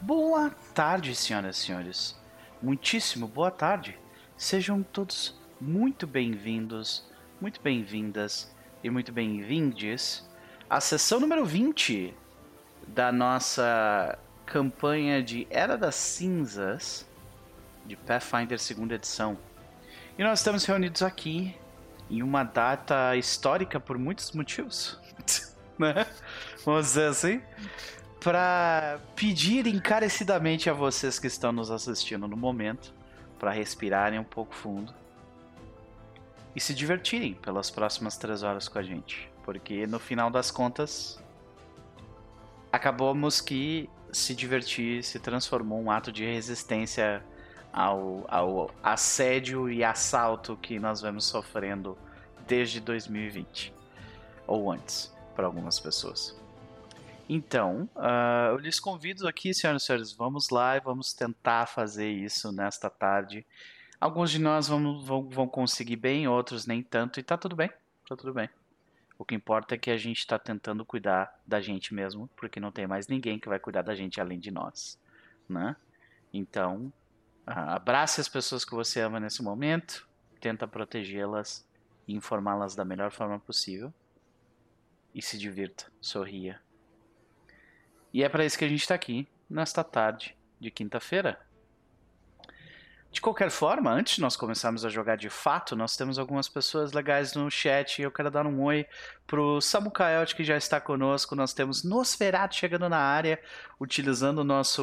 Boa tarde, senhoras e senhores. Muitíssimo boa tarde. Sejam todos muito bem-vindos, muito bem-vindas e muito bem-vindes à sessão número 20 da nossa campanha de Era das Cinzas de Pathfinder 2ª edição. E nós estamos reunidos aqui em uma data histórica por muitos motivos, né? Vamos dizer assim, para pedir encarecidamente a vocês que estão nos assistindo no momento para respirarem um pouco fundo e se divertirem pelas próximas 3 horas com a gente, porque no final das contas acabamos que se divertir se transformou em um ato de resistência ao assédio e assalto que nós vemos sofrendo desde 2020 ou antes, para algumas pessoas. Então, eu lhes convido aqui, senhoras e senhores, vamos lá e vamos tentar fazer isso nesta tarde. Alguns de nós vão conseguir bem, outros nem tanto, e tá tudo bem, tá tudo bem. O que importa é que a gente está tentando cuidar da gente mesmo, porque não tem mais ninguém que vai cuidar da gente além de nós, né? Então, abrace as pessoas que você ama nesse momento, tenta protegê-las e informá-las da melhor forma possível, e se divirta, sorria. E é para isso que a gente está aqui, nesta tarde de quinta-feira. De qualquer forma, antes de nós começarmos a jogar de fato, nós temos algumas pessoas legais no chat. Eu quero dar um oi pro Samukaelt, que já está conosco. Nós temos Nosferatu chegando na área, utilizando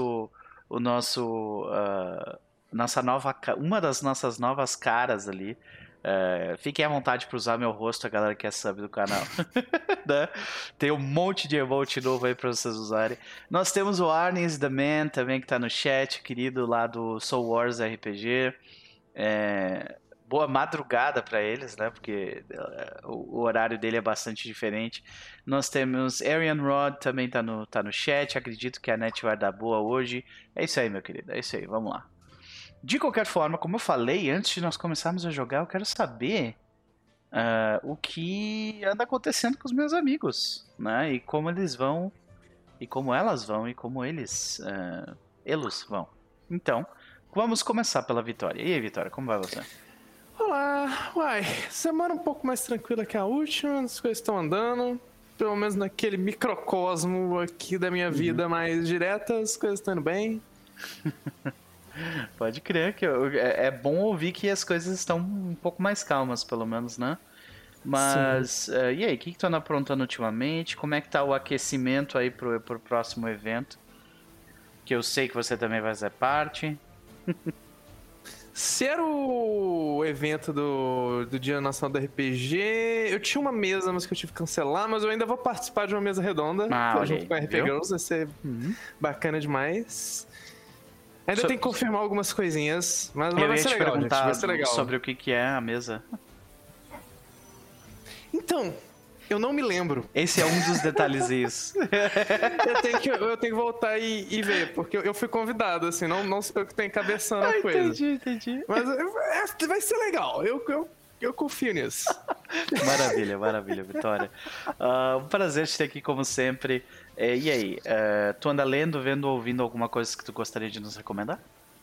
uma das nossas novas caras ali. Fiquem à vontade para usar meu rosto, a galera que é sub do canal. Né? Tem um monte de emote novo aí para vocês usarem. Nós temos o Arnis The Man também, que tá no chat, querido, lá do Soul Wars RPG. Boa madrugada para eles, né? Porque o horário dele é bastante diferente. Nós temos Arian Rod também tá no chat. Acredito que a net vai dar boa hoje. É isso aí, meu querido. É isso aí, vamos lá. De qualquer forma, como eu falei, antes de nós começarmos a jogar, eu quero saber o que anda acontecendo com os meus amigos, né? E como eles vão, e como elas vão, e como eles vão. Então, vamos começar pela Vitória. E aí, Vitória, como vai você? Olá, semana um pouco mais tranquila que a última, as coisas estão andando, pelo menos naquele microcosmo aqui da minha vida mais direta, as coisas estão indo bem. Pode crer que é bom ouvir que as coisas estão um pouco mais calmas, pelo menos, né? Mas, e aí, o que tu anda aprontando ultimamente? Como é que tá o aquecimento aí pro próximo evento? Que eu sei que você também vai fazer parte. Se era o evento do Dia Nacional do RPG, eu tinha uma mesa, mas que eu tive que cancelar, mas eu ainda vou participar de uma mesa redonda, junto com a RPG Girls, vai ser bacana demais. Ainda tem que confirmar algumas coisinhas, mas vai ser legal, gente. Vai ser legal. Sobre o que é a mesa. Então, eu não me lembro. Esse é um dos detalhezinhos. eu tenho que voltar e ver, porque eu fui convidado, assim, não sou eu que tô encabeçando a coisa. Entendi. Mas vai ser legal, eu confio nisso. Maravilha, Vitória. Um prazer te ter aqui, como sempre. E aí, tu anda lendo, vendo ou ouvindo alguma coisa que tu gostaria de nos recomendar?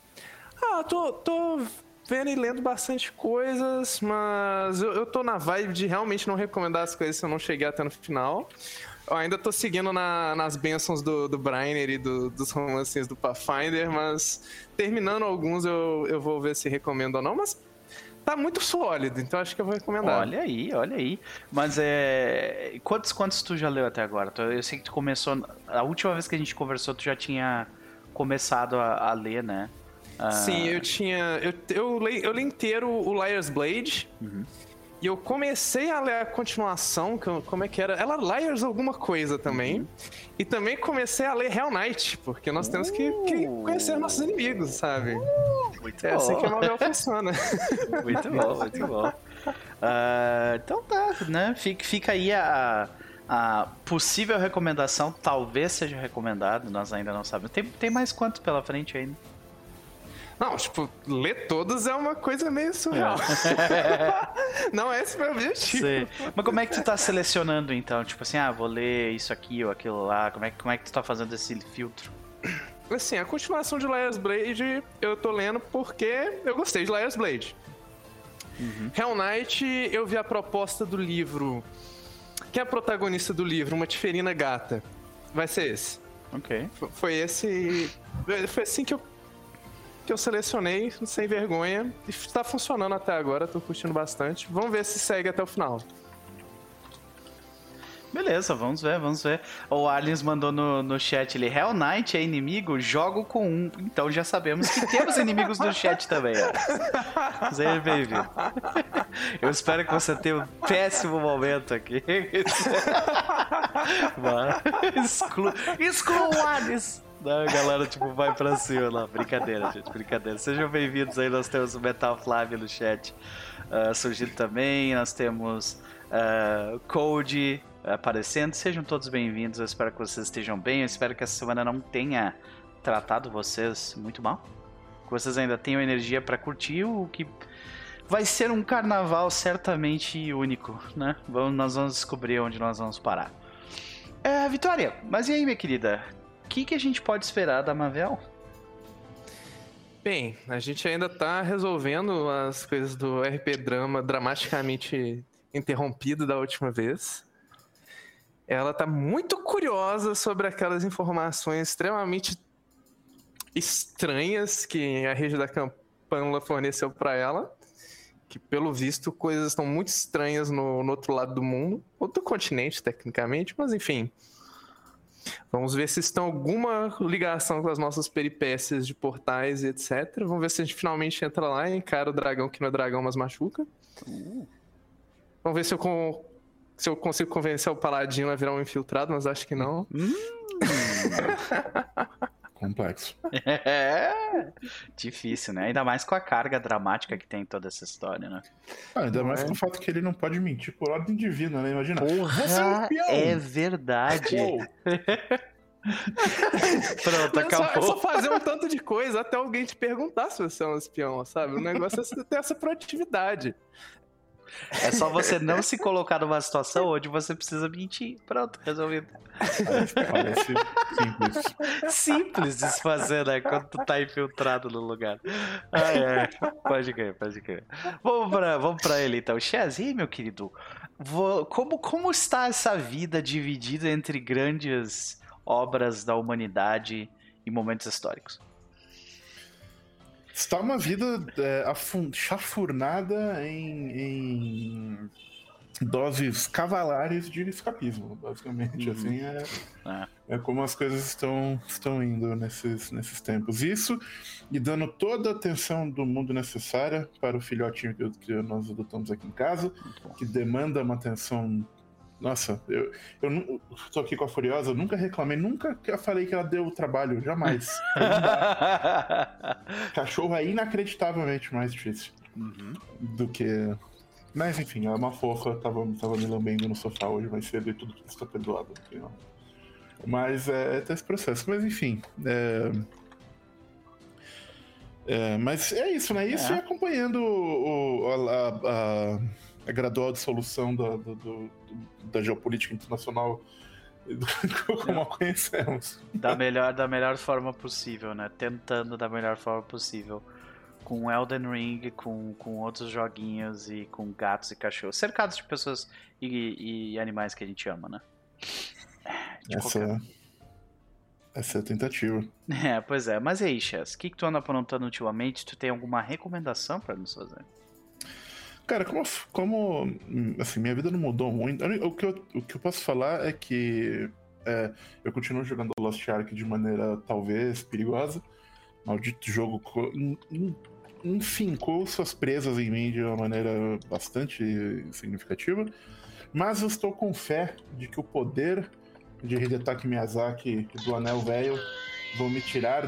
Tô vendo e lendo bastante coisas, mas eu tô na vibe de realmente não recomendar as coisas se eu não chegar até no final. Eu ainda tô seguindo nas bênçãos do Brainer e dos romances do Pathfinder, mas terminando alguns eu vou ver se recomendo ou não, mas tá muito sólido, então acho que eu vou recomendar. Olha aí. Mas quantos tu já leu até agora? Eu sei que tu começou... A última vez que a gente conversou, tu já tinha começado a ler, né? Sim, eu li inteiro o Liar's Blade. E eu comecei a ler a continuação, como é que era? Ela Liars alguma coisa também. E também comecei a ler Hell Knight, porque nós temos que conhecer nossos inimigos, sabe? Muito bom. Assim que a novela funciona. Muito bom. Então tá, né? Fica aí a possível recomendação, talvez seja recomendado, nós ainda não sabemos. Tem mais quanto pela frente ainda? Não, tipo, ler todos é uma coisa meio surreal. Não é esse o meu objetivo. Sei. Mas como é que tu tá selecionando, então? Tipo assim, vou ler isso aqui ou aquilo lá. Como é que tu tá fazendo esse filtro? Assim, a continuação de Liar's Blade eu tô lendo porque eu gostei de Liar's Blade. Hell Knight, eu vi a proposta do livro. Quem é a protagonista do livro? Uma Tiferina gata. Vai ser esse. Ok. Foi esse. Foi assim que eu selecionei, sem vergonha. E tá funcionando até agora, tô curtindo bastante. Vamos ver se segue até o final. Beleza, vamos ver. O Aliens mandou no chat ali, Hell Knight é inimigo? Jogo com 1. Então já sabemos que temos inimigos no chat também. Seja bem-vindo. Eu espero que você tenha um péssimo momento aqui. Exclua o Aliens! A galera, tipo, vai pra cima lá. Brincadeira, gente, brincadeira. Sejam bem-vindos aí, nós temos o Metal Flávio no chat surgindo também. Nós temos Code aparecendo. Sejam todos bem-vindos. Eu espero que vocês estejam bem. Eu espero que essa semana não tenha tratado vocês muito mal. Que vocês ainda tenham energia pra curtir o que vai ser um carnaval certamente único, né? Nós vamos descobrir onde nós vamos parar. Vitória, mas e aí, minha querida? O que a gente pode esperar da Mavel? Bem, a gente ainda tá resolvendo as coisas do RP Drama dramaticamente interrompido da última vez. Ela tá muito curiosa sobre aquelas informações extremamente estranhas que a rede da Campânula forneceu para ela. Que, pelo visto, coisas estão muito estranhas no outro lado do mundo. Ou do continente, tecnicamente, mas enfim. Vamos ver se tem alguma ligação com as nossas peripécias de portais e etc. Vamos ver se a gente finalmente entra lá e encara o dragão que não é dragão, mas machuca. Vamos ver se eu consigo convencer o Paladino a virar um infiltrado, mas acho que não. Complexo. Difícil, né? Ainda mais com a carga dramática que tem toda essa história, né? Ainda mais com o fato que ele não pode mentir por ordem divina, né? Imagina. Você é um espião! É verdade. Pronto, acabou. É só fazer um tanto de coisa até alguém te perguntar se você é um espião, sabe? O negócio é ter essa proatividade. É só você não se colocar numa situação onde você precisa mentir. Pronto, resolvido. Parece simples. Simples de se fazer, né? Quando tu tá infiltrado no lugar. Pode crer. Vamos pra ele então. Chaz, e aí, meu querido? Como está essa vida dividida entre grandes obras da humanidade e momentos históricos? Está uma vida chafurnada em doses cavalares de escapismo, basicamente. Assim, é como as coisas estão indo nesses tempos. Isso, e dando toda a atenção do mundo necessária para o filhotinho que nós adotamos aqui em casa, que demanda uma atenção. Nossa, eu tô aqui com a Furiosa, eu nunca reclamei, nunca falei que ela deu trabalho, jamais. Cachorro é inacreditavelmente mais difícil do que... Mas enfim, ela é uma fofa, tava me lambendo no sofá hoje mais cedo e tudo está perdoado. Mas tem esse processo, mas enfim... mas é isso, né? Isso é acompanhando a gradual dissolução da geopolítica internacional como a conhecemos. Da melhor forma possível, né? Tentando da melhor forma possível. Com Elden Ring, com outros joguinhos e com gatos e cachorros. Cercados de pessoas e animais que a gente ama, né? Essa é a tentativa. Pois é. Mas e aí, Chess? O que tu anda aprontando ultimamente? Tu tem alguma recomendação pra nos fazer? Cara, como assim, minha vida não mudou muito. O que eu posso falar é que eu continuo jogando Lost Ark de maneira talvez perigosa. Maldito jogo enfincou suas presas em mim de uma maneira bastante significativa. Mas eu estou com fé de que o poder de Hidetaka Miyazaki do Anel Velho vão me tirar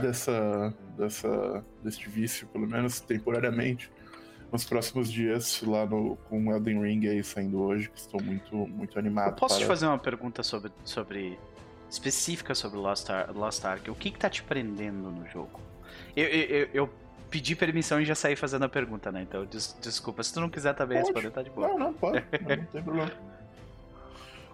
deste vício, pelo menos temporariamente, nos próximos dias, lá com Elden Ring aí saindo hoje, que estou muito, muito animado. Eu posso te fazer uma pergunta específica sobre Lost Ark? O que tá te prendendo no jogo? Eu pedi permissão e já saí fazendo a pergunta, né? Então, desculpa. Se tu não quiser também responder, tá de boa. Não pode. Não tem problema.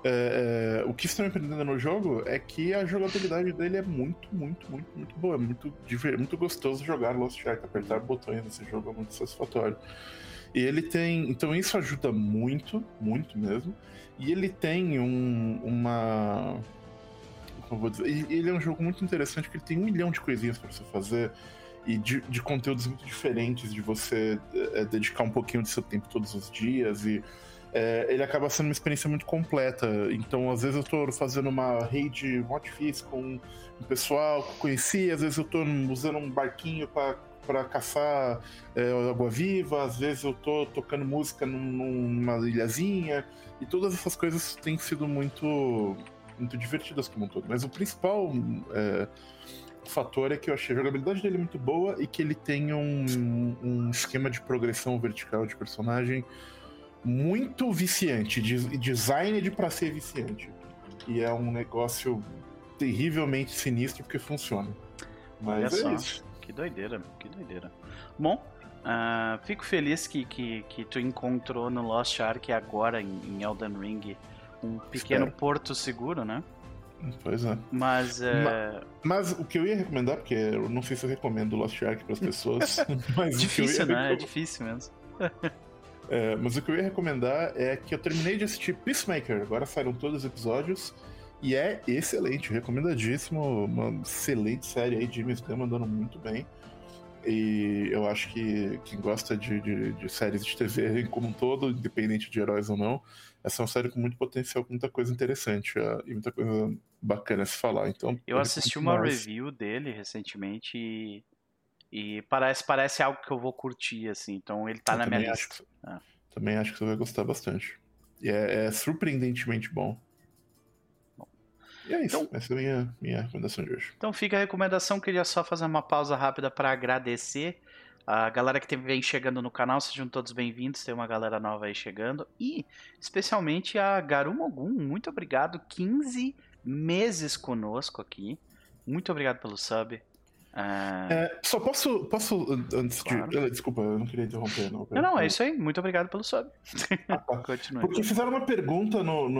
o que estão aprendendo no jogo é que a jogabilidade dele é muito boa. É muito gostoso jogar Lost Ark. Apertar botões nesse jogo é muito satisfatório. E ele tem... Então isso ajuda muito mesmo. E ele tem uma... Como eu vou dizer? Ele é um jogo muito interessante porque ele tem 1 milhão de coisinhas pra você fazer e de conteúdos muito diferentes, de você dedicar um pouquinho do seu tempo todos os dias e ele acaba sendo uma experiência muito completa. Então, às vezes eu tô fazendo uma raid hot fizz com um pessoal que eu conheci, às vezes eu tô usando um barquinho para caçar água-viva, às vezes eu tô tocando música numa ilhazinha, e todas essas coisas têm sido muito divertidas como um todo. Mas o principal fator é que eu achei a jogabilidade dele muito boa e que ele tem um esquema de progressão vertical de personagem muito viciante, design pra ser viciante. E é um negócio terrivelmente sinistro porque funciona. Mas olha só, isso. Que doideira. Bom, fico feliz que tu encontrou no Lost Ark agora em Elden Ring um pequeno porto seguro, né? Pois é. Mas o que eu ia recomendar, porque eu não sei se eu recomendo Lost Ark para as pessoas. Mas difícil, né? É difícil mesmo. Mas o que eu ia recomendar é que eu terminei de assistir Peacemaker. Agora saíram todos os episódios. E é excelente, recomendadíssimo. Uma excelente série aí. James Gunn mandando muito bem. E eu acho que quem gosta de séries de TV como um todo, independente de heróis ou não, essa é uma série com muito potencial, com muita coisa interessante e muita coisa bacana a se falar. Então, eu assisti uma review dele recentemente e parece algo que eu vou curtir, assim. Então ele tá na minha lista. Também acho que você vai gostar bastante. E é surpreendentemente bom. E é isso, essa é a minha recomendação de hoje. Então fica a recomendação, queria só fazer uma pausa rápida para agradecer a galera que vem chegando no canal, sejam todos bem-vindos, tem uma galera nova aí chegando, e especialmente a Garumogum, muito obrigado, 15 meses conosco aqui, muito obrigado pelo sub. Só posso antes claro. de... Desculpa, eu não queria interromper. Não, é isso aí, muito obrigado pelo sub. Tá. Continue. Porque fizeram uma pergunta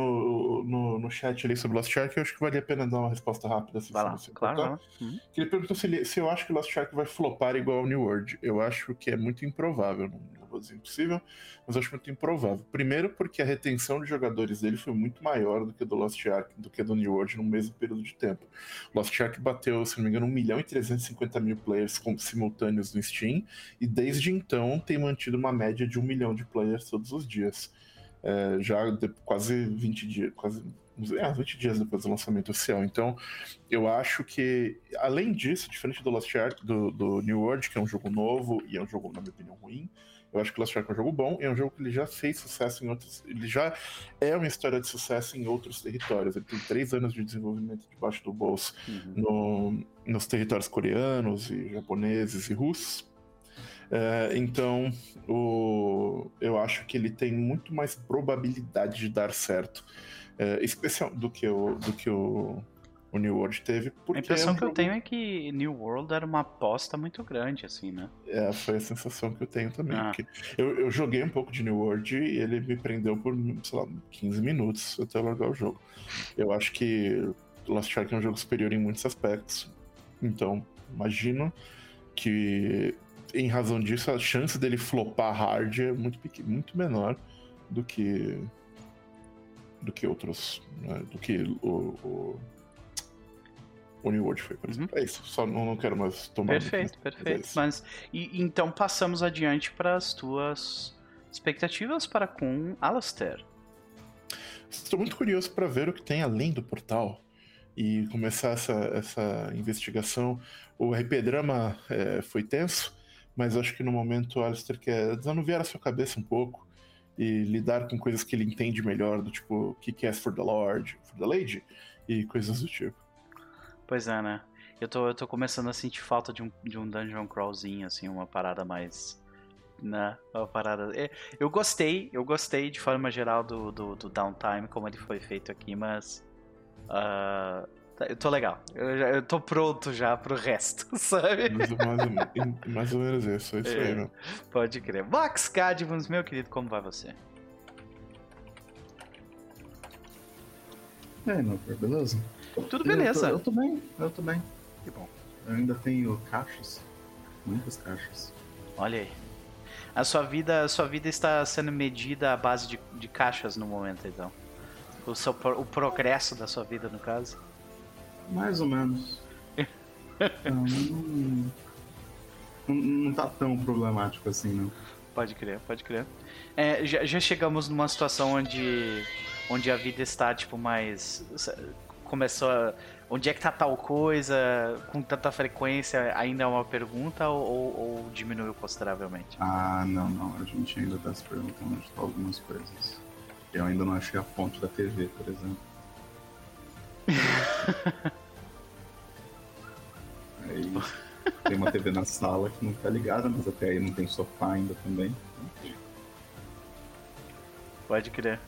no chat ali sobre Lost Ark, eu acho que vale a pena dar uma resposta rápida. Vai lá, claro. Que ele perguntou se eu acho que Lost Ark vai flopar igual ao New World. Eu acho que é muito improvável, não vou dizer impossível, mas acho muito improvável. Primeiro porque a retenção de jogadores dele foi muito maior do que do Lost Ark, do que do New World no mesmo período de tempo. Lost Ark bateu, se não me engano, 1.350.000 players simultâneos no Steam, e desde então tem mantido uma média de 1 milhão de players todos os dias. Já quase 20 dias, 20 dias depois do lançamento oficial. Então, eu acho que, além disso, diferente do Lost Ark, do New World, que é um jogo novo e é um jogo, na minha opinião, ruim, eu acho que Lost Ark é um jogo bom, e é um jogo que ele já fez sucesso em outros... Ele já é uma história de sucesso em outros territórios. Ele tem 3 anos de desenvolvimento debaixo do bolso nos territórios coreanos, e japoneses e russos. Então, eu acho que ele tem muito mais probabilidade de dar certo, especial do que o New World teve. A impressão que eu tenho é que New World era uma aposta muito grande, assim, né? Foi a sensação que eu tenho também. Porque eu joguei um pouco de New World e ele me prendeu por, sei lá, 15 minutos até eu largar o jogo. Eu acho que Lost Ark é um jogo superior em muitos aspectos. Então, imagino que, em razão disso, a chance dele flopar hard é muito menor do que outros, né? Do que o New World foi, por exemplo. É isso, só não quero mais tomar... Perfeito. Mas, então passamos adiante para as tuas expectativas para com Alastair. Estou muito curioso para ver o que tem além do portal e começar essa investigação. O RP Drama foi tenso, mas acho que no momento o Alastair quer desanuviar a sua cabeça um pouco e lidar com coisas que ele entende melhor, do tipo Kick-Ass for the Lord, for the Lady, e coisas do tipo. Pois é, né? Eu tô começando a sentir falta de um dungeon crawlzinho, assim, uma parada mais... Né? Uma parada... Eu gostei de forma geral do Downtime, como ele foi feito aqui, mas... eu tô legal. Eu tô pronto já pro resto, sabe? Mais ou menos isso aí, meu. Pode crer. Max Cadmus, meu querido, como vai você? E aí, meu filho, beleza? Tudo beleza. Eu tô bem. Que bom. Eu ainda tenho caixas. Muitas caixas. Olha aí. A sua vida está sendo medida à base de caixas no momento, então. O progresso da sua vida, no caso. Mais ou menos. Não tá tão problemático assim, não. Pode crer. Já chegamos numa situação onde a vida está, tipo, mais... Começou a... Onde é que tá tal coisa? Com tanta frequência ainda é uma pergunta ou diminuiu consideravelmente? Não. A gente ainda tá se perguntando de algumas coisas. Eu ainda não achei a fonte da TV, por exemplo. Aí tem uma TV na sala que não tá ligada, mas até aí não tem sofá ainda também. Pode crer.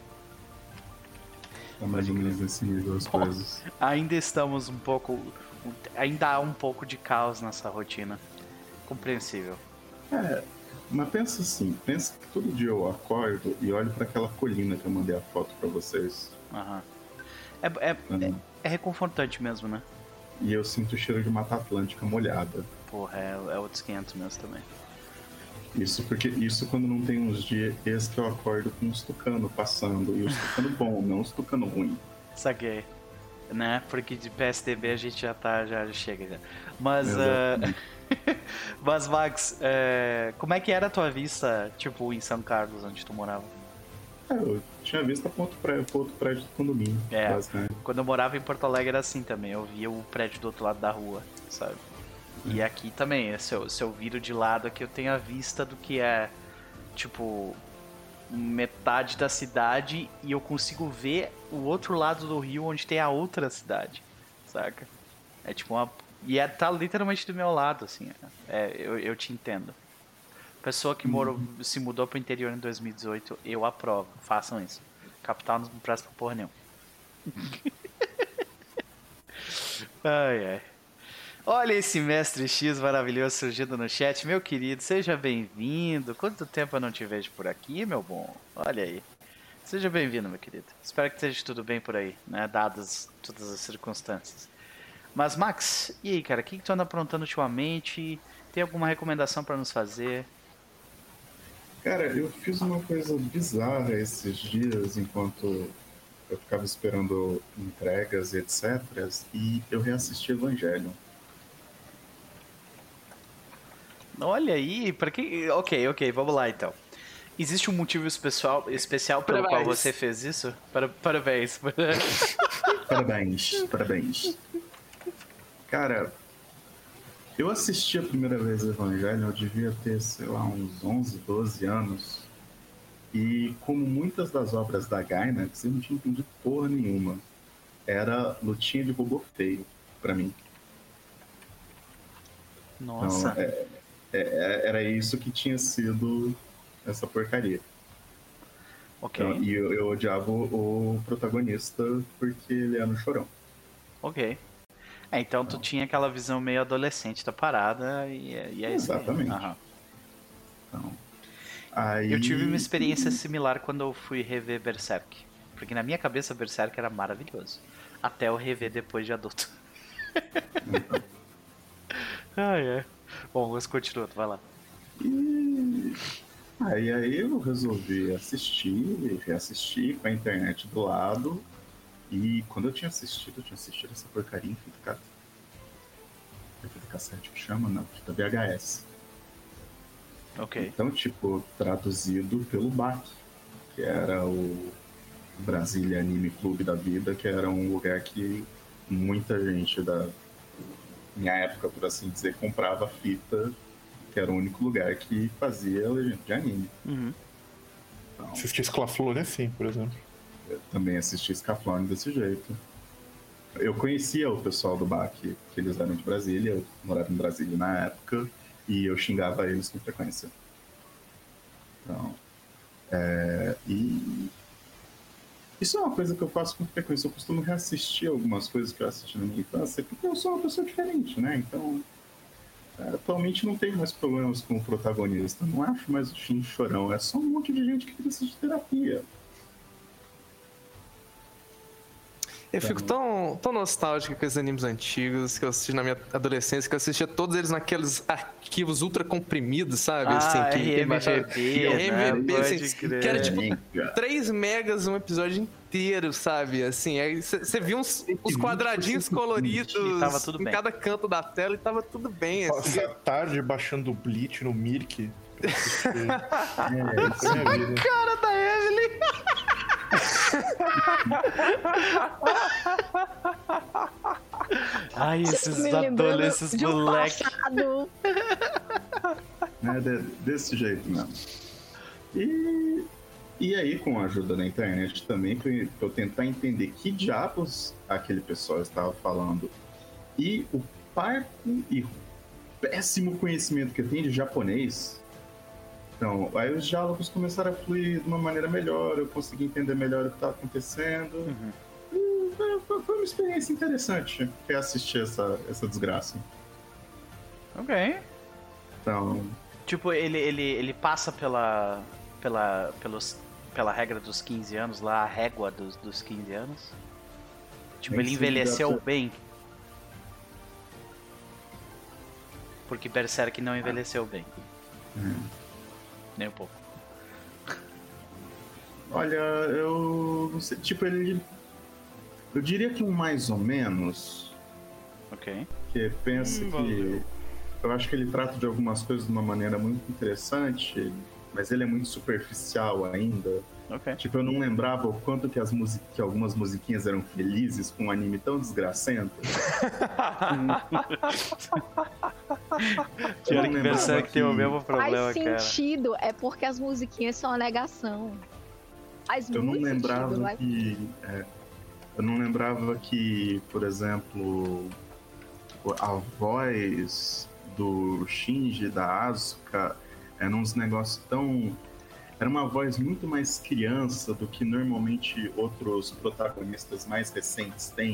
Tá mais ou menos nesse nível as coisas. Ainda estamos um pouco... Ainda há um pouco de caos nessa rotina. Compreensível. Mas pensa assim, pensa que todo dia eu acordo e olho pra aquela colina que eu mandei a foto pra vocês. Aham. É reconfortante mesmo, né? E eu sinto o cheiro de Mata Atlântica molhada. Porra, é outros 500 mesmo também. Isso quando não tem uns dias que eu acordo com uns tucano passando. E os tucano bom, não os tucano ruim. Saquei. Né? Porque de PSDB a gente já chega já. Mas, mas Max, como é que era a tua vista, tipo, em São Carlos, onde tu morava? Eu tinha vista para outro prédio do condomínio. Quando eu morava em Porto Alegre era assim também. Eu via o prédio do outro lado da rua, sabe? E aqui também, se eu viro de lado aqui, eu tenho a vista do que é, tipo, metade da cidade e eu consigo ver o outro lado do rio onde tem a outra cidade, saca? É tipo uma... E tá literalmente do meu lado, assim. Eu te entendo. Pessoa que se mudou pro interior em 2018, eu aprovo. Façam isso. Capital não presta pra porra nenhuma. Ai. Olha esse Mestre X maravilhoso surgindo no chat. Meu querido, seja bem-vindo. Quanto tempo eu não te vejo por aqui, meu bom? Olha aí. Seja bem-vindo, meu querido. Espero que esteja tudo bem por aí, né? Dadas todas as circunstâncias. Mas, Max, e aí, cara? O que tu anda aprontando ultimamente? Tem alguma recomendação pra nos fazer? Cara, eu fiz uma coisa bizarra esses dias enquanto eu ficava esperando entregas e etc. E eu reassisti Evangelho. Olha aí, pra que... Ok, vamos lá então. Existe um motivo especial pelo qual você fez isso? Parabéns. Parabéns. Cara, eu assisti a primeira vez o Evangelho, eu devia ter, sei lá, uns 11, 12 anos. E como muitas das obras da Gainax, eu não tinha entendido porra nenhuma. Era lutinha de robô feio, pra mim. Nossa. Então, era isso que tinha sido essa porcaria. Ok. Então, e eu odiava o protagonista porque ele era um chorão. Ok. Então tu tinha aquela visão meio adolescente da parada e é isso. Exatamente. Uhum. Então, aí... Eu tive uma experiência similar quando eu fui rever Berserk. Porque na minha cabeça Berserk era maravilhoso. Até eu rever depois de adulto. Então. Bom, mas continua, tu vai lá. Aí eu resolvi reassistir com a internet do lado. E quando eu tinha assistido essa porcaria em fita cassete que chama, não, fita VHS. Ok. Então, tipo, traduzido pelo BAC, que era o Brasília Anime Clube da vida, que era um lugar que muita gente da minha época, por assim dizer, comprava fita, que era o único lugar que fazia legenda de anime. Uhum. Então, assistir Sclaflor assim, por exemplo. Eu também assisti Scaflone desse jeito. Eu conhecia o pessoal do BAC, que eles eram de Brasília, eu morava em Brasília na época, e eu xingava eles com frequência. Então, e isso é uma coisa que eu faço com frequência. Eu costumo reassistir algumas coisas que eu assisti na minha infância, porque eu sou uma pessoa diferente, né? Então, atualmente não tenho mais problemas com o protagonista. Não acho mais o Shin chorão. É só um monte de gente que precisa de terapia. Eu fico tão nostálgico com esses animes antigos que eu assisti na minha adolescência, que eu assistia todos eles naqueles arquivos ultra comprimidos, sabe? RMVB, assim, que era tipo 3 megas um episódio inteiro, sabe? Assim, aí você via os quadradinhos coloridos em cada canto da tela e tava tudo bem. Assim. Passa a tarde baixando o Bleach no Mirk. Cara da Evelyn! Ai, esses adolescentes, esses moleques. Desse jeito mesmo. E aí, com a ajuda da internet também, foi eu tentar entender que diabos aquele pessoal estava falando. E o parco e péssimo conhecimento que eu tenho de japonês. Então, aí os diálogos começaram a fluir de uma maneira melhor, eu consegui entender melhor o que estava acontecendo. Foi uma experiência interessante assistir essa desgraça. Ok. Então... Tipo, ele passa pela regra dos 15 anos, lá a régua dos 15 anos? Tipo, ele envelheceu bem? Porque Berserk não envelheceu bem. Nem um pouco. Olha, eu não sei, tipo, eu diria que um mais ou menos. Ok. Que pensa que... Eu acho que ele trata de algumas coisas de uma maneira muito interessante, mas ele é muito superficial ainda. Ok. Tipo, eu não lembrava o quanto que algumas musiquinhas eram felizes com um anime tão desgracento. Pior que Berserk tem o mesmo problema, cara. Faz sentido, é porque as musiquinhas são a negação. Faz muito sentido. Eu não lembrava que, por exemplo, a voz do Shinji, da Asuka, eram uns negócios tão... Era uma voz muito mais criança do que normalmente outros protagonistas mais recentes têm.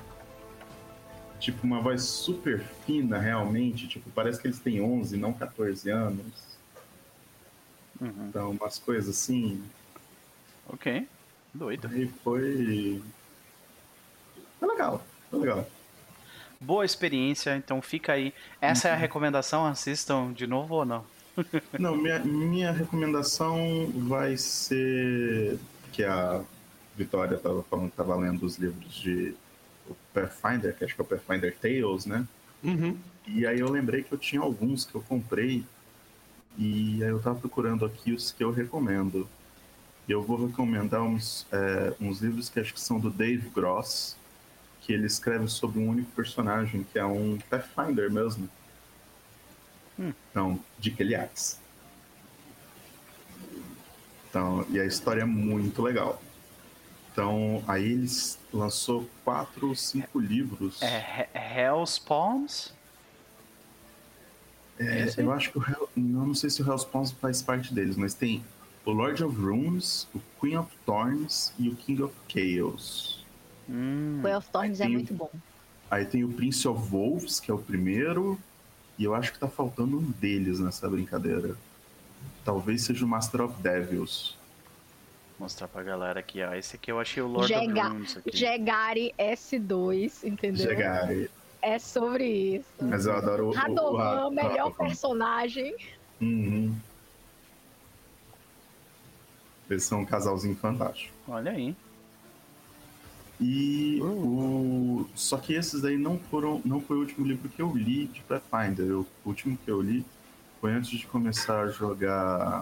Tipo, uma voz super fina, realmente. Tipo, parece que eles têm 11, não 14 anos. Então, umas coisas assim... Ok. Doido. Aí foi legal. Boa experiência, então fica aí. Essa é a recomendação? Assistam de novo ou não? Não, minha recomendação vai ser que a Vitória estava falando que estava lendo os livros de Pathfinder, que acho que é o Pathfinder Tales, né? E aí eu lembrei que eu tinha alguns que eu comprei e aí eu estava procurando aqui os que eu recomendo. Eu vou recomendar uns livros que acho que são do Dave Gross, que ele escreve sobre um único personagem, que é um Pathfinder mesmo. Então, de Keliax. Então, e a história é muito legal. Então, aí eles lançou 4 ou 5 livros. Hellspawns? Eu acho que não sei se o Hellspawns faz parte deles, mas tem o Lord of Runes, o Queen of Thorns e o King of Chaos. Queen of Thorns é muito bom. Aí tem o Prince of Wolves, que é o primeiro, e eu acho que tá faltando um deles nessa brincadeira. Talvez seja o Master of Devils. Vou mostrar pra galera aqui, ó. Esse aqui eu achei o Lord of Runes aqui. Gegari S2, entendeu? Gegari. É sobre isso. Mas eu adoro Radovan, melhor personagem. Eles são um casalzinho fantástico. Olha aí. E só que esses daí não foi o último livro que eu li de Pathfinder. O último que eu li foi antes de começar a jogar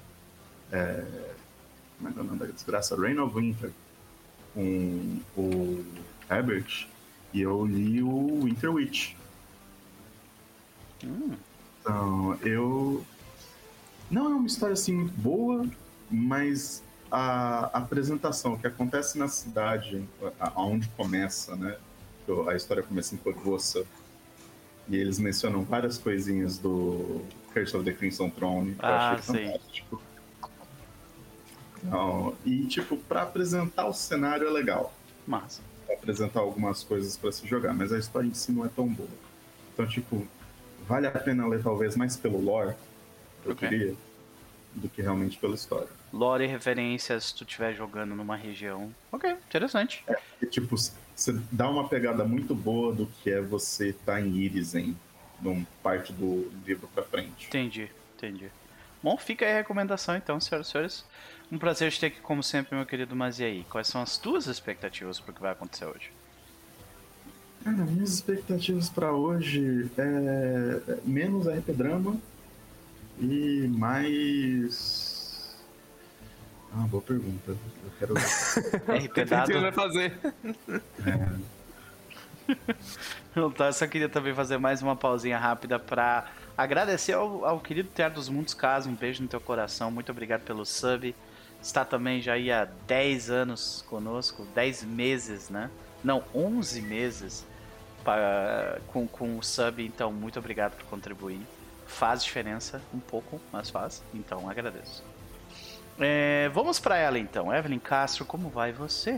como é que é o nome da desgraça? Reign of Winter com o Herbert, e eu li o Winter Witch. Então, não é uma história assim muito boa, mas a apresentação que acontece na cidade, aonde começa, né? A história começa em Corvoça, e eles mencionam várias coisinhas do Curse of the Crimson Throne, que eu achei fantástico. Então, e, tipo, pra apresentar o cenário é legal. Massa. Pra apresentar algumas coisas pra se jogar, mas a história em si não é tão boa. Então, tipo, vale a pena ler talvez mais pelo lore, eu queria. do que realmente pela história. Lore e referências se tu estiver jogando numa região. Ok, interessante. Tipo, você dá uma pegada muito boa do que é você estar em Irizen, numa parte do livro pra frente. Entendi. Bom, fica aí a recomendação então, senhoras e senhores. Um prazer te ter aqui como sempre, meu querido. Mas e aí? Quais são as tuas expectativas pro que vai acontecer hoje? Cara, minhas expectativas pra hoje é menos RP Drama e mais... boa pergunta. Eu quero... RP Dado... O que vai fazer? Não, tá, eu só queria também fazer mais uma pausinha rápida pra agradecer ao querido Teatro dos Mundos Caso. Um beijo no teu coração. Muito obrigado pelo sub. Está também já aí há 10 anos conosco. 10 meses, né? Não, 11 meses com o sub. Então, muito obrigado por contribuir. Faz diferença um pouco, mas faz. Então, agradeço. Vamos pra ela então. Evelyn Castro, como vai você?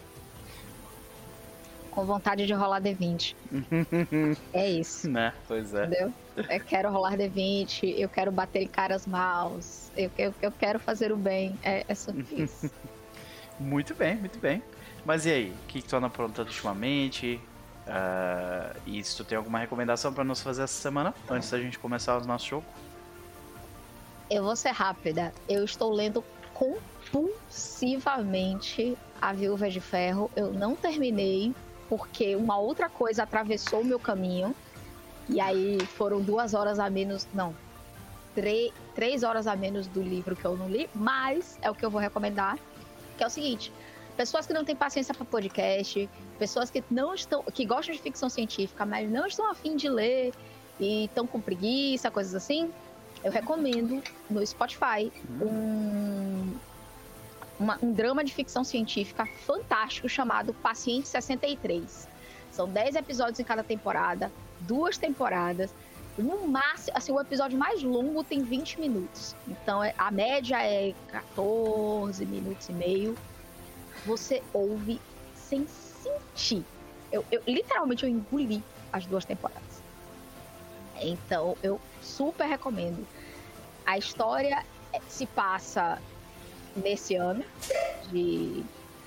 Com vontade de rolar D20. É isso. Né? Pois é. Entendeu? Eu quero rolar D20, eu quero bater em caras maus, eu quero fazer o bem. É sobre isso. Muito bem, muito bem. Mas e aí? O que tu anda aprontando ultimamente? E se tu tem alguma recomendação pra nos fazer essa semana? Antes da gente começar o nosso jogo? Eu vou ser rápida. Eu estou lendo compulsivamente A Viúva de Ferro. Eu não terminei porque uma outra coisa atravessou o meu caminho. E aí foram 2 horas a menos... Não, 3 horas a menos do livro que eu não li. Mas é o que eu vou recomendar. Que é o seguinte... Pessoas que não têm paciência para podcast, pessoas que gostam de ficção científica, mas não estão a fim de ler e estão com preguiça, coisas assim, eu recomendo no Spotify um drama de ficção científica fantástico chamado Paciente 63. São 10 episódios em cada temporada, 2 temporadas. No máximo, assim, o episódio mais longo tem 20 minutos. Então, a média é 14 minutos e meio. Você ouve sem sentir. Literalmente, eu engoli as 2 temporadas. Então, eu super recomendo. A história se passa nesse ano de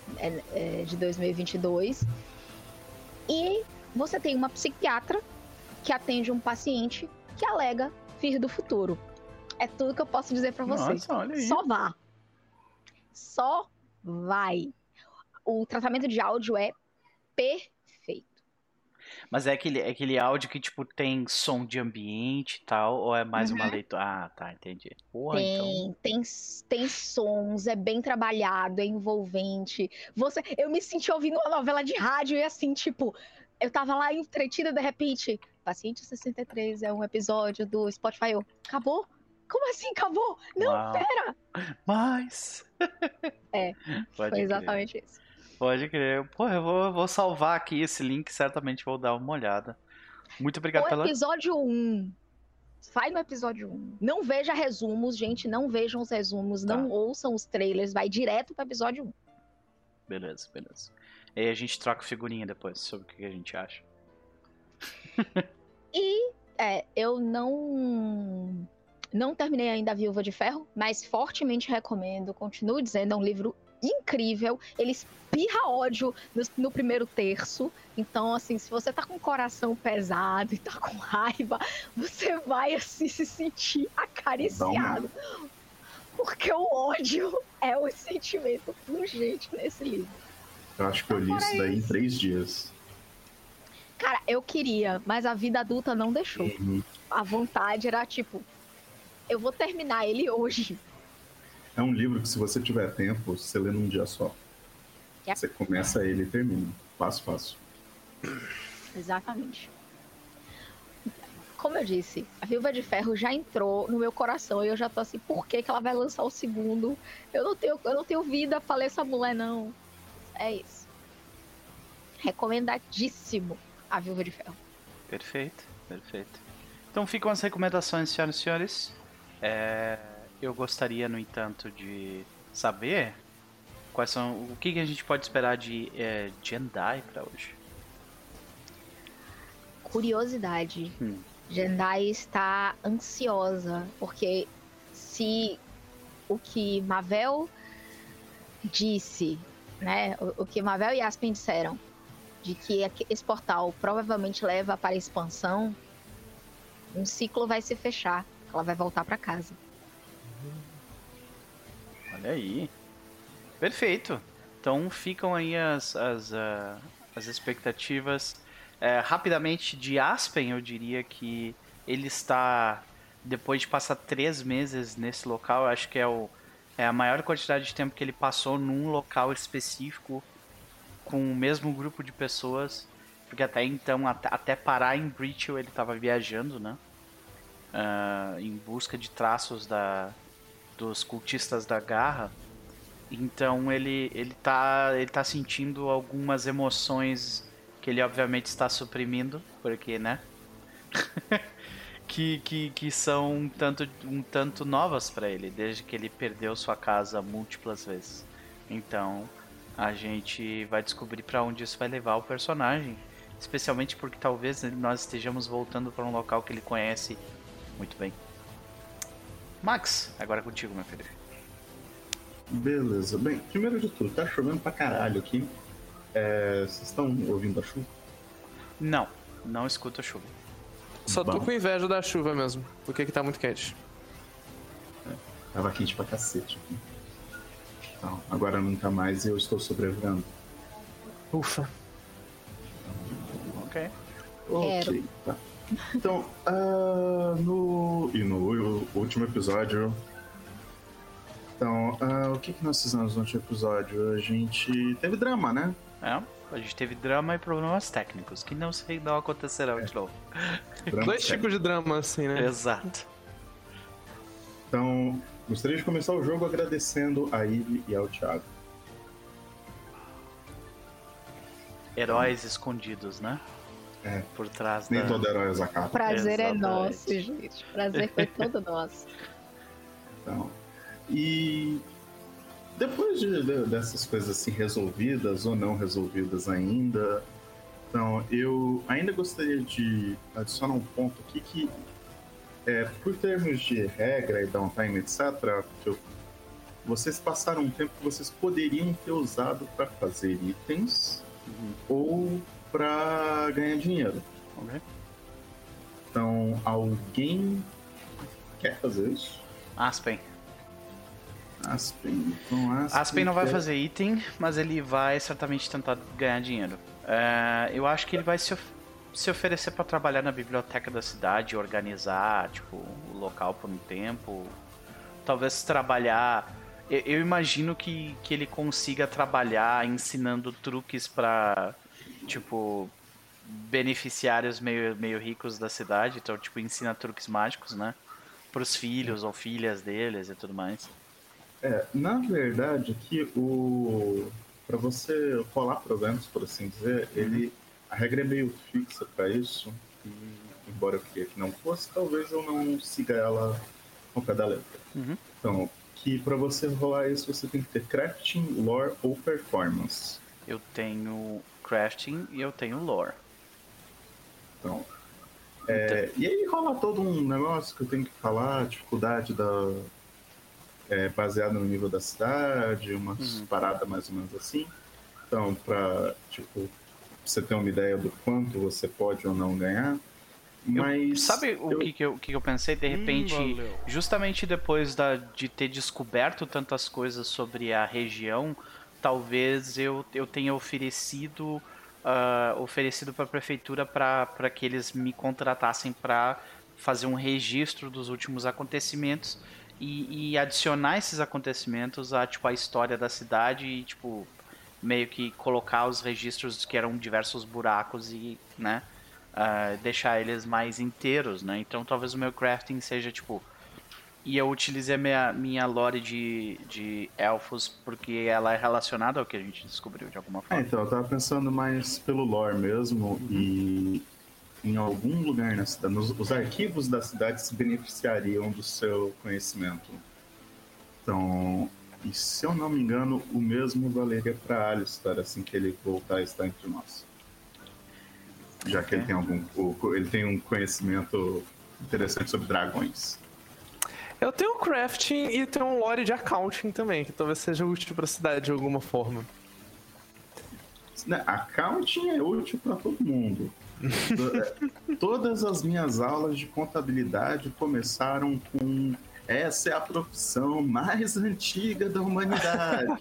2022. E você tem uma psiquiatra que atende um paciente que alega vir do futuro. É tudo que eu posso dizer pra você. Nossa, olha aí. Só vá. Só vai. O tratamento de áudio é perfeito. Mas é aquele áudio que, tipo, tem som de ambiente e tal, ou é mais uma leitura? Ah, tá, entendi. Porra, tem sons, é bem trabalhado, é envolvente. Eu me senti ouvindo uma novela de rádio e assim, tipo, eu tava lá entretida, de repente, Paciente 63 é um episódio do Spotify. Acabou? Como assim acabou? Não, pera! Mas... Foi exatamente isso. Pode crer. Pô, eu vou salvar aqui esse link, certamente vou dar uma olhada. Muito obrigado pela... Episódio 1. Vai no episódio 1. Não veja resumos, gente. Não vejam os resumos. Não ouçam os trailers. Vai direto pro episódio 1. Beleza. E aí a gente troca figurinha depois sobre o que a gente acha. E eu não terminei ainda A Viúva de Ferro, mas fortemente recomendo. Continuo dizendo, é um livro incrível. Ele espirra ódio no primeiro terço. Então, assim, se você tá com o coração pesado e tá com raiva, você vai, assim, se sentir acariciado. Porque o ódio é o sentimento pungente nesse livro. Eu acho que eu li isso daí em 3 dias. Cara, eu queria, mas a vida adulta não deixou. A vontade era, tipo, eu vou terminar ele hoje. É um livro que, se você tiver tempo, você lê num dia só. Você começa ele e termina. Fácil. Exatamente. Como eu disse, A Viúva de Ferro já entrou no meu coração e eu já tô assim, por que ela vai lançar o segundo? Eu não tenho vida pra ler essa mulher, não. É isso. Recomendadíssimo A Viúva de Ferro. Perfeito. Então ficam as recomendações, senhoras e senhores. Eu gostaria, no entanto, de saber o que a gente pode esperar de Jendai pra hoje. Curiosidade. Jendai está ansiosa, porque se o que Mavel disse, né? O que Mavel e Aspen disseram, de que esse portal provavelmente leva para a expansão, um ciclo vai se fechar. Ela vai voltar para casa. Olha aí. Perfeito. Então ficam aí as expectativas. Rapidamente, de Aspen, eu diria que ele está, depois de passar 3 meses nesse local, eu acho que é a maior quantidade de tempo que ele passou num local específico com o mesmo grupo de pessoas, porque até então, até parar em Breachel, ele estava viajando, né? Em busca de traços dos cultistas da Garra. Então ele tá sentindo algumas emoções que ele obviamente está suprimindo, porque, né? que são um tanto novas para ele, desde que ele perdeu sua casa múltiplas vezes. Então a gente vai descobrir para onde isso vai levar o personagem, especialmente porque talvez nós estejamos voltando para um local que ele conhece muito bem. Max, agora é contigo, meu filho. Beleza. Bem, primeiro de tudo, tá chovendo pra caralho aqui. Vocês estão ouvindo a chuva? Não escuto a chuva. Só tô com inveja da chuva mesmo, porque aqui tá muito quente. Tava quente pra cacete aqui. Então, agora não tá mais e eu estou sobrevivendo. Ufa. Ok. Ok, tá. Então, no último episódio... Então, o que nós fizemos no último episódio? A gente teve drama, né? A gente teve drama e problemas técnicos, que não acontecerão de novo. Dois tipos de drama, assim, né? Exato. Então, gostaria de começar o jogo agradecendo a Ivy e ao Thiago. Heróis escondidos, né? Por trás Nem todo herói usa capa. Prazer é nosso, gente. Prazer foi todo nosso. Então, e depois dessas coisas assim resolvidas ou não resolvidas ainda, então eu ainda gostaria de adicionar um ponto aqui que, por termos de regra e downtime, etc., vocês passaram um tempo que vocês poderiam ter usado para fazer itens ou para ganhar dinheiro. Okay. Então, alguém quer fazer isso? Aspen. Então, Aspen não vai fazer item, mas ele vai certamente tentar ganhar dinheiro. Eu acho que ele vai se oferecer para trabalhar na biblioteca da cidade, organizar tipo, o local por um tempo. Talvez trabalhar... Eu imagino que ele consiga trabalhar ensinando truques para, tipo, beneficiários meio ricos da cidade. Então, tipo, ensina truques mágicos, né? Para os filhos ou filhas deles e tudo mais. Na verdade, aqui para você rolar problemas, por assim dizer, a regra é meio fixa para isso. E, embora eu queria que não fosse, talvez eu não siga ela ao pé da letra. Então, que para você rolar isso, você tem que ter crafting, lore ou performance. Eu tenho crafting e eu tenho lore. Então, e aí rola todo um negócio que eu tenho que falar, dificuldade baseado no nível da cidade, umas paradas mais ou menos assim. Então, para você ter uma ideia do quanto você pode ou não ganhar. Mas sabe o que eu pensei? De repente, justamente depois de ter descoberto tantas coisas sobre a região, talvez eu tenha oferecido para a prefeitura para que eles me contratassem para fazer um registro dos últimos acontecimentos e adicionar esses acontecimentos a história da cidade e meio que colocar os registros que eram diversos buracos e, né, deixar eles mais inteiros, né? Então talvez o meu crafting seja e eu utilizei a minha lore de elfos porque ela é relacionada ao que a gente descobriu de alguma forma. Então, eu tava pensando mais pelo lore mesmo e em algum lugar na cidade, os arquivos da cidade se beneficiariam do seu conhecimento. Então, e se eu não me engano, o mesmo valeria para Alistar assim que ele voltar a estar entre nós. Já que ele tem um conhecimento interessante sobre dragões. Eu tenho crafting e tenho um lore de accounting também, que talvez seja útil pra cidade de alguma forma. Accounting é útil para todo mundo. Todas as minhas aulas de contabilidade começaram com: essa é a profissão mais antiga da humanidade.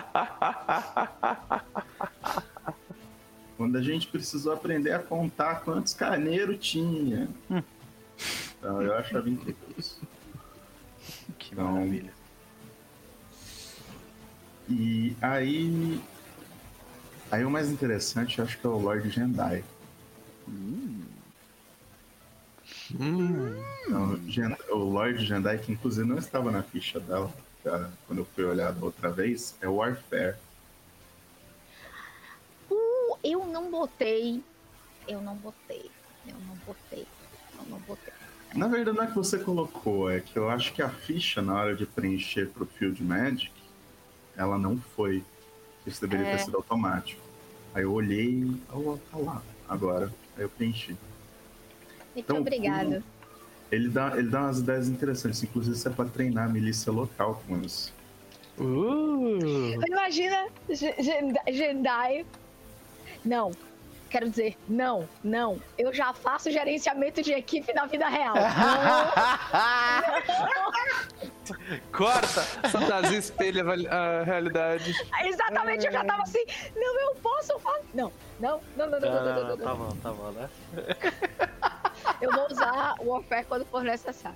Quando a gente precisou aprender a contar quantos carneiros tinha. Então, eu achava incrível isso. Que maravilha. E aí o mais interessante, eu acho que é o Lord Jendai. Então, o Lord Jendai, que inclusive não estava na ficha dela, quando eu fui olhar da outra vez, é o Warfare. Eu não botei. Na verdade, não é que você colocou, é que eu acho que a ficha, na hora de preencher pro Field Magic, ela não foi. Isso deveria ter sido automático. Aí eu olhei, tá lá, agora. Aí eu preenchi. Muito obrigado. Ele dá umas ideias interessantes, inclusive você pode treinar a milícia local com isso. Imagina Jendai. Não. Quero dizer, não. Eu já faço gerenciamento de equipe na vida real. Corta! Fantasia espelha a realidade. Exatamente, eu já tava assim, não, eu posso fazer. Não. Tá bom, né? Eu vou usar o Warfare quando for necessário.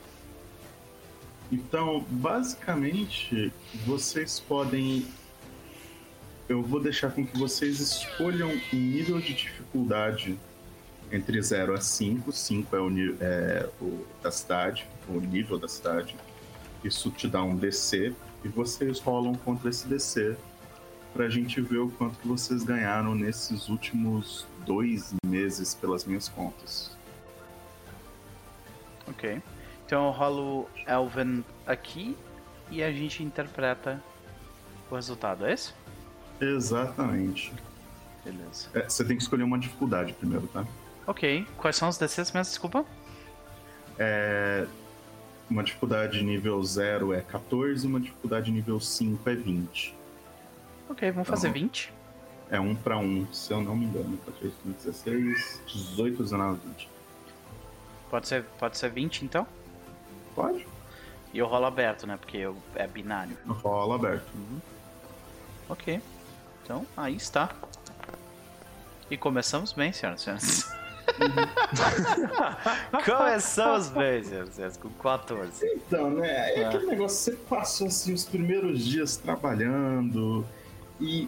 Então, basicamente, vocês podem... Eu vou deixar com que vocês escolham um nível de dificuldade entre 0 a 5. 5 é o da cidade, o nível da cidade. Isso te dá um DC e vocês rolam contra esse DC pra gente ver o quanto que vocês ganharam nesses últimos 2 meses pelas minhas contas. Ok. Então eu rolo Elven aqui e a gente interpreta o resultado, é isso? Exatamente. Beleza. Você tem que escolher uma dificuldade primeiro, tá? Ok. Quais são os DCs mesmo? Desculpa. Uma dificuldade nível 0 é 14, uma dificuldade nível 5 é 20. Ok, vamos fazer 20. É 1 para 1, se eu não me engano. 14, 15, 16, 18, 19, 20. Pode ser 20 então? Pode. E eu rolo aberto, né? Porque é binário. Rola aberto. Ok. Então, aí está. E começamos bem, senhoras e senhores. Começamos bem, senhoras e senhores, com 14. Então, né? É aquele negócio, você passou assim os primeiros dias trabalhando e...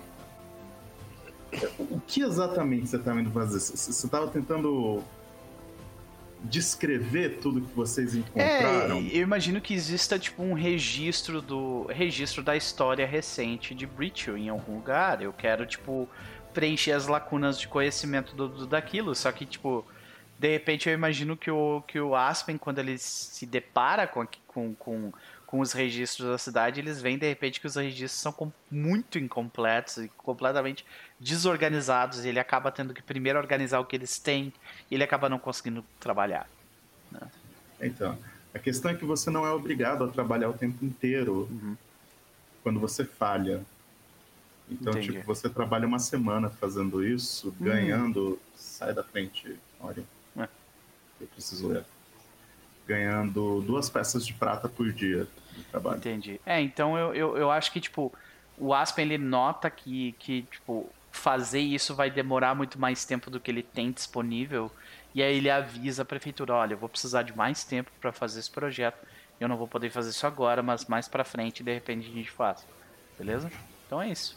O que exatamente você estava indo fazer? Você estava tentando descrever tudo que vocês encontraram? Eu imagino que exista tipo um registro da história recente de Brittle em algum lugar. Eu quero tipo preencher as lacunas de conhecimento daquilo, só que tipo de repente eu imagino que o Aspen, quando ele se depara com os registros da cidade, eles veem de repente que os registros são muito incompletos e completamente desorganizados, e ele acaba tendo que primeiro organizar o que eles têm, e ele acaba não conseguindo trabalhar, né? Então, a questão é que você não é obrigado a trabalhar o tempo inteiro quando você falha. Então, Entendi. tipo, você trabalha uma semana fazendo isso, ganhando... Sai da frente, olha. Eu preciso ler. Ganhando 2 peças de prata por dia de trabalho. Entendi. Então eu acho que, tipo, o Aspen, ele nota que tipo, fazer isso vai demorar muito mais tempo do que ele tem disponível, e aí ele avisa a prefeitura: olha, eu vou precisar de mais tempo para fazer esse projeto, eu não vou poder fazer isso agora, mas mais pra frente, de repente, a gente faz. Beleza? Então é isso.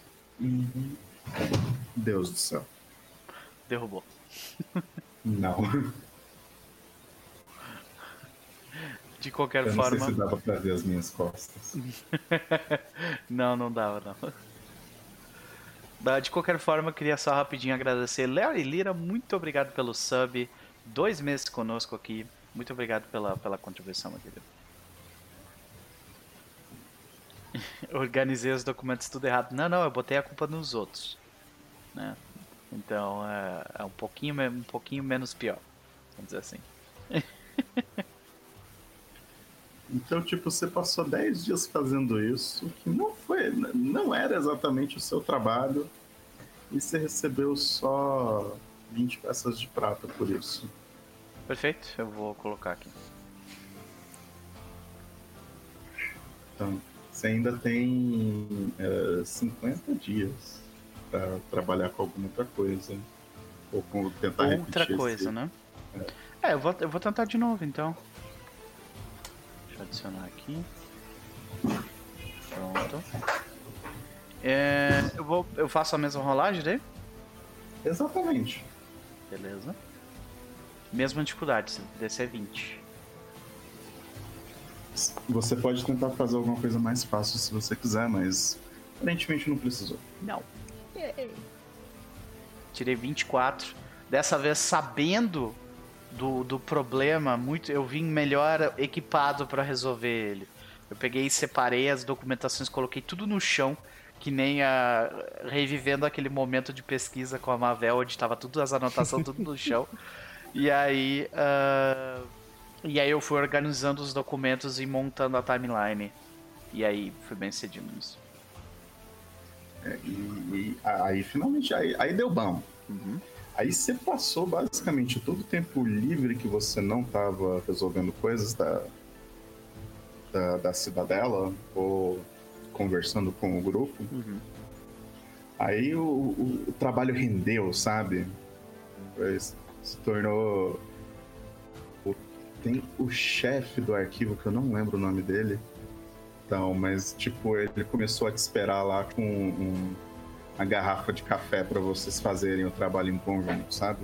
Deus do céu. Derrubou. Não. De qualquer Eu não forma... sei se dava pra ver as minhas costas. Não dava, não. De qualquer forma, eu queria só rapidinho agradecer. Léo e Lira, muito obrigado pelo sub. 2 meses conosco aqui. Muito obrigado pela contribuição, meu querido. Organizei os documentos tudo errado. Não, eu botei a culpa nos outros, né? Então é um pouquinho menos pior, vamos dizer assim. Então, tipo, você passou 10 dias fazendo isso, que não era exatamente o seu trabalho, e você recebeu só 20 peças de prata por isso. Perfeito, eu vou colocar aqui. Então, você ainda tem 50 dias para trabalhar com alguma outra coisa. Ou com tentar repetir outra coisa, né? Eu vou tentar de novo, então. Deixa eu adicionar aqui. Pronto. Eu faço a mesma rolagem daí? Exatamente. Beleza. Mesma dificuldade, se DC é 20. Você pode tentar fazer alguma coisa mais fácil se você quiser, mas aparentemente não precisou. Não. Tirei 24. Dessa vez, sabendo do problema, eu vim melhor equipado para resolver ele. Eu peguei e separei as documentações, coloquei tudo no chão, que nem revivendo aquele momento de pesquisa com a Mavel, onde estava tudo, as anotações tudo no chão. E aí eu fui organizando os documentos e montando a timeline. E aí fui bem cedido nisso. Aí finalmente, aí deu bom. Uhum. Aí você passou basicamente todo o tempo livre que você não estava resolvendo coisas da cidadela ou conversando com o grupo. Uhum. Aí o trabalho rendeu, sabe? Se tornou... Tem o chefe do arquivo, que eu não lembro o nome dele. Então, mas tipo, ele começou a te esperar lá com uma garrafa de café para vocês fazerem o trabalho em conjunto, sabe?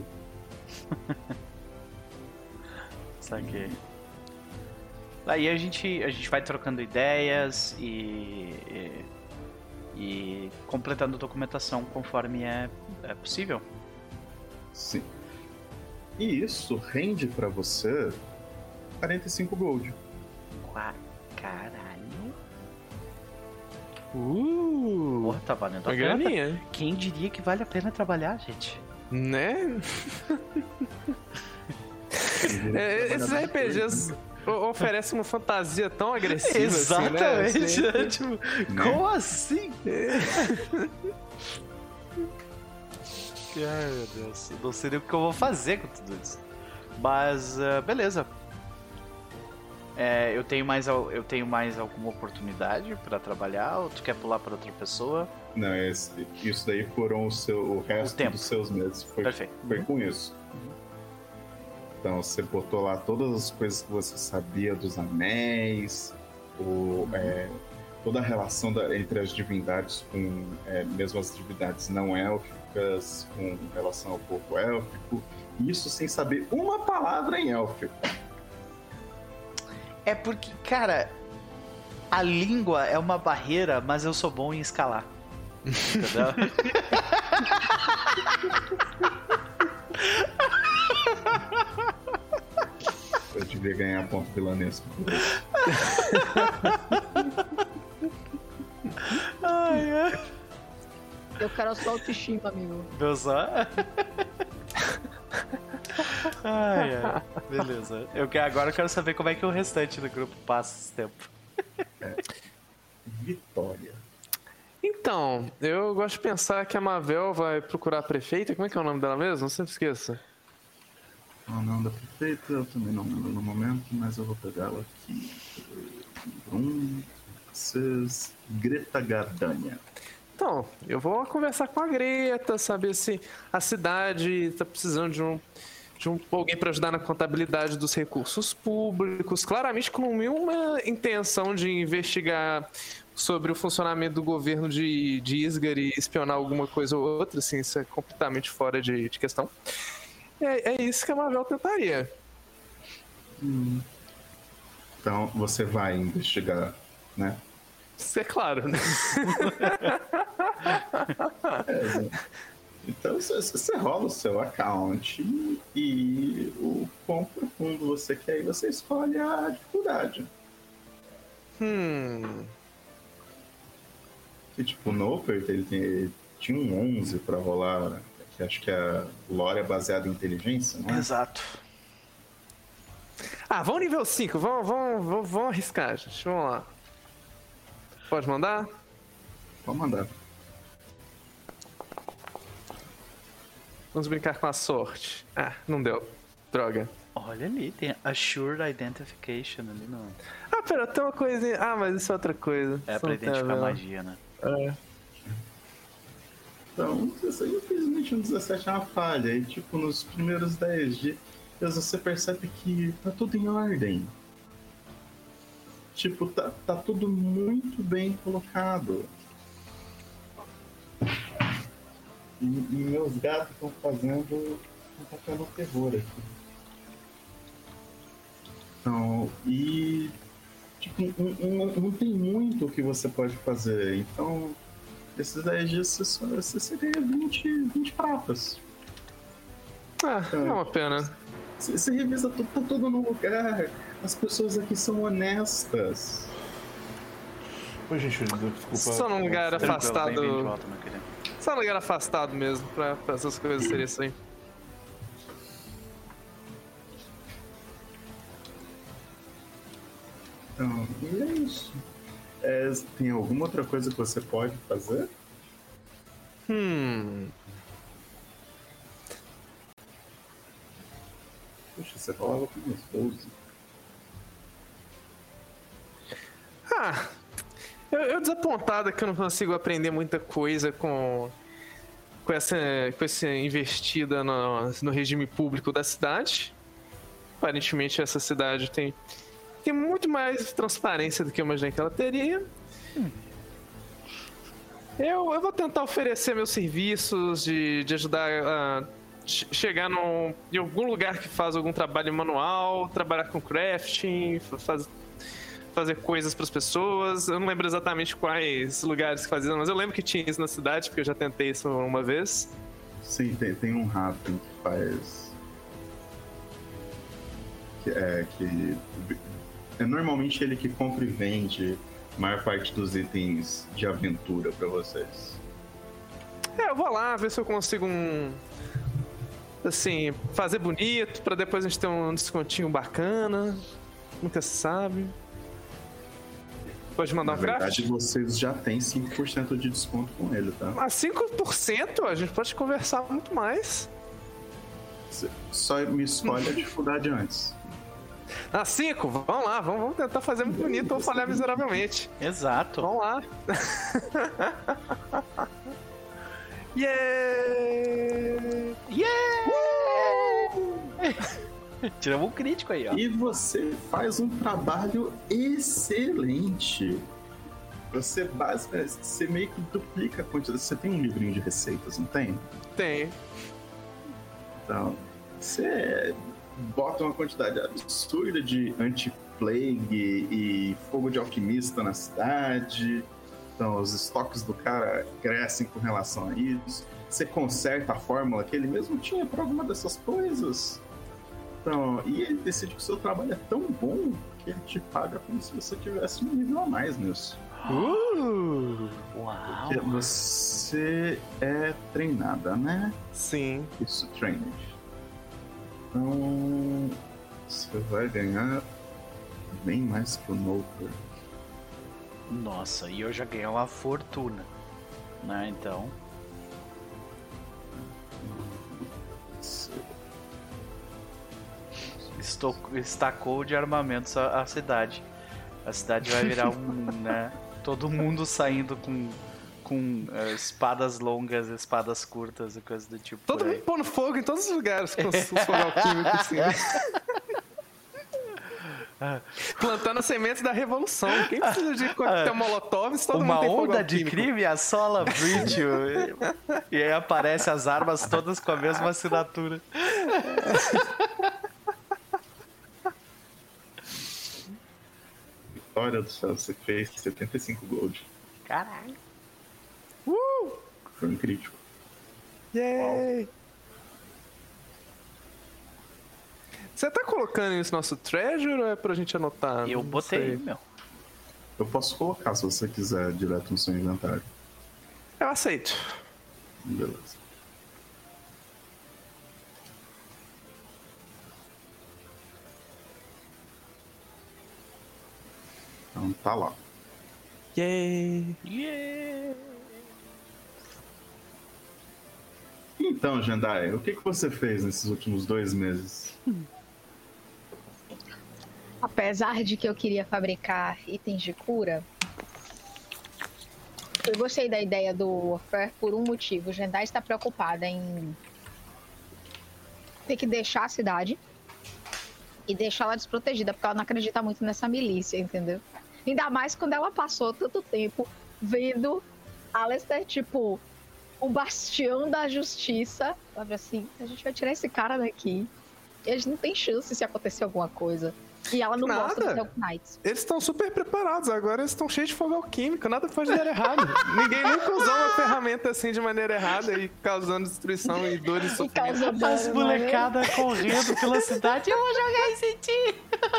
Saquei. Aí a gente vai trocando ideias e completando documentação conforme é possível. Sim. E isso rende para você 45 gold. Caralho. Porra, tá valendo a uma pena. graninha. Quem diria que vale a pena trabalhar, gente? Né? Esses RPGs oferecem uma fantasia tão agressiva. Exatamente. Assim, né? Tipo, como assim? Ai, meu Deus. Não sei nem o que eu vou fazer com tudo isso. Mas, beleza. Eu tenho mais alguma oportunidade pra trabalhar? Ou tu quer pular pra outra pessoa? Não, isso daí foram o resto dos seus meses. Perfeito. Foi com isso. Então, você botou lá todas as coisas que você sabia dos anéis, toda a relação entre as divindades com mesmo as divindades não élficas com relação ao povo élfico. Isso sem saber uma palavra em élfico. É porque, cara, a língua é uma barreira, mas eu sou bom em escalar. Entendeu? Eu devia ganhar ponto vilanesco. Eu quero a sua autoestima, amigo. Viu só? Ai. Beleza. Agora eu quero saber como é que o restante do grupo passa esse tempo. Vitória. Então, eu gosto de pensar que a Mavel vai procurar a prefeita. Como é que é o nome dela mesmo? Não sempre esqueça. O nome da prefeita eu também não lembro no momento, mas eu vou pegá-la aqui. Greta Gardania. Então, eu vou conversar com a Greta, saber se a cidade está precisando de alguém para ajudar na contabilidade dos recursos públicos. Claramente com nenhuma intenção de investigar sobre o funcionamento do governo de Isgard e espionar alguma coisa ou outra, assim, isso é completamente fora de questão. É isso que a Mavel tentaria. Então, você vai investigar, né? Isso é claro, né? Então, você rola o seu account e o quão profundo você quer e você escolhe a dificuldade. Que, tipo, o Noper, ele tinha um 11 pra rolar, que acho que a lore é baseada em inteligência, não é? Exato. Vamos nível 5. Vamos arriscar, gente. Vamos lá. Pode mandar? Pode mandar. Vamos brincar com a sorte. Não deu. Droga. Olha ali, tem Assured Identification ali no... Pera, tem uma coisinha. Mas isso é outra coisa. É pra identificar magia, né? Então, isso aí, infelizmente, no 17 é uma falha. E, tipo, nos primeiros 10 dias, você percebe que tá tudo em ordem. Tipo, tá tudo muito bem colocado. E meus gatos estão tocando terror aqui. Então, e... Tipo, não tem muito o que você pode fazer. Então, esses 10 dias você seria 20 pratas. É uma pena. Você revisa tudo, tá tudo no lugar. As pessoas aqui são honestas. Oi, gente, desculpa. Só num lugar afastado. Bem de volta, meu querido. Só num lugar afastado mesmo, pra essas coisas serem assim. Então, e é isso. Tem alguma outra coisa que você pode fazer? Puxa, você falava com meus 12. Eu desapontado que eu não consigo aprender muita coisa com essa investida no regime público da cidade. Aparentemente essa cidade tem muito mais transparência do que eu imaginei que ela teria. Eu vou tentar oferecer meus serviços de ajudar a chegar em algum lugar que faz algum trabalho manual, trabalhar com crafting, fazer coisas para as pessoas. Eu não lembro exatamente quais lugares que faziam, mas eu lembro que tinha isso na cidade, porque eu já tentei isso uma vez. Sim, tem um rato que faz... que é normalmente ele que compra e vende a maior parte dos itens de aventura para vocês. Eu vou lá ver se eu consigo assim, fazer bonito, para depois a gente ter um descontinho bacana. Nunca se sabe. Pode mandar um craft? Na verdade, vocês já têm 5% de desconto com ele, tá? Mas 5%? A gente pode conversar muito mais. Só me escolhe a dificuldade antes. 5? Vamos lá, vamos tentar fazer muito bonito ou falhar miseravelmente. Exato. Vamos lá. Yeah! Tiramos um crítico aí, ó. E você faz um trabalho excelente. Você basicamente, você meio que duplica a quantidade. Você tem um livrinho de receitas, não tem? Tem. Então, você bota uma quantidade absurda de anti-plague e fogo de alquimista na cidade. Então, os estoques do cara crescem com relação a isso. Você conserta a fórmula que ele mesmo tinha para alguma dessas coisas. Então, e ele decide que o seu trabalho é tão bom que ele te paga como se você tivesse um nível a mais nisso. Uau! Porque você é treinada, né? Sim. Isso, trained. Então, você vai ganhar bem mais que o Noper. Nossa, e eu já ganhei uma fortuna, né? Então... Estacou de armamentos a cidade. A cidade vai virar né? Todo mundo saindo com espadas longas, espadas curtas e coisas do tipo. Todo mundo pondo fogo em todos os lugares com os fogo alquímicos, assim. Plantando as sementes da revolução. Quem precisa de coquetel molotov se todo uma mundo tem fogo onda de alquímico? crime assola Bridge. E aí aparece as armas todas com a mesma assinatura. Olha do céu, você fez 75 gold. Caralho. Foi um crítico. Yay! Você tá colocando isso no nosso treasure ou é pra gente anotar? Eu Não botei, sei. meu. Eu posso colocar se você quiser direto no seu inventário. Eu aceito. Beleza. Então tá lá. Yay! Yeah. Então, Jendai, o que você fez nesses últimos 2 meses? Apesar de que eu queria fabricar itens de cura, eu gostei da ideia do Warfare por um motivo. Jendai está preocupada em ter que deixar a cidade e deixá-la desprotegida, porque ela não acredita muito nessa milícia, entendeu? Ainda mais quando ela passou tanto tempo vendo Alistair, tipo, o bastião da justiça. Sabe assim, a gente vai tirar esse cara daqui. E a gente não tem chance se acontecer alguma coisa. E ela não gosta dos Elf Knights. Eles estão super preparados, agora eles estão cheios de fogo alquímico, nada pode dar errado. Ninguém nunca usou uma ferramenta assim de maneira errada e causando destruição e dor e sofrimento. As molecadas correndo pela cidade, eu vou jogar esse time.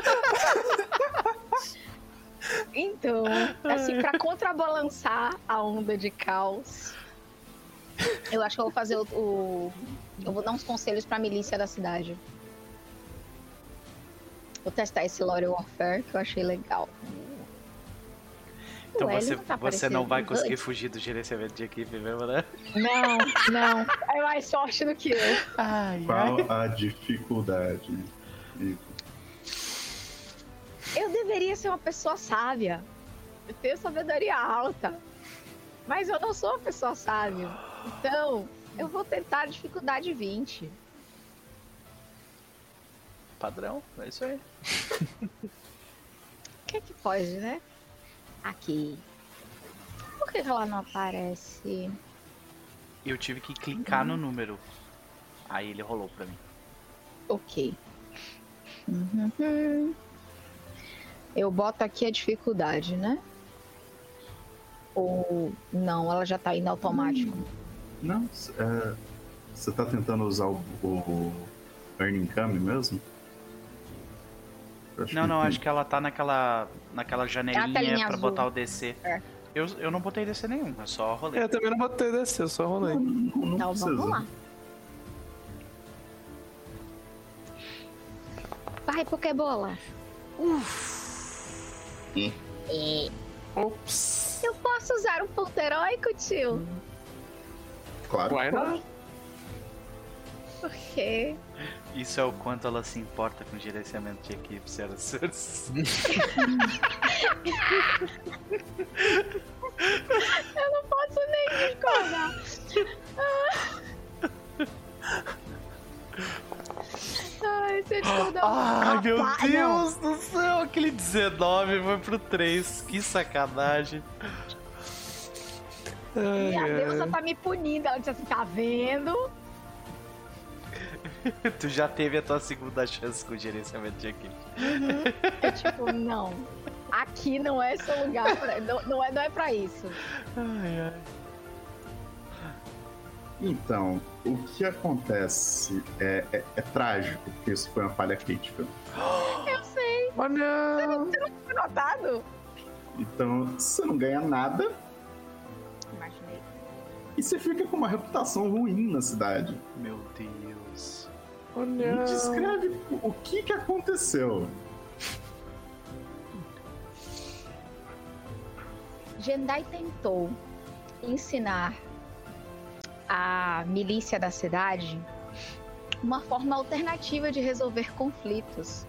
Então, assim, pra contrabalançar a onda de caos, eu acho que eu vou fazer eu vou dar uns conselhos pra milícia da cidade. Vou testar esse Lore Warfare, que eu achei legal. Então você não vai conseguir fugir do gerenciamento de equipe mesmo, né? Não. É mais forte do que eu. Qual a dificuldade? Eu deveria ser uma pessoa sábia. Eu tenho sabedoria alta. Mas eu não sou uma pessoa sábia. Então, eu vou tentar a dificuldade 20. Padrão, é isso aí. O que é que pode, né? Aqui. Por que ela não aparece? Eu tive que clicar no número. Aí ele rolou pra mim. Ok. Eu boto aqui a dificuldade, né? Ou não, ela já tá indo automático. Não, você tá tentando usar o Earning Come mesmo? Não, acho que ela tá naquela janelinha pra azul. botar o DC. É. Eu não botei DC nenhum, eu só rolei. Eu também não botei DC, eu só rolei. Não Então precisa. vamos lá. Vai, Pokébola. Ops. Eu posso usar um ponto heróico, tio? Claro. Why not? Por quê? Isso é o quanto ela se importa com gerenciamento de equipe, senhoras e senhores. Eu não posso nem discordar. Ai, você discordou. Ai, meu Rapaz, Deus do céu, aquele 19 foi pro 3, que sacanagem. Minha deusa tá me punindo. Ela disse assim, tá vendo? Tu já teve a tua segunda chance com o gerenciamento de equipe. Eu tipo, não. Aqui não é seu lugar, não é pra isso. Ai. Então, o que acontece é trágico, porque isso foi uma falha crítica. Eu sei. Oh, não. Você não foi notado? Então, você não ganha nada Imaginei. e você fica com uma reputação ruim na cidade. Meu Deus. Oh, Me não. descreve o que aconteceu. Jendai tentou ensinar a milícia da cidade uma forma alternativa de resolver conflitos,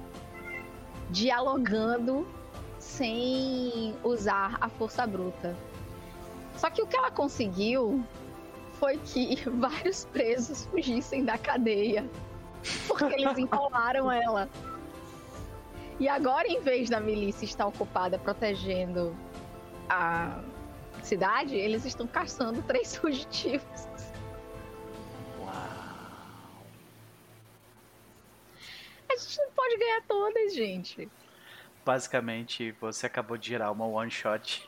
dialogando sem usar a força bruta. Só que o que ela conseguiu foi que vários presos fugissem da cadeia, porque eles enrolaram ela. E agora, em vez da milícia estar ocupada protegendo a cidade, eles estão caçando 3 fugitivos. A gente não pode ganhar todas, gente. Basicamente, você acabou de gerar uma one shot.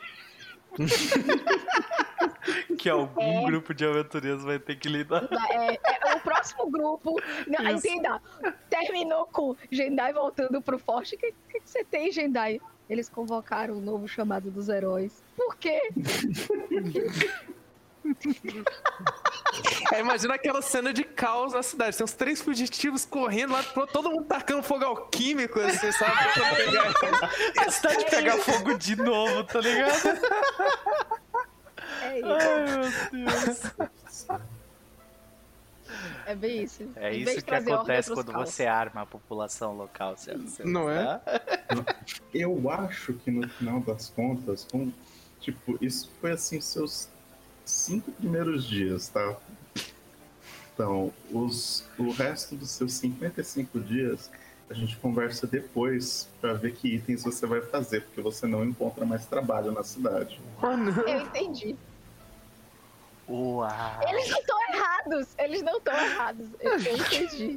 Que algum grupo de aventureiros vai ter que lidar. O próximo grupo. Não, entenda. Terminou com Jendai voltando pro forte. O que você tem, Jendai? Eles convocaram o novo chamado dos heróis. Por quê? Imagina aquela cena de caos na cidade. Tem uns 3 fugitivos correndo lá, todo mundo tacando fogo alquímico, assim, sabe? A cidade pega fogo de novo, tá ligado? É isso. Ai, meu Deus. É bem isso. É Em vez isso de que trazer ordem acontece pros quando caos. você arma a população local, certo? Não é? Eu acho que no final das contas, tipo, isso foi assim seus 5 primeiros dias, tá? Então, o resto dos seus 55 dias, a gente conversa depois pra ver que itens você vai fazer, porque você não encontra mais trabalho na cidade. Oh, não. Eu entendi. Uau! Eles não estão errados. Eles não estão errados. Eu entendi.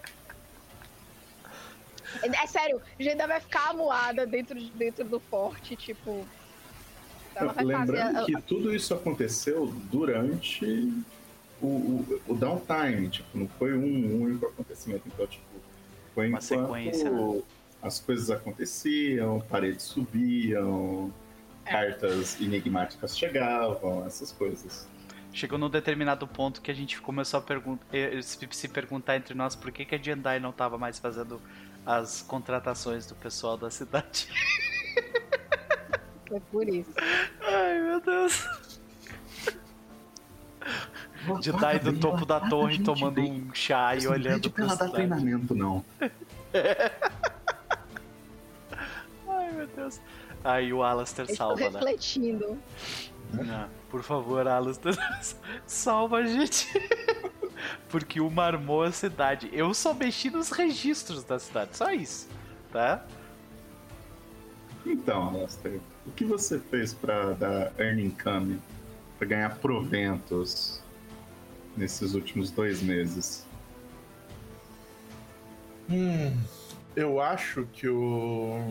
É sério, a gente ainda vai ficar amuada dentro do forte, tipo. Ela vai Lembrando fazer. que tudo isso aconteceu durante o downtime, tipo, não foi um único acontecimento. Então, tipo, foi Uma enquanto sequência, né? as coisas aconteciam, paredes subiam, cartas enigmáticas chegavam, essas coisas. Chegou num determinado ponto que a gente começou a se perguntar entre nós por que a Jendai não tava mais fazendo as contratações do pessoal da cidade. Foi por isso. Ai, meu Deus. Jendai do topo da torre tomando um chá e olhando pra ela dar cidade. treinamento, não. Ai, meu Deus. Aí o Alastair Eu estou salva, né? refletindo. Ah, por favor, Alastair, salva a gente. Porque o marmou a cidade. Eu só mexi nos registros da cidade, só isso, tá? Então, Alastair, o que você fez pra dar earning income, pra ganhar proventos nesses últimos 2 meses? Eu acho que o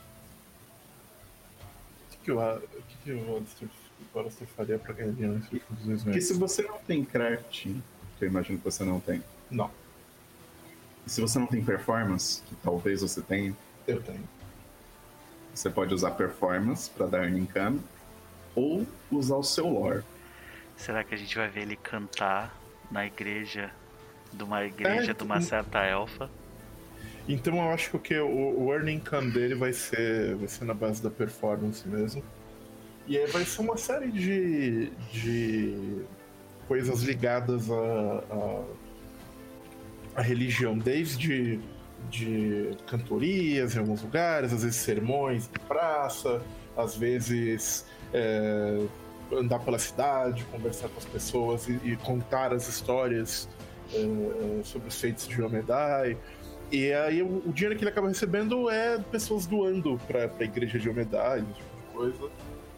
que o Alastair faria pra ganhar dinheiro nesses últimos 2 Porque meses? se você não tem crafting, que eu imagino que você não tem, Não, e se você não tem performance, que talvez você tenha, eu tenho. você pode usar performance pra dar earning income, ou usar o seu lore. Será que a gente vai ver ele cantar na igreja de uma certa elfa? Então eu acho que o earning income dele vai ser na base da performance mesmo. E aí vai ser uma série de coisas ligadas à religião, desde de cantorias em alguns lugares, às vezes sermões de praça, às vezes andar pela cidade, conversar com as pessoas e contar as histórias sobre os feitos de Omedai. E aí o dinheiro que ele acaba recebendo é pessoas doando pra igreja de Omedai, esse tipo de coisa,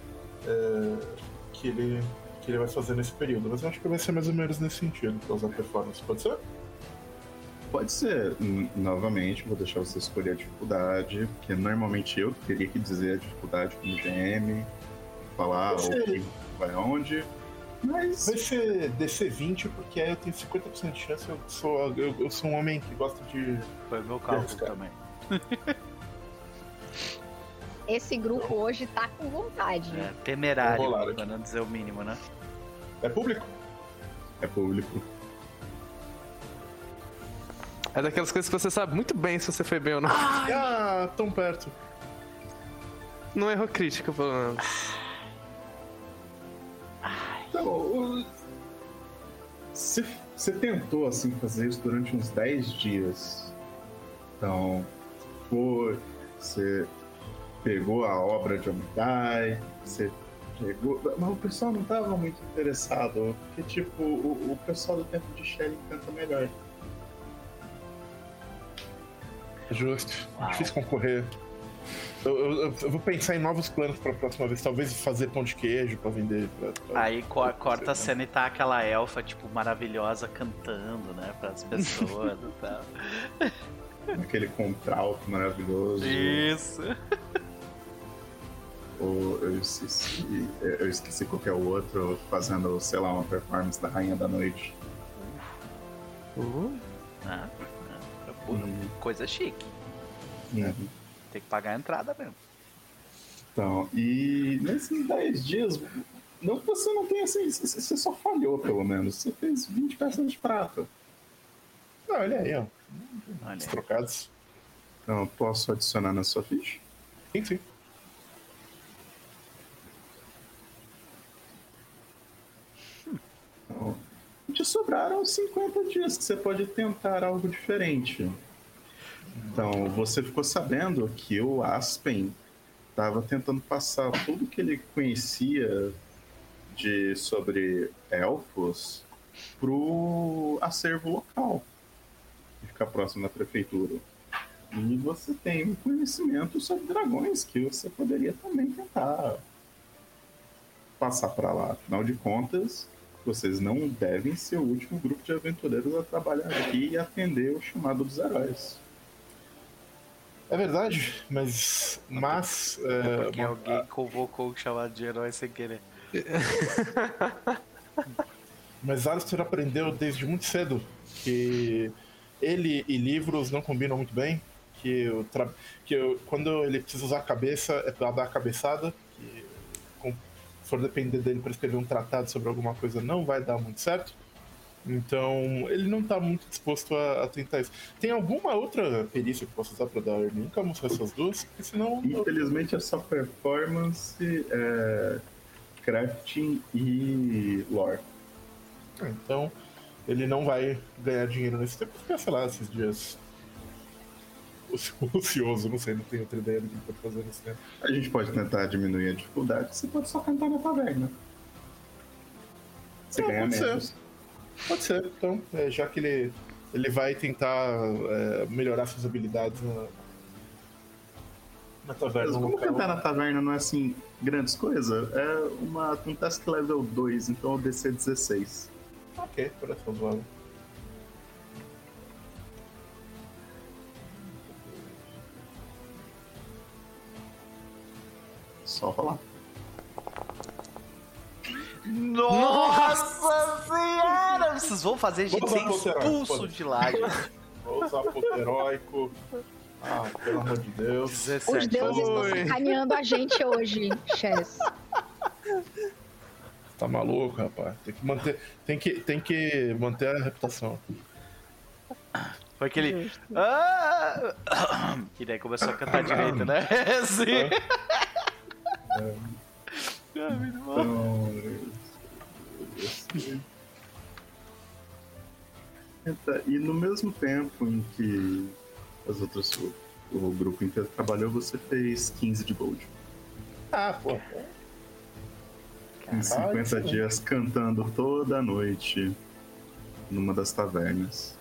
que ele vai fazer nesse período. Mas eu acho que vai ser mais ou menos nesse sentido, pra usar performance. Pode ser? Pode ser, novamente, vou deixar você escolher a dificuldade, porque normalmente eu teria que dizer a dificuldade como GM, falar o que vai aonde, mas... Vai ser DC 20, porque aí eu tenho 50% de chance, eu sou um homem que gosta de... Foi meu cálculo arriscar. também. Esse grupo hoje tá com vontade. É, temerário, Vou rolar aqui. pra não dizer o mínimo, né? É público? É público. É daquelas coisas que você sabe muito bem se você foi bem ou não. Ah, tão perto. Não errou crítica, pelo menos. Então, você tentou assim fazer isso durante uns 10 dias. Então, você pegou a obra de Omedai, você pegou... Mas o pessoal não estava muito interessado, porque tipo, o pessoal do Tempo de Shelley canta melhor. Justo. Uau. Difícil concorrer. Eu vou pensar em novos planos pra próxima vez. Talvez fazer pão de queijo pra vender. Aí corta a cena e tá aquela elfa, tipo, maravilhosa cantando, né, pras pessoas e tal. Aquele contralto maravilhoso. Isso. Eu esqueci qual que é o outro, fazendo, sei lá, uma performance da Rainha da Noite. Coisa chique. Uhum. Tem que pagar a entrada mesmo. Então, e nesses 10 dias, Não que você não tenha, assim, você só falhou, pelo menos. Você fez 20 peças de prata. Olha aí, ó. Os trocados. Então, posso adicionar na sua ficha? Sim. Então, te sobraram 50 dias que você pode tentar algo diferente. Então, você ficou sabendo que o Aspen estava tentando passar tudo que ele conhecia sobre elfos pro acervo local, que fica próximo da prefeitura. E você tem um conhecimento sobre dragões que você poderia também tentar passar para lá. Afinal de contas, vocês não devem ser o último grupo de aventureiros a trabalhar aqui e atender o chamado dos heróis. É verdade, mas porque alguém convocou o chamado de herói sem querer. Mas Alistair aprendeu desde muito cedo que ele e livros não combinam muito bem, quando ele precisa usar a cabeça é pra dar a cabeçada, que se for depender dele para escrever um tratado sobre alguma coisa não vai dar muito certo. Então, ele não tá muito disposto a tentar isso. Tem alguma outra perícia que possa usar pra dar Early Income, só essas duas? Porque senão... Infelizmente, é só performance, crafting e lore. Então, ele não vai ganhar dinheiro nesse tempo, porque, sei lá, esses dias... ocioso, não sei, não tenho outra ideia do que ele pode fazer nesse tempo. A gente pode tentar diminuir a dificuldade, você pode só cantar na taverna. Você ganha menos. Pode ser, então, já que ele vai tentar melhorar suas habilidades na taverna. Mas como cantar na taverna não é assim, grandes coisas? É um task level 2, então o DC 16. Ok, parece razoável. Só rolar. Nossa senhora! Vocês vão fazer a gente ser expulso de lá, gente. Vou usar ponto heróico. Ah, pelo amor de Deus. 17. Os deuses estão sacaneando a gente hoje, Chess. Tá maluco, rapaz? Tem que manter a reputação. Foi aquele... E daí começou a cantar direito, né? Sim. Muito bom. E no mesmo tempo em que o grupo inteiro trabalhou, você fez 15 de gold. Pô. Em 50 dias cantando toda noite numa das tavernas.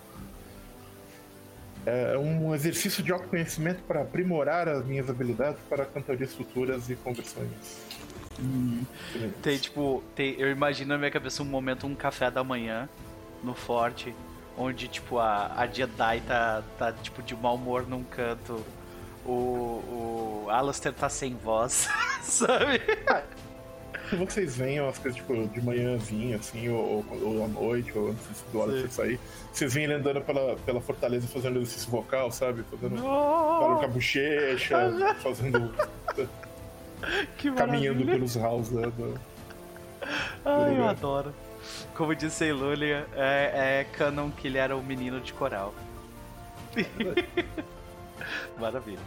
É um exercício de autoconhecimento para aprimorar as minhas habilidades para cantarias futuras e conversões. Eu imagino na minha cabeça um café da manhã no forte, onde tipo a Jedi tá tipo de mau humor num canto, o Alistair tá sem voz, sabe? Se vocês veem as coisas tipo de manhãzinha, assim, ou à noite, ou antes do hora de você sair, vocês veem ele andando pela fortaleza fazendo exercício vocal, sabe? Fazendo barulho com a bochecha, fazendo. Caminhando pelos halls eu adoro. Como disse a Ilulia, é canon que ele era um menino de coral. Maravilha.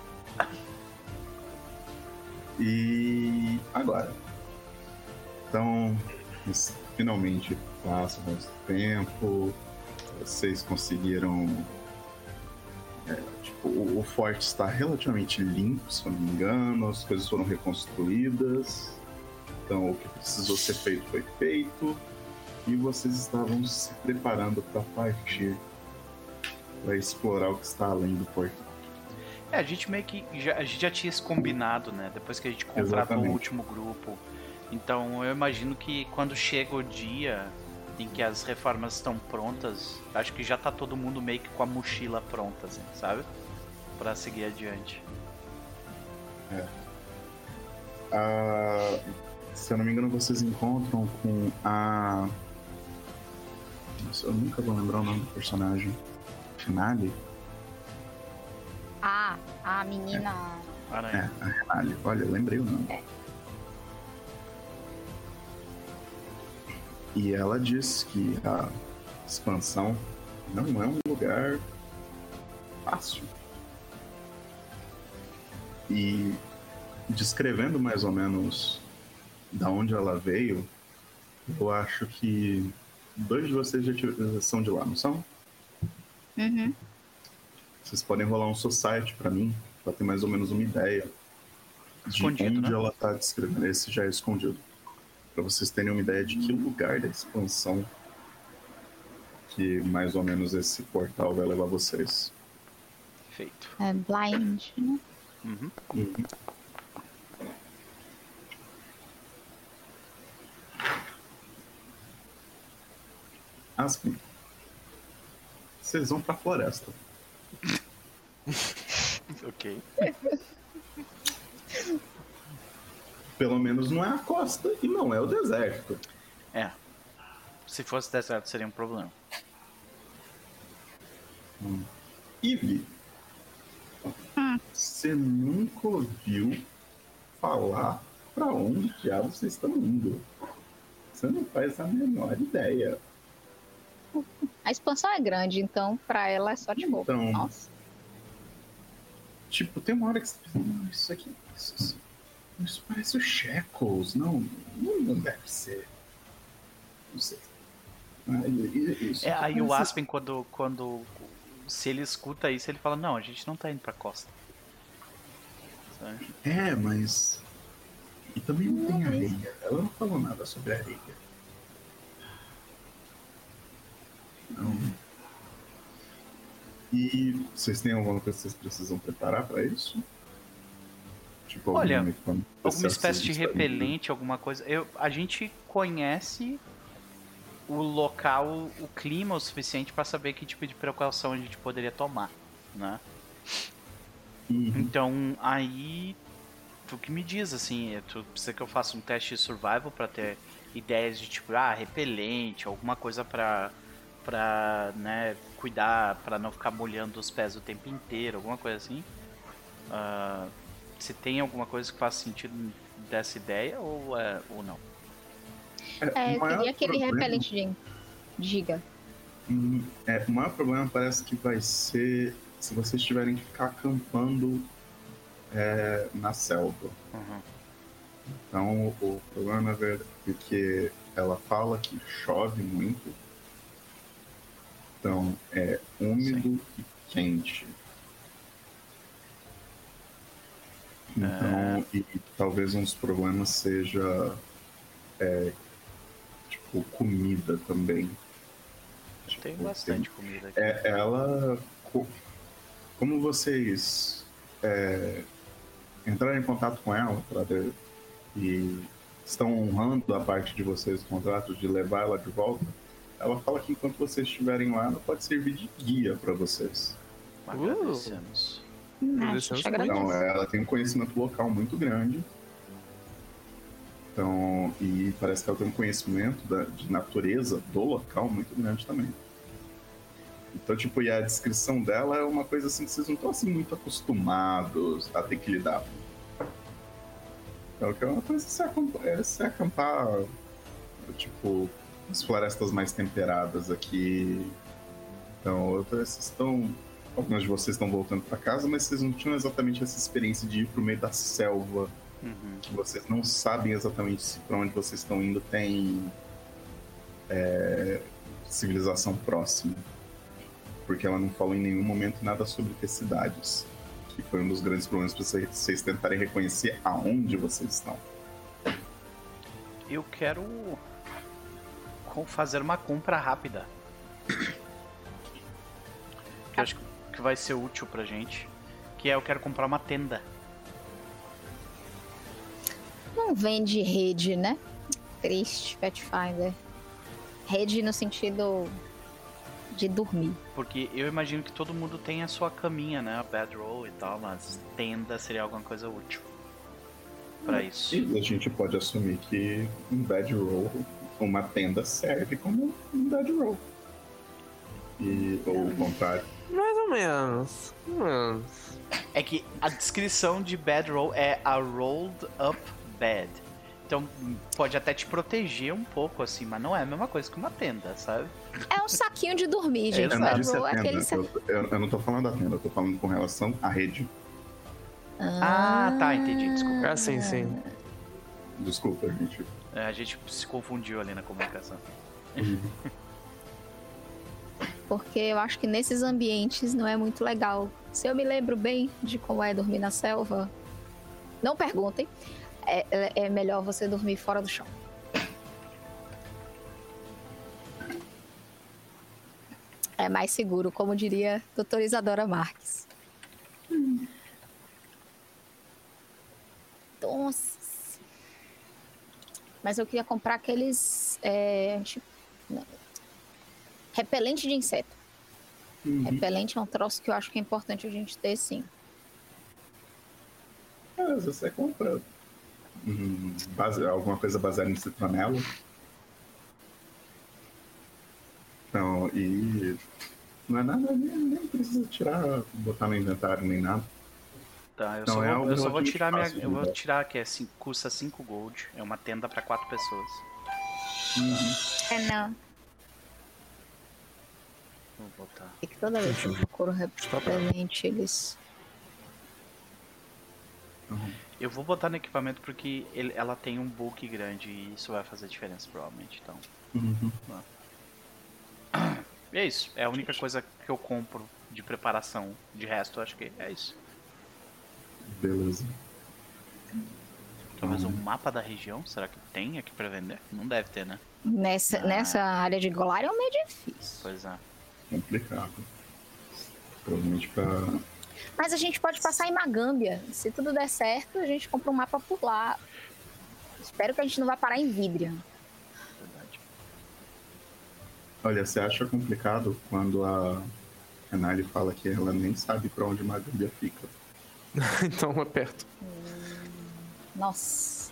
E agora? Então, finalmente passa mais tempo, vocês conseguiram. O forte está relativamente limpo, se eu não me engano, as coisas foram reconstruídas, então o que precisou ser feito foi feito, e vocês estavam se preparando para partir, para explorar o que está além do portão. A gente meio que a gente já tinha se combinado, né? Depois que a gente contratou o último grupo. Então eu imagino que quando chega o dia em que as reformas estão prontas, acho que já tá todo mundo meio que com a mochila pronta, assim, sabe? Pra seguir adiante. Se eu não me engano, vocês encontram com a... Nossa, eu nunca vou lembrar o nome do personagem. Finale? A menina... a Renali. Olha, eu lembrei o nome. E ela diz que a expansão não é um lugar fácil. E descrevendo mais ou menos da onde ela veio, eu acho que 2 de vocês já são de lá, não são? Uhum. Vocês podem rolar um society pra mim, pra ter mais ou menos uma ideia de Escondido, onde né? ela tá descrevendo. Esse já é escondido. Pra vocês terem uma ideia de que lugar da expansão que mais ou menos esse portal vai levar vocês. Feito. É blind, né? Uhum. Aspen, vocês vão pra floresta. Ok. Pelo menos não é a costa e não é o deserto. É. Se fosse deserto seria um problema. Ivy, você nunca ouviu falar pra onde diabos vocês estão indo. Você não faz a menor ideia. A expansão é grande, então pra ela é só de boa. Então, Nossa. tipo, tem uma hora que você pensa, não, isso aqui, isso parece o Shackles. Não deve ser. Não sei. Isso Aí o parece- Aspen, quando se ele escuta isso, ele fala, não, a gente não tá indo pra costa. Sabe? É, mas... E também não tem areia. Ela não falou nada sobre areia. Não. E vocês têm alguma coisa que vocês precisam preparar pra isso? Tipo, Olha, algum equipamento Alguma especial espécie que de vocês estariam repelente, alguma coisa. A gente conhece o local, o clima o suficiente pra saber que tipo de precaução a gente poderia tomar, né? Uhum. Então, aí, tu que me diz, assim, tu precisa que eu faça um teste de survival pra ter ideias de tipo, repelente, alguma coisa pra né, cuidar, pra não ficar molhando os pés o tempo inteiro, alguma coisa assim. Se tem alguma coisa que faça sentido dessa ideia ou não? Eu maior queria aquele problema- repelente de giga. O maior problema parece que vai ser se vocês tiverem que ficar acampando na selva. Uhum. Então, o problema é porque ela fala que chove muito. Então, é úmido e quente. Então, e talvez um dos problemas seja tipo, comida também. Tem bastante comida aqui. Ela, como vocês entraram em contato com ela e estão honrando a parte de vocês do contrato de levar ela de volta, ela fala que enquanto vocês estiverem lá, ela pode servir de guia para vocês. Agradecemos. Acho que agradeço. Então, ela tem um conhecimento local muito grande. Então, e parece que ela tem um conhecimento de natureza do local muito grande também. Então, tipo, e a descrição dela é uma coisa assim que vocês não estão assim muito acostumados a ter que lidar. Então, que é uma coisa se acampar, tipo, nas florestas mais temperadas aqui. Então, alguns de vocês estão voltando para casa, mas vocês não tinham exatamente essa experiência de ir pro meio da selva. Uhum. Que vocês não sabem exatamente se para onde vocês estão indo tem civilização próxima. Porque ela não falou em nenhum momento nada sobre ter cidades. Que foi um dos grandes problemas para vocês tentarem reconhecer aonde vocês estão. Eu quero fazer uma compra rápida. Que eu acho que vai ser útil pra gente. Que eu quero comprar uma tenda. Não vende rede, né? Triste, Pathfinder. Rede no sentido de dormir. Porque eu imagino que todo mundo tem a sua caminha, né? A bedroll e tal, mas tenda seria alguma coisa útil pra isso. E a gente pode assumir que um bedroll, uma tenda serve como um bedroll. Ou o contrário. Mais ou menos. É que a descrição de bedroll é a rolled up bed. Então pode até te proteger um pouco, assim, mas não é a mesma coisa que uma tenda, sabe? É um saquinho de dormir, gente. Eu não disse a tenda. Aquele Eu não tô falando da tenda, eu tô falando com relação à rede. Ah, tá, entendi, desculpa. Ah, sim. Desculpa, gente. A gente se confundiu ali na comunicação. Porque eu acho que nesses ambientes não é muito legal. Se eu me lembro bem de como é dormir na selva, não perguntem. É melhor você dormir fora do chão. É mais seguro, como diria a doutora Isadora Marques. Nossa. Mas eu queria comprar aqueles... repelente de inseto. Repelente é um troço que eu acho que é importante a gente ter, sim. Mas você compra alguma coisa baseada em citronelo. Então, e não é nada, nem precisa tirar, botar no inventário nem nada. Tá, Então, eu só vou relativamente tirar fácil de eu vou usar. tirar que custa 5 gold. É uma tenda pra 4 pessoas. Não. Vou botar. É que toda vez que eu procuro repelente, eles... Eu vou botar no equipamento porque ela tem um bulk grande e isso vai fazer diferença, provavelmente. Então. E é isso. É a única coisa que eu compro de preparação. De resto, eu acho que é isso. Beleza. Talvez um mapa da região. Será que tem aqui pra vender? Não deve ter, né? Nessa área de Golarion é meio difícil. Pois é. Complicado. Provavelmente pra... Mas a gente pode passar em Magâmbia. Se tudo der certo, a gente compra um mapa por lá. Espero que a gente não vá parar em Vidria. Verdade. Olha, você acha complicado quando a Renali fala que ela nem sabe pra onde Magambia fica. Então é perto. Nossa.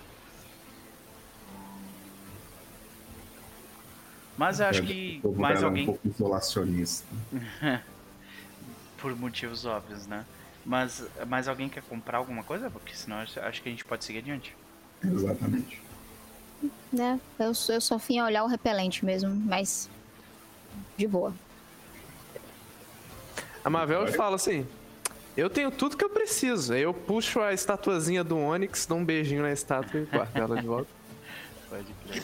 Mas eu acho que O povo mais dela alguém... é um pouco isolacionista. Por motivos óbvios, né? Mas mais alguém quer comprar alguma coisa? Porque senão eu acho que a gente pode seguir adiante. Exatamente. Né? Eu só fui olhar o repelente mesmo, mas de boa. A Mavel fala assim: eu tenho tudo que eu preciso. Aí eu puxo a estatuazinha do Onyx, dou um beijinho na estátua e guardo ela de volta. Pode crer.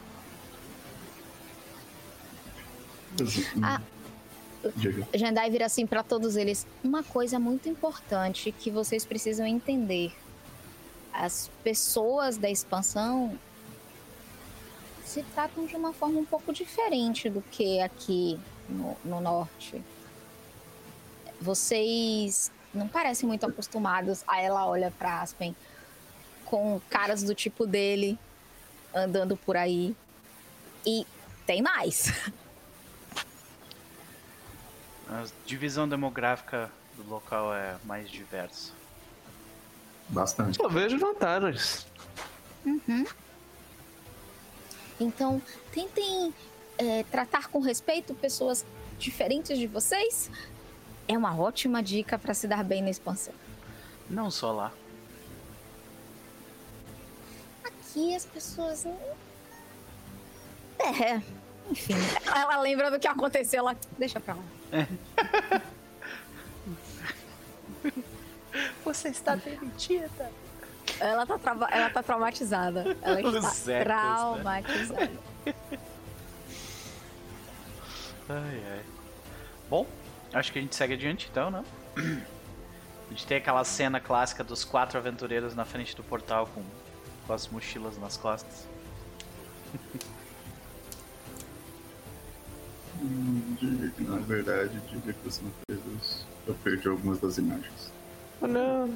Diga. Jandai vira assim pra todos eles: uma coisa muito importante que vocês precisam entender. As pessoas da expansão se tratam de uma forma um pouco diferente do que aqui no norte. Vocês não parecem muito acostumados. Aí ela olha pra Aspen com caras do tipo dele andando por aí. E tem mais. A divisão demográfica do local é mais diversa. Bastante. Eu vejo vantagens. Então, tentem tratar com respeito pessoas diferentes de vocês. É uma ótima dica para se dar bem na expansão. Não só lá. Aqui as pessoas... enfim. Ela lembra do que aconteceu, ela deixa pra lá. Você está demitida. Ela tá traumatizada. Ela está Os ecos, traumatizada. Ai. Bom, acho que a gente segue adiante então, né? A gente tem aquela cena clássica dos 4 aventureiros na frente do portal com as mochilas nas costas. Na verdade, diga que você não fez isso. Eu perdi algumas das imagens. Oh, não.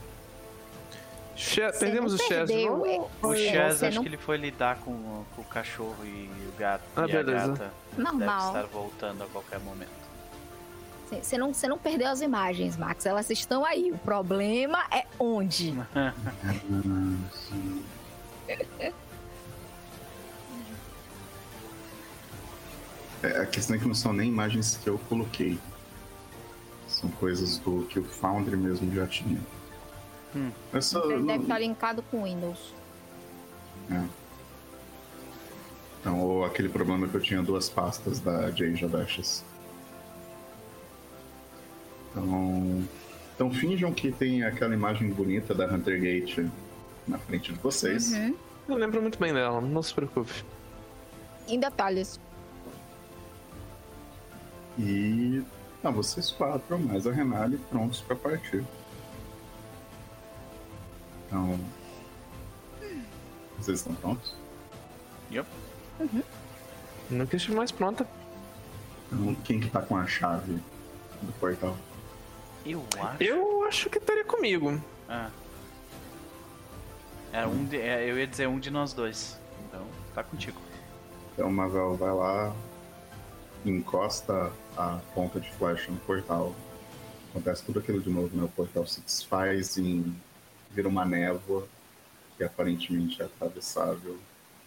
Perdemos o Chaz. O Chaz, acho que ele foi lidar com o cachorro e o gato. Ah, e beleza. a gata Normal. deve estar voltando a qualquer momento. Você não perdeu as imagens, Max. Elas estão aí. O problema é onde. A questão é que não são nem imagens que eu coloquei. São coisas que o Foundry mesmo já tinha. Ele deve estar linkado com Windows. É. Então, ou aquele problema que eu tinha 2 pastas da Age of Ashes. Então finjam que tem aquela imagem bonita da Hunter Gate na frente de vocês. Uhum. Eu lembro muito bem dela, não se preocupe. Em detalhes. E vocês 4, mais a Renali, prontos para partir. Então, vocês estão prontos? Yep. Uhum. Nunca estive mais pronta. Então, quem que tá com a chave do portal? Eu acho que estaria comigo. Ah. Eu ia dizer um de nós dois. Então, tá contigo. Então o Mavel vai lá, encosta a ponta de flecha no portal. Acontece tudo aquilo de novo, né? O portal se desfaz e vira uma névoa que aparentemente é atravessável.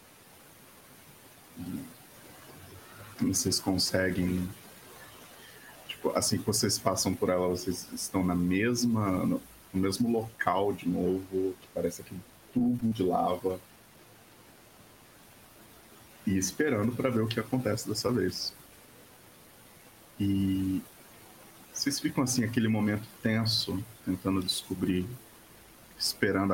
E vocês conseguem... Tipo, assim que vocês passam por ela, vocês estão no mesmo local de novo, que parece aquele tubo de lava. E esperando para ver o que acontece dessa vez. E vocês ficam assim, aquele momento tenso, tentando descobrir, esperando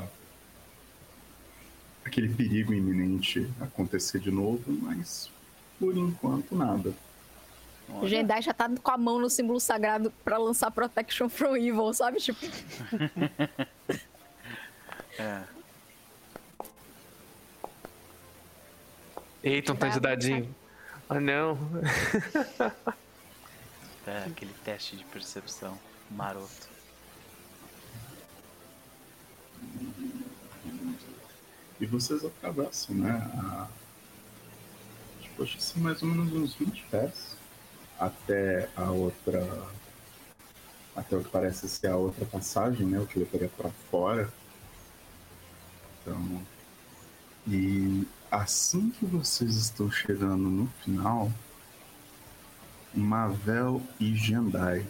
aquele perigo iminente acontecer de novo, mas por enquanto nada. O Jendai já tá com a mão no símbolo sagrado pra lançar Protection from Evil, sabe? Tipo... É. Eita, um tanto de dadinho. Ah, não. É, aquele teste de percepção maroto. E vocês atravessam, né? Tipo, acho que são mais ou menos uns 20 pés até a outra. Até o que parece ser a outra passagem, né? O que levaria pra fora. Então. E assim que vocês estão chegando no final, Mavel e Jendai,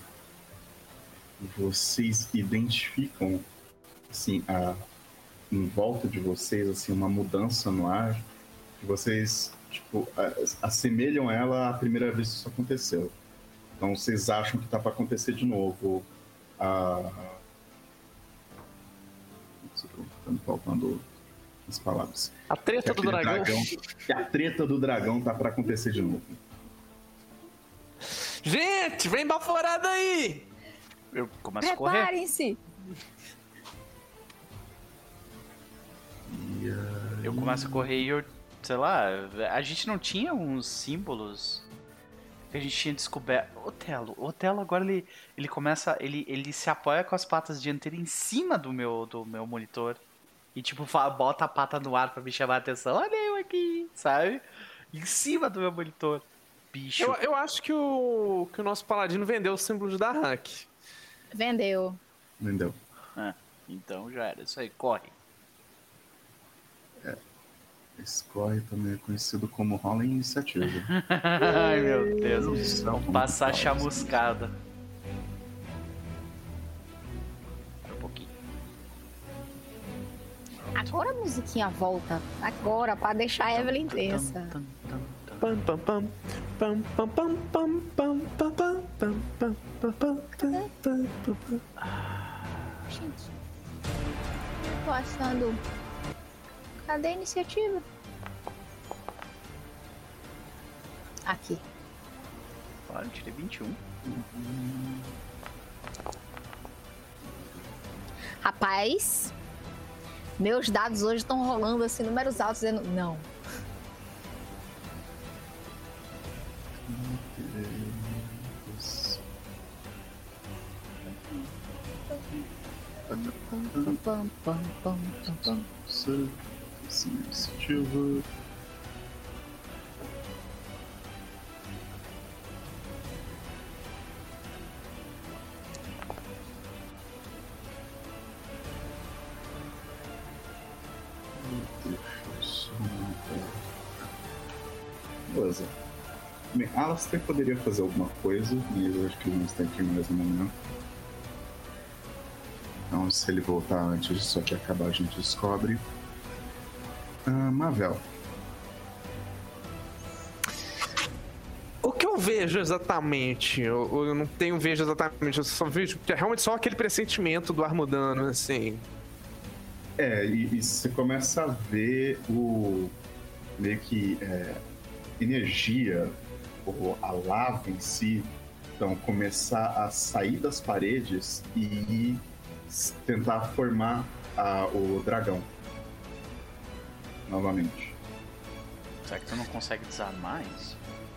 vocês identificam, assim, em volta de vocês, assim, uma mudança no ar, que vocês, tipo, assemelham ela à primeira vez que isso aconteceu. Então vocês acham que tá para acontecer de novo. Tá me faltando as palavras. A treta do dragão. A treta do dragão tá para acontecer de novo. Gente, vem baforada aí! Eu começo a correr. Preparem-se! Eu começo a correr e sei lá, a gente não tinha uns símbolos que a gente tinha descoberto. O Otelo agora ele começa, ele se apoia com as patas dianteiras em cima do meu monitor e tipo bota a pata no ar pra me chamar a atenção. Olha eu aqui, sabe? Em cima do meu monitor. Bicho. Eu acho que o nosso paladino vendeu o símbolo de Dahak. Vendeu. Então já era, isso aí, corre. Esse corre também é conhecido como rola em iniciativa. Ai meu Deus, vamos passar chamuscada. Um pouquinho. Agora a musiquinha volta. Agora, pra deixar a Evelyn tensa. Pam pam pam pam pam pam pam pam pam pam pam pam pam pam. Gente, tô achando. Cadê a iniciativa? Aqui. Claro, eu tirei 21. Rapaz, meus dados hoje estão rolando assim, números altos, dizendo não. Iniciativa. Beleza. Bem, Alastair poderia fazer alguma coisa, mas eu acho que ele não está aqui mais no momento. Então, se ele voltar antes disso aqui acabar, a gente descobre. Mavel. O que eu vejo exatamente? Eu não vejo exatamente, eu só vejo realmente só aquele pressentimento do ar mudando, assim. E você começa a ver meio que energia, ou a lava em si, então começar a sair das paredes e tentar formar o dragão novamente. Será que tu não consegue desarmar isso?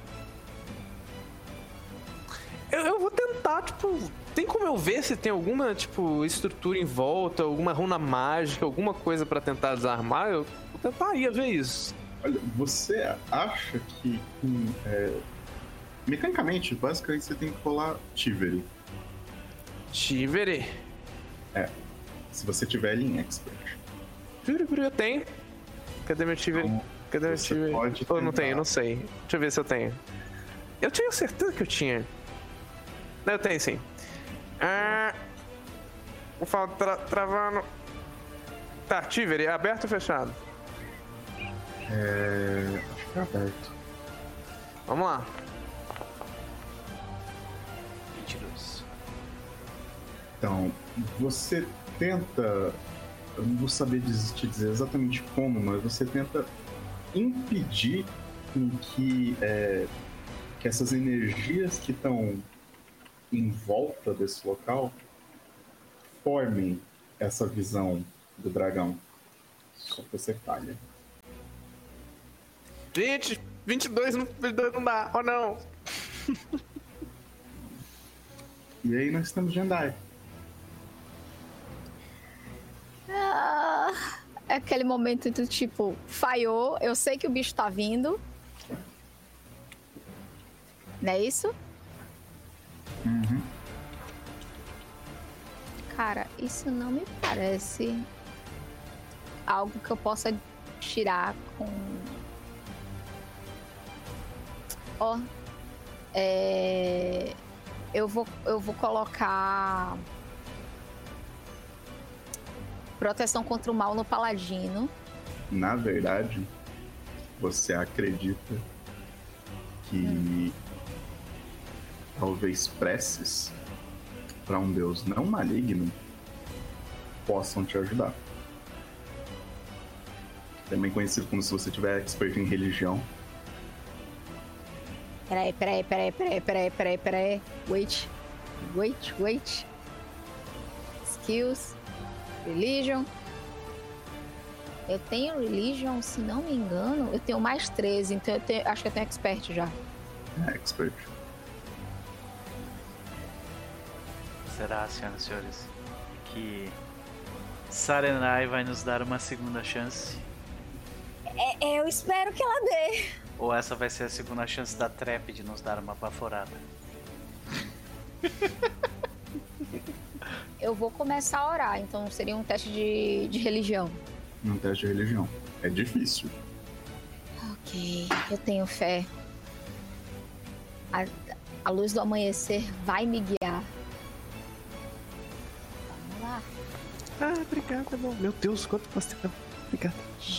Eu vou tentar, tipo... Tem como eu ver se tem alguma, tipo, estrutura em volta, alguma runa mágica, alguma coisa pra tentar desarmar? Eu tentaria ver isso. Olha, você acha que... mecanicamente, basicamente, você tem que rolar Thievery. Thievery? Se você tiver ele em Expert. Eu tenho. Cadê meu Thievery? Cadê meu Thievery? Ou não tenho, não sei. Deixa eu ver se eu tenho. Eu tinha certeza que eu tinha. Não, eu tenho sim. Vou falar travando. Tá, Thievery, é aberto ou fechado? Acho que é aberto. Vamos lá. 22. Então, você tenta... Eu não vou saber te dizer exatamente como, mas você tenta impedir que essas energias que estão em volta desse local formem essa visão do dragão. Só que você falha. Gente, 22 não dá. Oh, não. E aí nós estamos de andar. É aquele momento do tipo, falhou, eu sei que o bicho tá vindo. Não é isso? Uhum. Cara, isso não me parece algo que eu possa tirar com... Eu vou colocar proteção contra o mal no paladino. Na verdade, você acredita que talvez preces para um deus não maligno possam te ajudar. Também conhecido como se você tiver expert em religião. Peraí. Wait. Skills. Religion. Eu tenho Religion, se não me engano. Eu tenho mais 13, então acho que eu tenho Expert já. Expert. Será, senhoras e senhores, que Sarenrae vai nos dar uma segunda chance? Eu espero que ela dê. Ou essa vai ser a segunda chance da Trap de nos dar uma baforada? Eu vou começar a orar, então seria um teste de religião. Um teste de religião. É difícil. Ok, eu tenho fé. A luz do amanhecer vai me guiar. Vamos lá. Obrigado, amor. Meu Deus, quanto você tá? Obrigado.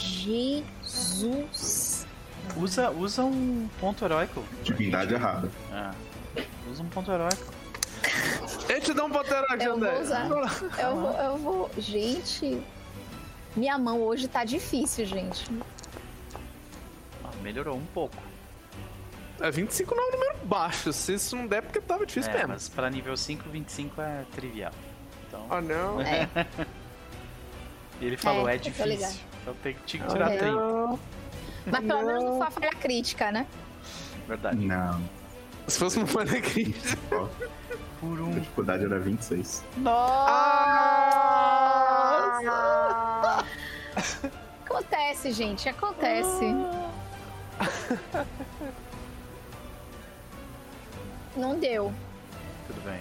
Jesus. Usa um ponto heróico. Divindade errada. Usa um ponto heróico. Eu te dou um ponto heróico, Eu André. vou usar. Eu vou. Gente, minha mão hoje tá difícil, gente. Melhorou um pouco. 25 não é um número baixo. Se isso não der, porque tava difícil mesmo. Mas pra nível 5, 25 é trivial. Então... Oh, não. E ele falou, é difícil. Então tem que tirar 30. Mas pelo menos não foi uma falha crítica, né? Verdade. Não. Se fosse uma falha crítica. Por A dificuldade era 26. Nossa! Acontece, gente. Acontece. Não deu. Tudo bem.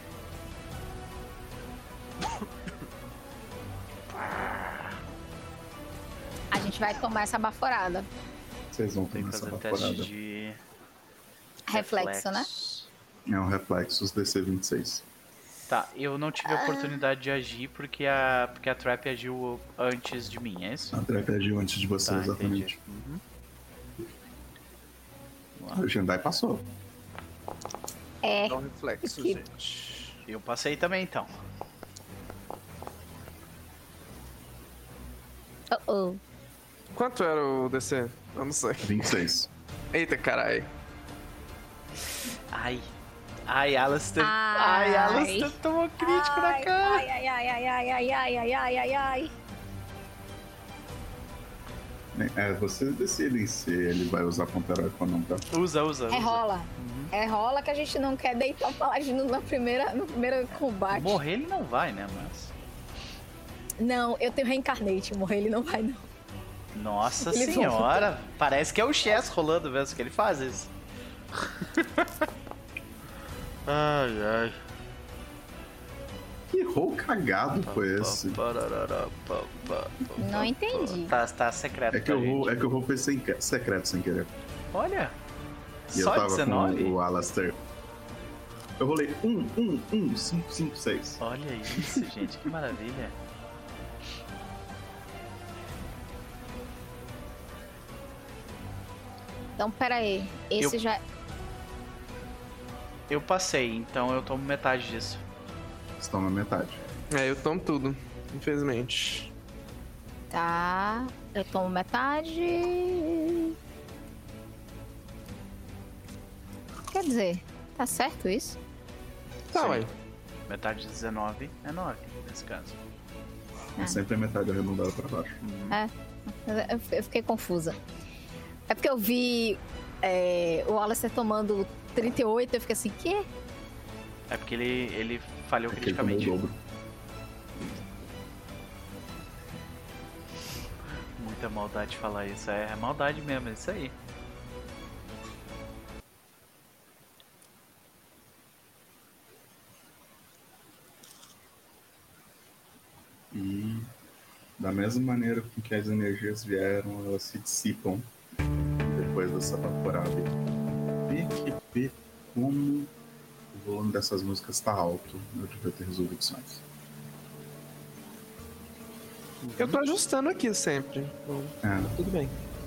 A gente vai tomar essa baforada. Vocês vão Tem ter que essa fazer baforada. teste de... Reflexo, né? É um reflexos DC 26. Tá, eu não tive a oportunidade de agir porque a Trap agiu antes de mim, é isso? A Trap agiu antes de você, Tá, exatamente. O Jendai passou. Dá um reflexo, gente. Eu passei também, então. Quanto era o DC? Eu não sei. 26. Eita, caralho. Ai, Alistair. Ai, Alistair tomou crítico na cara. Ai. Vocês decidem se ele vai usar ponto heróico ou não, tá? Usa. É rola que a gente não quer deitar o Paladino no primeiro combate. Morrer ele não vai, né, mas... Não, eu tenho Reincarnate. Morrer ele não vai, não. Nossa Ele senhora. Parece que é o Chess rolando mesmo, que ele faz isso. Ai. Que rol cagado foi esse? Não entendi. Tá secreto. É que o rol foi secreto sem querer. Olha. E eu Só tava 19? com o Alastair. Eu rolei 1, 5, 5, 6. Olha isso, gente. Que maravilha. Então, pera aí. Esse já... Eu passei, então eu tomo metade disso. Você toma metade. Eu tomo tudo, infelizmente. Tá. Eu tomo metade. Quer dizer, tá certo isso? Tá, Sim. ué. Metade de 19 é 9, nesse caso. É sempre a metade arredondada pra baixo. Eu fiquei confusa. É porque eu vi o Alistair tomando 38, eu fiquei assim, quê? É porque ele falhou É que ele tomou o criticamente. dobro. Muita maldade falar isso. É maldade mesmo, é isso aí. E da mesma maneira com que as energias vieram, elas se dissipam depois dessa temporada. Ver como o volume dessas músicas tá alto. Eu devia ter resolvido isso antes. Eu tô ajustando aqui sempre. Então, tudo bem.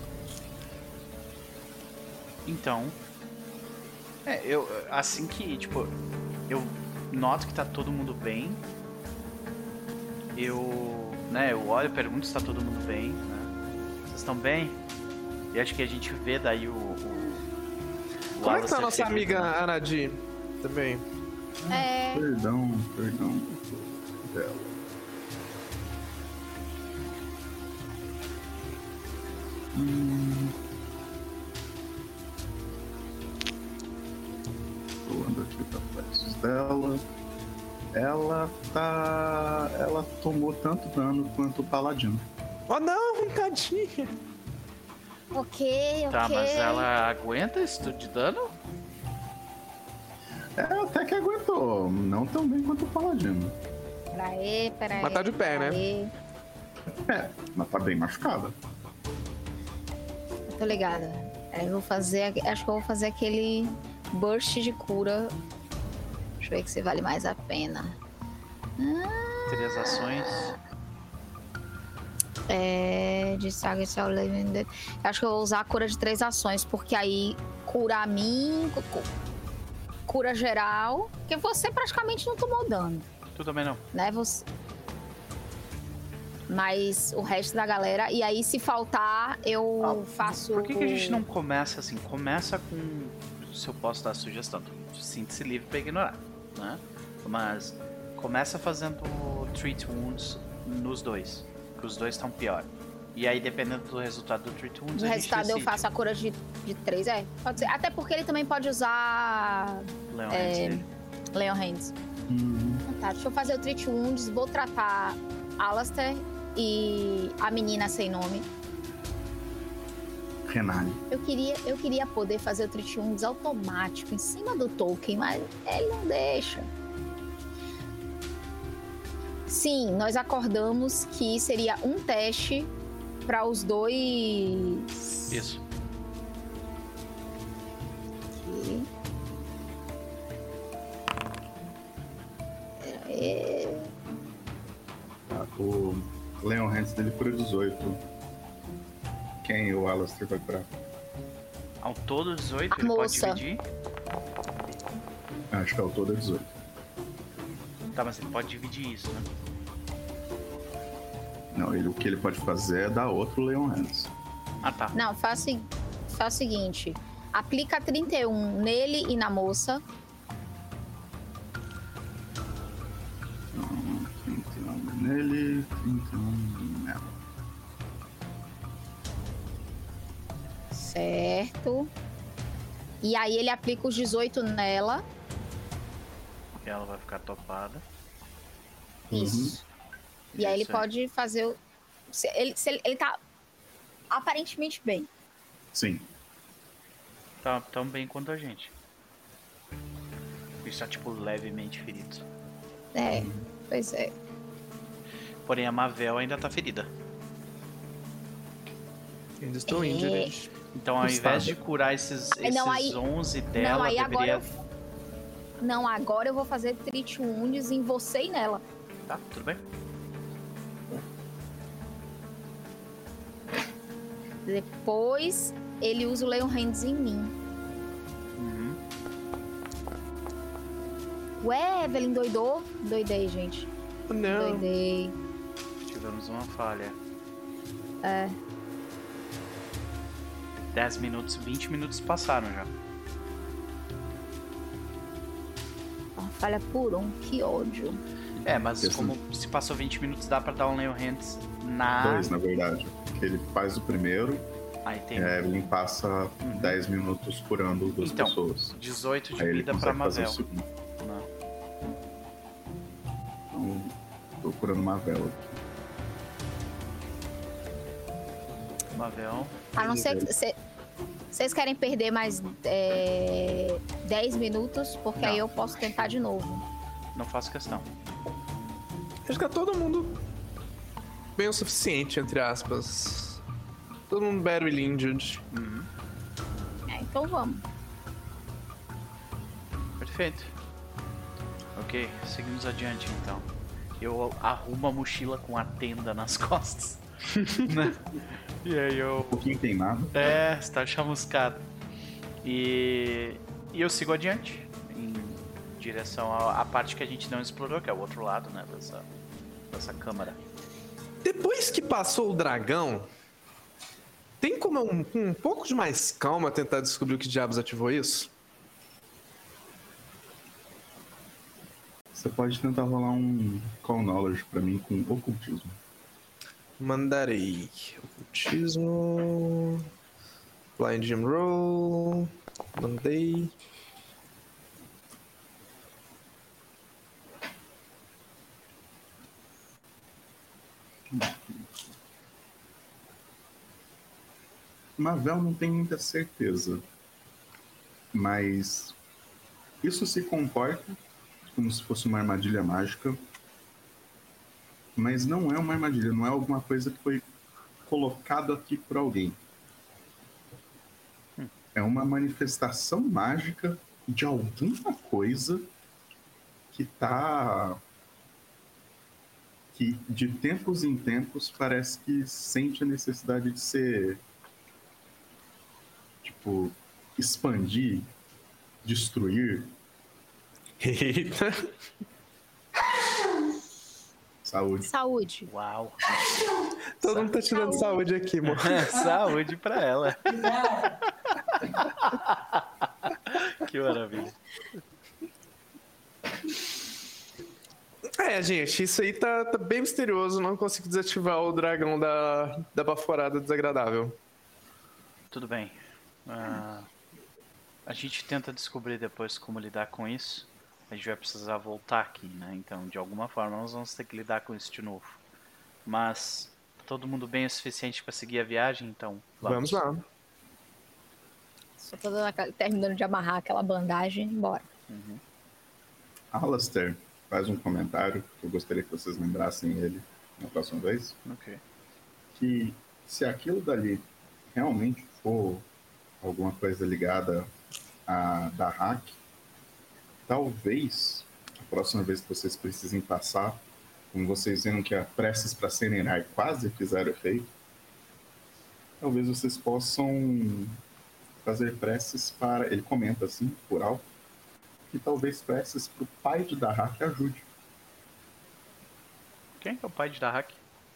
Então, eu assim que, tipo, eu noto que tá todo mundo bem, eu olho e pergunto se tá todo mundo bem, né? Vocês estão bem? E acho que a gente vê daí o Como é que tá a nossa Alistair amiga ferido, né? Anadi também? Perdão dela. Pulando aqui pra flashes dela. Ela tomou tanto dano quanto o Paladino. Oh não, tadinha. Ok. Tá, mas ela aguenta esse tudo de dano? Até que aguentou, não tão bem quanto o Paladino. Peraí. Mas tá de pé, né? Mas tá bem machucada. Tô ligada. Acho que eu vou fazer aquele burst de cura. Deixa eu ver que se vale mais a pena. 3 ações. De Saga e Cell Living Dead. Acho que eu vou usar a cura de 3 ações, porque aí cura a mim, cura geral, porque você praticamente não tomou dano, Tu também não. né? Mas o resto da galera, e aí se faltar, eu faço... Por que a gente não começa assim? Começa com... Se eu posso dar a sugestão, sinta-se livre pra ignorar, né? Mas começa fazendo Treat Wounds nos dois, que os dois estão pior. E aí, dependendo do resultado do Treat Wounds, No a gente resultado eu decide. faço a cura de 3, pode ser. Até porque ele também pode usar Leon Hands dele. Leon Hands. Tá, deixa eu fazer o Treat Wounds, vou tratar Alistair e a menina sem nome. Renali. Eu queria poder fazer o Treat Wounds automático em cima do Tolkien, mas ele não deixa. Sim, nós acordamos que seria um teste para os dois. Isso. Aqui. O Leon Hands dele cura 18. Quem o Alastair vai curar? Ao todo 18, A ele moça. pode dividir? Acho que ao todo é 18. Tá, mas ele pode dividir isso, né? Não, o que ele pode fazer é dar outro Leon Hands. Ah, tá. Não, faz o seguinte. Aplica 31 nele e na moça. 31 nele, 31 nela. Certo. E aí ele aplica os 18 nela. E ela vai ficar topada. Isso. E aí ele Isso, pode fazer o... Se ele tá aparentemente bem. Sim. Tá tão bem quanto a gente. Ele está, tipo, levemente ferido. É, pois é. Porém, a Mavel ainda tá ferida. Ainda estou injured. Então, ao invés de curar esses Não, aí- 11 dela, não, aí deveria... agora eu vou fazer Treat Wounds em você e nela. Tá, tudo bem. Depois ele usa o Leon Hands em mim. Uhum. Ué, Evelyn doidou? Doidei, gente. Não. Doidei. Tivemos uma falha. É. 10 minutos, 20 minutos passaram já. Uma falha por um, que ódio. É, mas Isso. como se passou 20 minutos, dá pra dar um Leon Hands na... 2, na verdade. Porque ele faz o primeiro, Aí tem a Evelyn passa 10 minutos curando duas Então, pessoas. 18 de Aí ele vida pra consegue fazer o Mavel. segundo. Não. Então, tô curando Mavel aqui. Mavel. A não ser que vocês querem perder mais 10 minutos, porque Não. aí eu posso tentar de novo. Não faço questão. Acho que tá todo mundo bem o suficiente, entre aspas. Todo mundo barely injured. Então vamos. Perfeito. Ok, seguimos adiante então. Eu arrumo a mochila com a tenda nas costas. Né? E aí Um eu... pouquinho queimado. É, está chamuscado. E eu sigo adiante. Em direção à parte que a gente não explorou, que é o outro lado, né? Dessa câmara. Depois que passou o dragão, tem como eu, com um pouco de mais calma, tentar descobrir o que diabos ativou isso? Você pode tentar rolar um Call Knowledge pra mim com ocultismo. Mandarei. Ocultismo. Blind Gem Roll. Mandei. Mavel não tem muita certeza, mas isso se comporta como se fosse uma armadilha mágica, mas não é uma armadilha, não é alguma coisa que foi colocado aqui por alguém. É uma manifestação mágica de alguma coisa que de tempos em tempos parece que sente a necessidade de ser, tipo, expandir, destruir. Eita. Saúde. Saúde. Uau! Todo mundo tá tirando saúde aqui, mano. Saúde pra ela. Que maravilha. É, gente, isso aí tá bem misterioso. Não consigo desativar o dragão da baforada desagradável. Tudo bem. A gente tenta descobrir depois como lidar com isso. A gente vai precisar voltar aqui, né? Então, de alguma forma, nós vamos ter que lidar com isso de novo. Mas, tá todo mundo bem o suficiente para seguir a viagem? Então, Vamos lá. Só tô terminando de amarrar aquela bandagem. Bora. Alastair faz um comentário que eu gostaria que vocês lembrassem ele na próxima vez. Ok. Que se aquilo dali realmente for alguma coisa ligada da hack, talvez a próxima vez que vocês precisem passar, como vocês viram que a preces para Senenar quase fizeram efeito, talvez vocês possam fazer preces para... Ele comenta assim, por alto, que talvez preces para o pai de Dahak ajude. Quem é o pai de Dahak?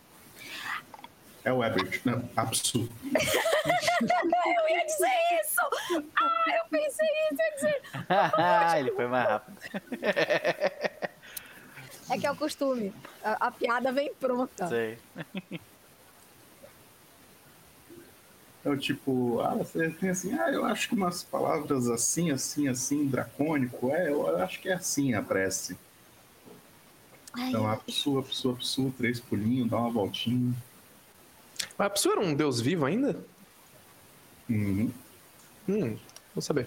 É o Ebert, não, Apsu. Eu ia dizer isso! Eu pensei isso, eu ia dizer... Ele foi mais rápido. É que é o costume. A piada vem pronta. Sei. Então, tipo, você tem assim, eu acho que umas palavras assim, dracônico, eu acho que é assim a prece. Então, Apsu, 3 pulinhos, dá uma voltinha. Mas a pessoa era um deus vivo ainda? Uhum. Vou saber.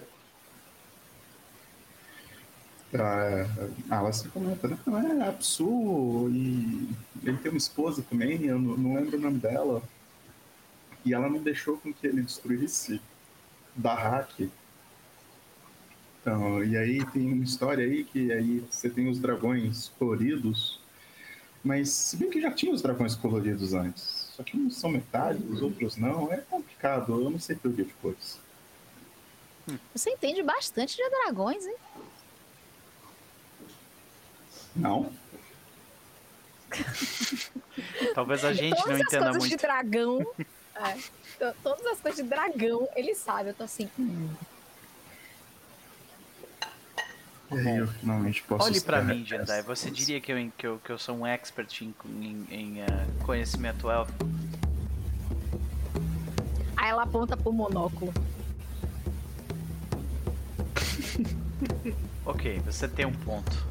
Ela se comenta, né? Não é Apsu, e ele tem uma esposa também, eu não lembro o nome dela. E ela não deixou com que ele destruísse Dahak. Então, e aí tem uma história aí que aí você tem os dragões coloridos, mas se bem que já tinha os dragões coloridos antes, só que uns são metade, os outros não, é complicado, eu não sei teoria de cores. Você entende bastante de dragões, hein? Não? Talvez a gente não entenda Todas as coisas muito. de dragão... todas as coisas de dragão, ele sabe. Eu tô assim... E aí eu finalmente posso... Olhe pra mim, Jedi. Você diria que eu sou um expert em conhecimento élfico? Aí ela aponta pro monóculo. Ok, você tem um ponto.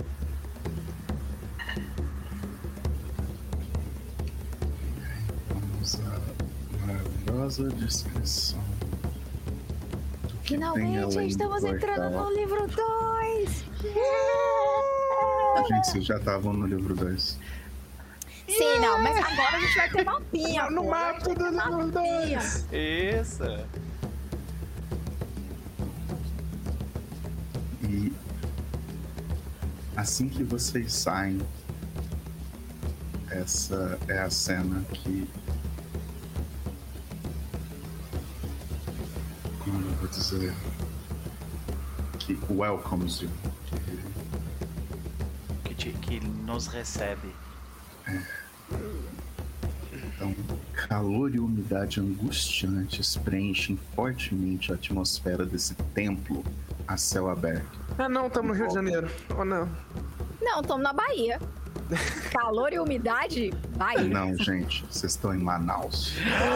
Vamos à maravilhosa descrição. Finalmente estamos entrando no livro 2! Gente, vocês já estavam no livro 2. Sim, não, mas agora a gente vai ter mapinha. No mapa do livro 2! Isso! E assim que vocês saem, essa é a cena que... Como eu vou dizer? Que welcomes you. Que nos recebe. Então, calor e umidade angustiantes preenchem fortemente a atmosfera desse templo a céu aberto. Não, estamos no Rio de Janeiro. Ou não? Não, estamos na Bahia. Calor e umidade? Bahia. Não, gente, vocês estão em Manaus.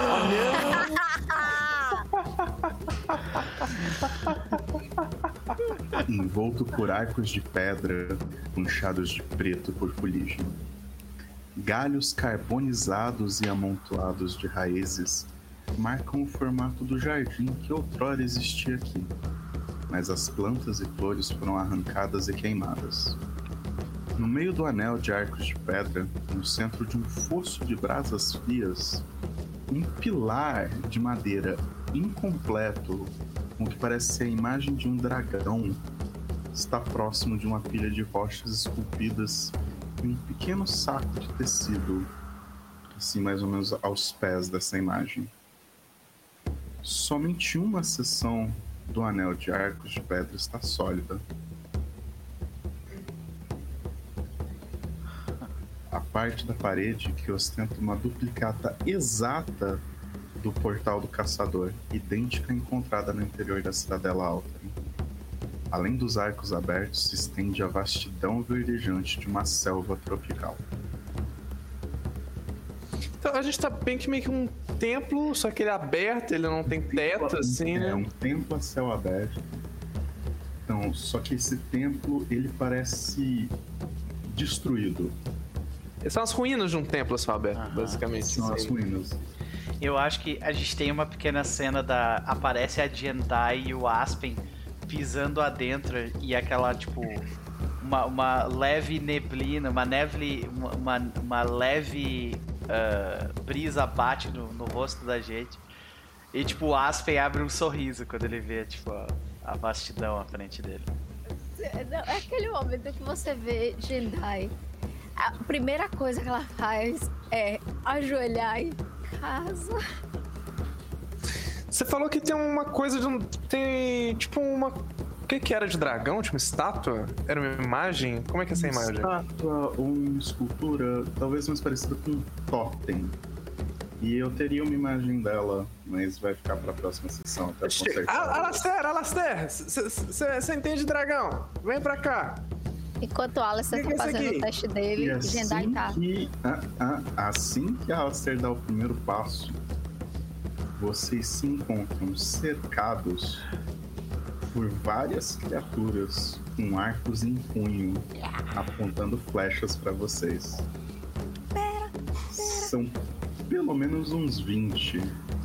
Envolto por arcos de pedra manchados de preto por fuligem. Galhos carbonizados e amontoados de raízes marcam o formato do jardim que outrora existia aqui, mas as plantas e flores foram arrancadas e queimadas. No meio do anel de arcos de pedra, no centro de um fosso de brasas frias, um pilar de madeira incompleto, com o que parece ser a imagem de um dragão, está próximo de uma pilha de rochas esculpidas em um pequeno saco de tecido, assim mais ou menos aos pés dessa imagem. Somente uma seção do anel de arcos de pedra está sólida. A parte da parede que ostenta uma duplicata exata do portal do caçador, idêntica à encontrada no interior da cidadela alta. Além dos arcos abertos, se estende a vastidão verdejante de uma selva tropical. Então a gente tá bem que meio que um templo, só que ele é aberto, ele não tem teto, assim, né? É um templo a céu aberto. Então, só que esse templo, ele parece destruído. São as ruínas de um templo a céu aberto, basicamente. São as ruínas. Eu acho que a gente tem uma pequena cena da... Aparece a Jendai e o Aspen pisando adentro e aquela, tipo... Uma leve neblina, uma leve brisa bate no rosto da gente. E, tipo, o Aspen abre um sorriso quando ele vê, tipo, a vastidão à frente dele. É aquele momento que você vê Jendai. A primeira coisa que ela faz é ajoelhar em casa. Você falou que tem uma coisa de tem tipo uma... O que era de dragão? Tipo uma estátua? Era uma imagem? Como é que é essa imagem? Estátua ou uma escultura, talvez mais parecida com um totem. E eu teria uma imagem dela, mas vai ficar pra próxima sessão até consertar. Alastair! Você entende dragão? Vem pra cá! Enquanto o Alastair tá fazendo o teste dele, o Jendai tá... Assim que a Alastair dá o primeiro passo, vocês se encontram cercados por várias criaturas com arcos em punho, apontando flechas pra vocês. São pelo menos uns 20.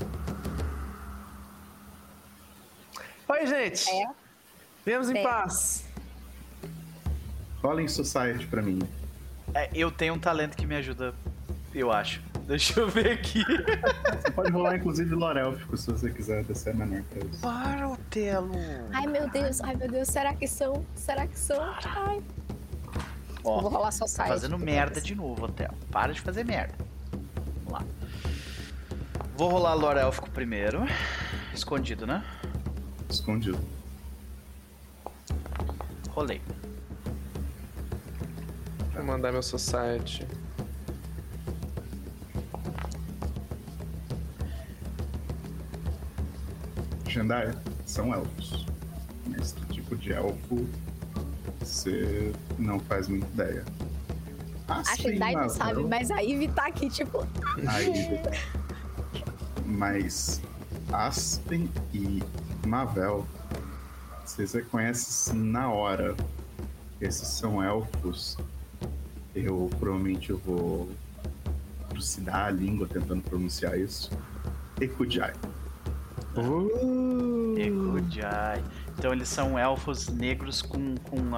Oi, gente! Viemos em paz. Rolem Society pra mim. Eu tenho um talento que me ajuda, eu acho. Deixa eu ver aqui. Você pode rolar, inclusive, Lorélfico, se você quiser descer menor pra isso. Para, Otelo! Ai, meu Deus, será que são? Ai. Ó, eu vou rolar Society. Tá fazendo merda de novo, Otelo. Para de fazer merda. Vamos lá. Vou rolar Lorélfico primeiro. Escondido, né? Escondido. Rolei. Vou mandar meu Society. Jendai, são elfos. Mas que tipo de elfo você não faz muita ideia. A Jendai não sabe, mas a Ivy tá aqui, tipo... A Ivy. Mas Aspen e Mavel, vocês reconhecem na hora. Esses são elfos. Eu provavelmente vou trucidar a língua tentando pronunciar isso. Ekudjai. Ekudjai. Então eles são elfos negros com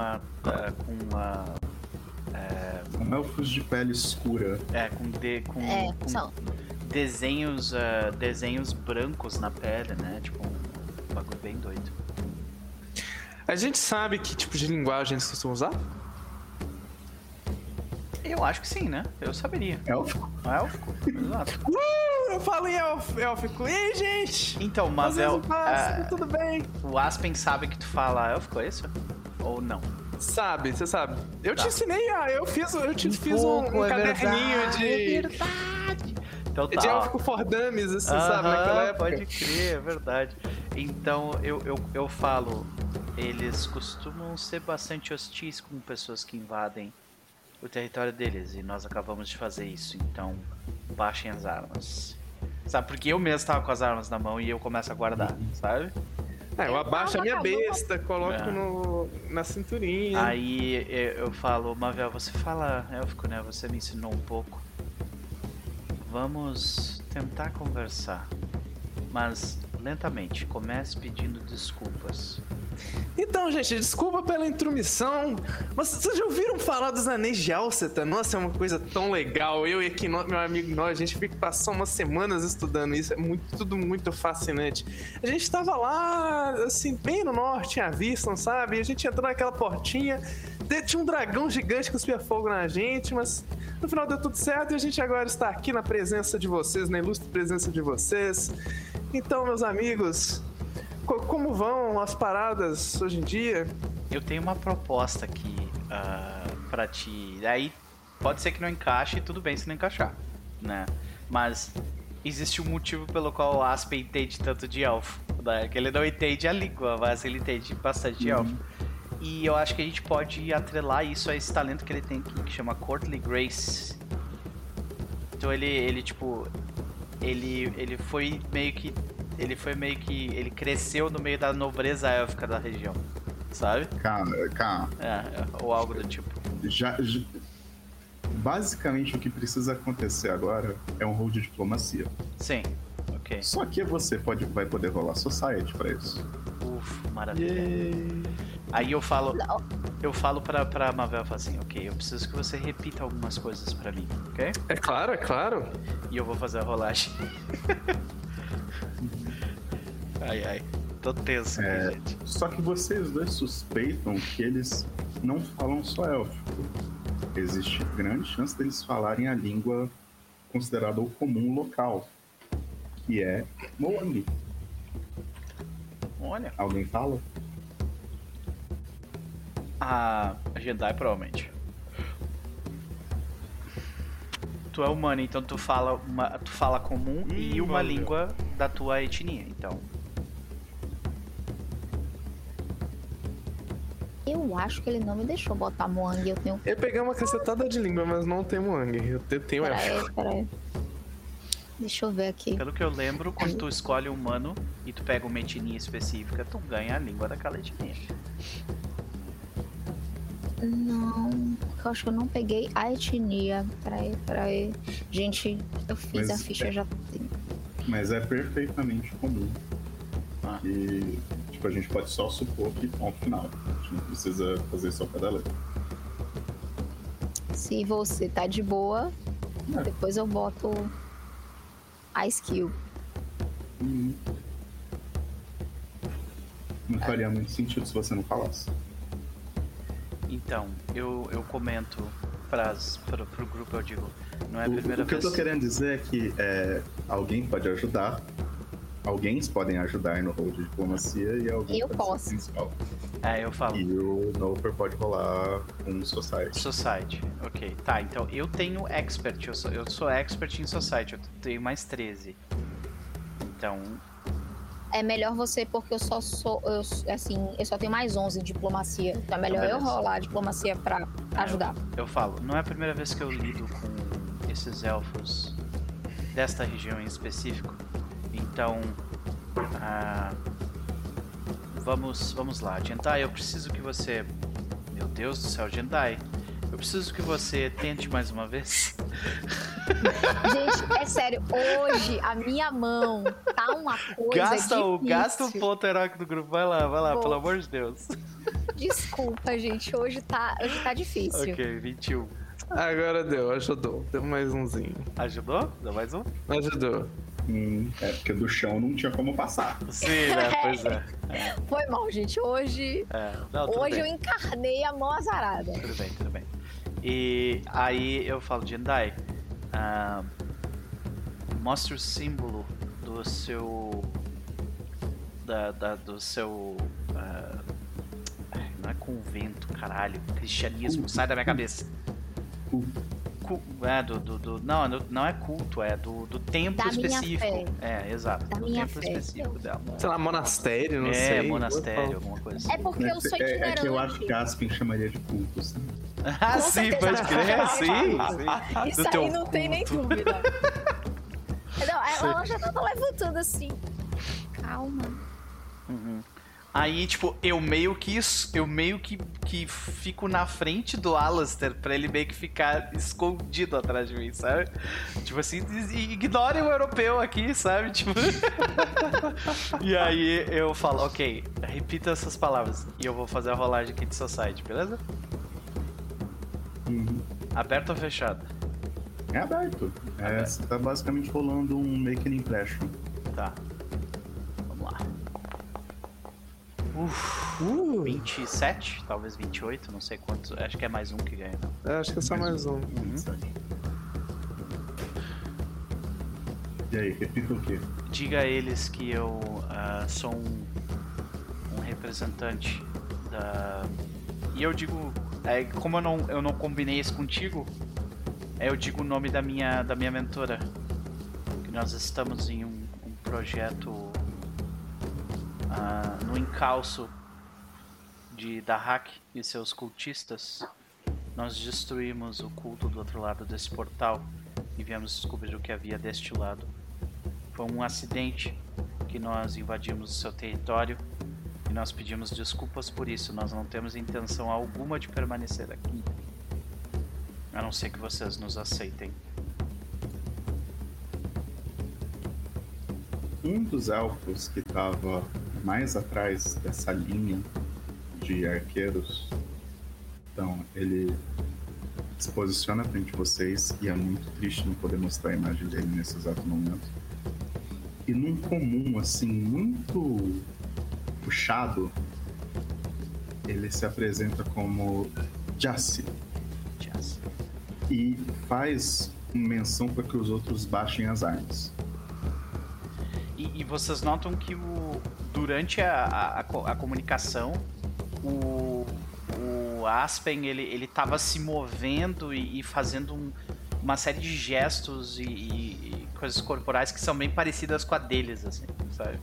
elfos de pele escura. Com desenhos brancos na pele, né? Tipo um bagulho bem doido. A gente sabe que tipo de linguagem eles costumam usar? Eu acho que sim, né? Eu saberia. Élfico? Élfico, exato. Eu falo em élfico. E aí, gente? Então, Mavel... tudo bem? O Aspen sabe que tu fala élfico, é isso? Ou não? Sabe, você sabe. Eu te ensinei, eu te fiz um caderninho de... É verdade. Então tá. De élfico for dummies, assim, sabe? Naquela época. Pode crer, é verdade. Então, eu falo... Eles costumam ser bastante hostis com pessoas que invadem o território deles, e nós acabamos de fazer isso, então baixem as armas. Sabe, porque eu mesmo tava com as armas na mão e eu começo a guardar, sabe? Eu abaixo a minha besta, coloco na cinturinha. Aí eu falo, Mavel, você fala élfico, né? Você me ensinou um pouco. Vamos tentar conversar, mas lentamente, comece pedindo desculpas. Então, gente, desculpa pela intromissão, mas vocês já ouviram falar dos Anéis de Alceta? Nossa, é uma coisa tão legal. Eu e aqui, meu amigo, a gente fica passando umas semanas estudando isso, é tudo muito fascinante. A gente tava lá, assim, bem no norte, em Aviston, sabe? E a gente entrou naquela portinha, tinha um dragão gigante que cuspia fogo na gente, mas no final deu tudo certo e a gente agora está aqui na presença de vocês, na ilustre presença de vocês. Então, meus amigos... Como vão as paradas hoje em dia? Eu tenho uma proposta aqui pra ti. Aí pode ser que não encaixe e tudo bem se não encaixar, né? Mas existe um motivo pelo qual o Aspen entende tanto de elfo, né? Que ele não entende a língua, mas ele entende bastante de elfo. E eu acho que a gente pode atrelar isso a esse talento que ele tem aqui, que chama Courtly Grace. Então ele foi meio que... Ele cresceu no meio da nobreza élfica da região, sabe? Calma. Ou algo do tipo. Basicamente, o que precisa acontecer agora é um rol de diplomacia. Sim, ok. Só que você vai poder rolar Society pra isso. Maravilha. Yeah. Aí eu falo pra Mavel, assim, ok, eu preciso que você repita algumas coisas pra mim, ok? É claro. E eu vou fazer a rolagem. Ai. tô tenso aqui, gente. Só que vocês dois suspeitam que eles não falam só élfico. Existe grande chance deles falarem a língua considerada o comum local, que é Moang. Olha. Alguém fala? A Jedi, provavelmente. Tu é humano, então tu fala comum e uma língua da tua etnia, então. Eu acho que ele não me deixou botar Moang. Eu peguei uma cacetada de língua, mas não tem Moang. Eu tenho élfico. Peraí. Deixa eu ver aqui. Pelo que eu lembro, quando tu escolhe humano e tu pega uma etnia específica, tu ganha a língua daquela etnia. Não, porque eu acho que eu não peguei a etnia. Peraí. Gente, eu fiz a ficha já. Mas é perfeitamente comum. Ah. E tipo, a gente pode só supor que ponto final. A gente não precisa fazer só cada letra. Se você tá de boa, depois eu boto a skill. Não faria muito sentido se você não falasse. Então, eu comento pro grupo, eu digo, não é a primeira vez... O que eu tô querendo dizer é que alguém pode ajudar, alguém podem ajudar no rol de diplomacia e alguém eu pode posso. ser principal. Eu falo. E o Noper pode rolar um Society. Society, ok. Tá, então eu tenho Expert, eu sou Expert em Society, eu tenho mais 13. Então... É melhor você, porque eu só tenho mais 11 em diplomacia. Então é melhor eu rolar a diplomacia pra ajudar. Eu falo, não é a primeira vez que eu lido com esses elfos desta região em específico. Então, vamos lá. Jendai, eu preciso que você... Meu Deus do céu, Jendai. Eu preciso que você tente mais uma vez. Gente, é sério, hoje a minha mão tá uma coisa difícil. Gasta o ponto heróico do grupo. Vai lá, pelo amor de Deus. Desculpa, gente, hoje tá difícil. Ok, 21. Agora ajudou. Deu mais umzinho. Ajudou? Deu mais um? Ajudou. Porque do chão não tinha como passar. Sim, né? Pois é. Foi mal, gente. Hoje eu encarnei a mão azarada. Tudo bem. E aí eu falo, Jendai, mostre o símbolo do seu... do seu... não é convento, caralho. Cristianismo, sai da minha cabeça. Não é culto, é do templo específico. Exato. Da do minha templo fé. específico dela. Sei lá, monastério, não sei. Monastério, alguma coisa assim. É porque eu sou itinerante. É que eu acho que Aspen chamaria de culto, assim. Sim, pode crer, sim. Isso aí não tem nem dúvida. Não, ela já tava levantando assim. Calma. Aí, tipo, eu meio que fico na frente do Alastair pra ele meio que ficar escondido atrás de mim, sabe? Tipo assim, ignorem o europeu aqui, sabe? Tipo... E aí eu falo, ok, repita essas palavras e eu vou fazer a rolagem aqui de Society, beleza? Aberto ou fechado? É aberto. Você tá basicamente rolando um Make an Impression. Tá. Vamos lá. 27, talvez 28, não sei quantos. Acho que é mais um que ganha, não. Acho que é só mais um. 27. E aí, repita o quê? Diga a eles que eu sou um representante da... E eu digo... como eu não combinei isso contigo, eu digo o nome da minha mentora. Que nós estamos em um projeto no encalço da Hack e seus cultistas. Nós destruímos o culto do outro lado desse portal e viemos descobrir o que havia deste lado. Foi um acidente que nós invadimos o seu território e nós pedimos desculpas por isso. Nós não temos intenção alguma de permanecer aqui, a não ser que vocês nos aceitem. Um dos elfos que estava mais atrás dessa linha de arqueiros, então ele se posiciona frente a vocês e é muito triste não poder mostrar a imagem dele nesse exato momento. E num comum, assim, muito puxado, ele se apresenta como Jace. E faz menção para que os outros baixem as armas. E vocês notam que durante a comunicação, o Aspen ele tava se movendo e fazendo uma série de gestos e coisas corporais que são bem parecidas com a deles, assim, sabe?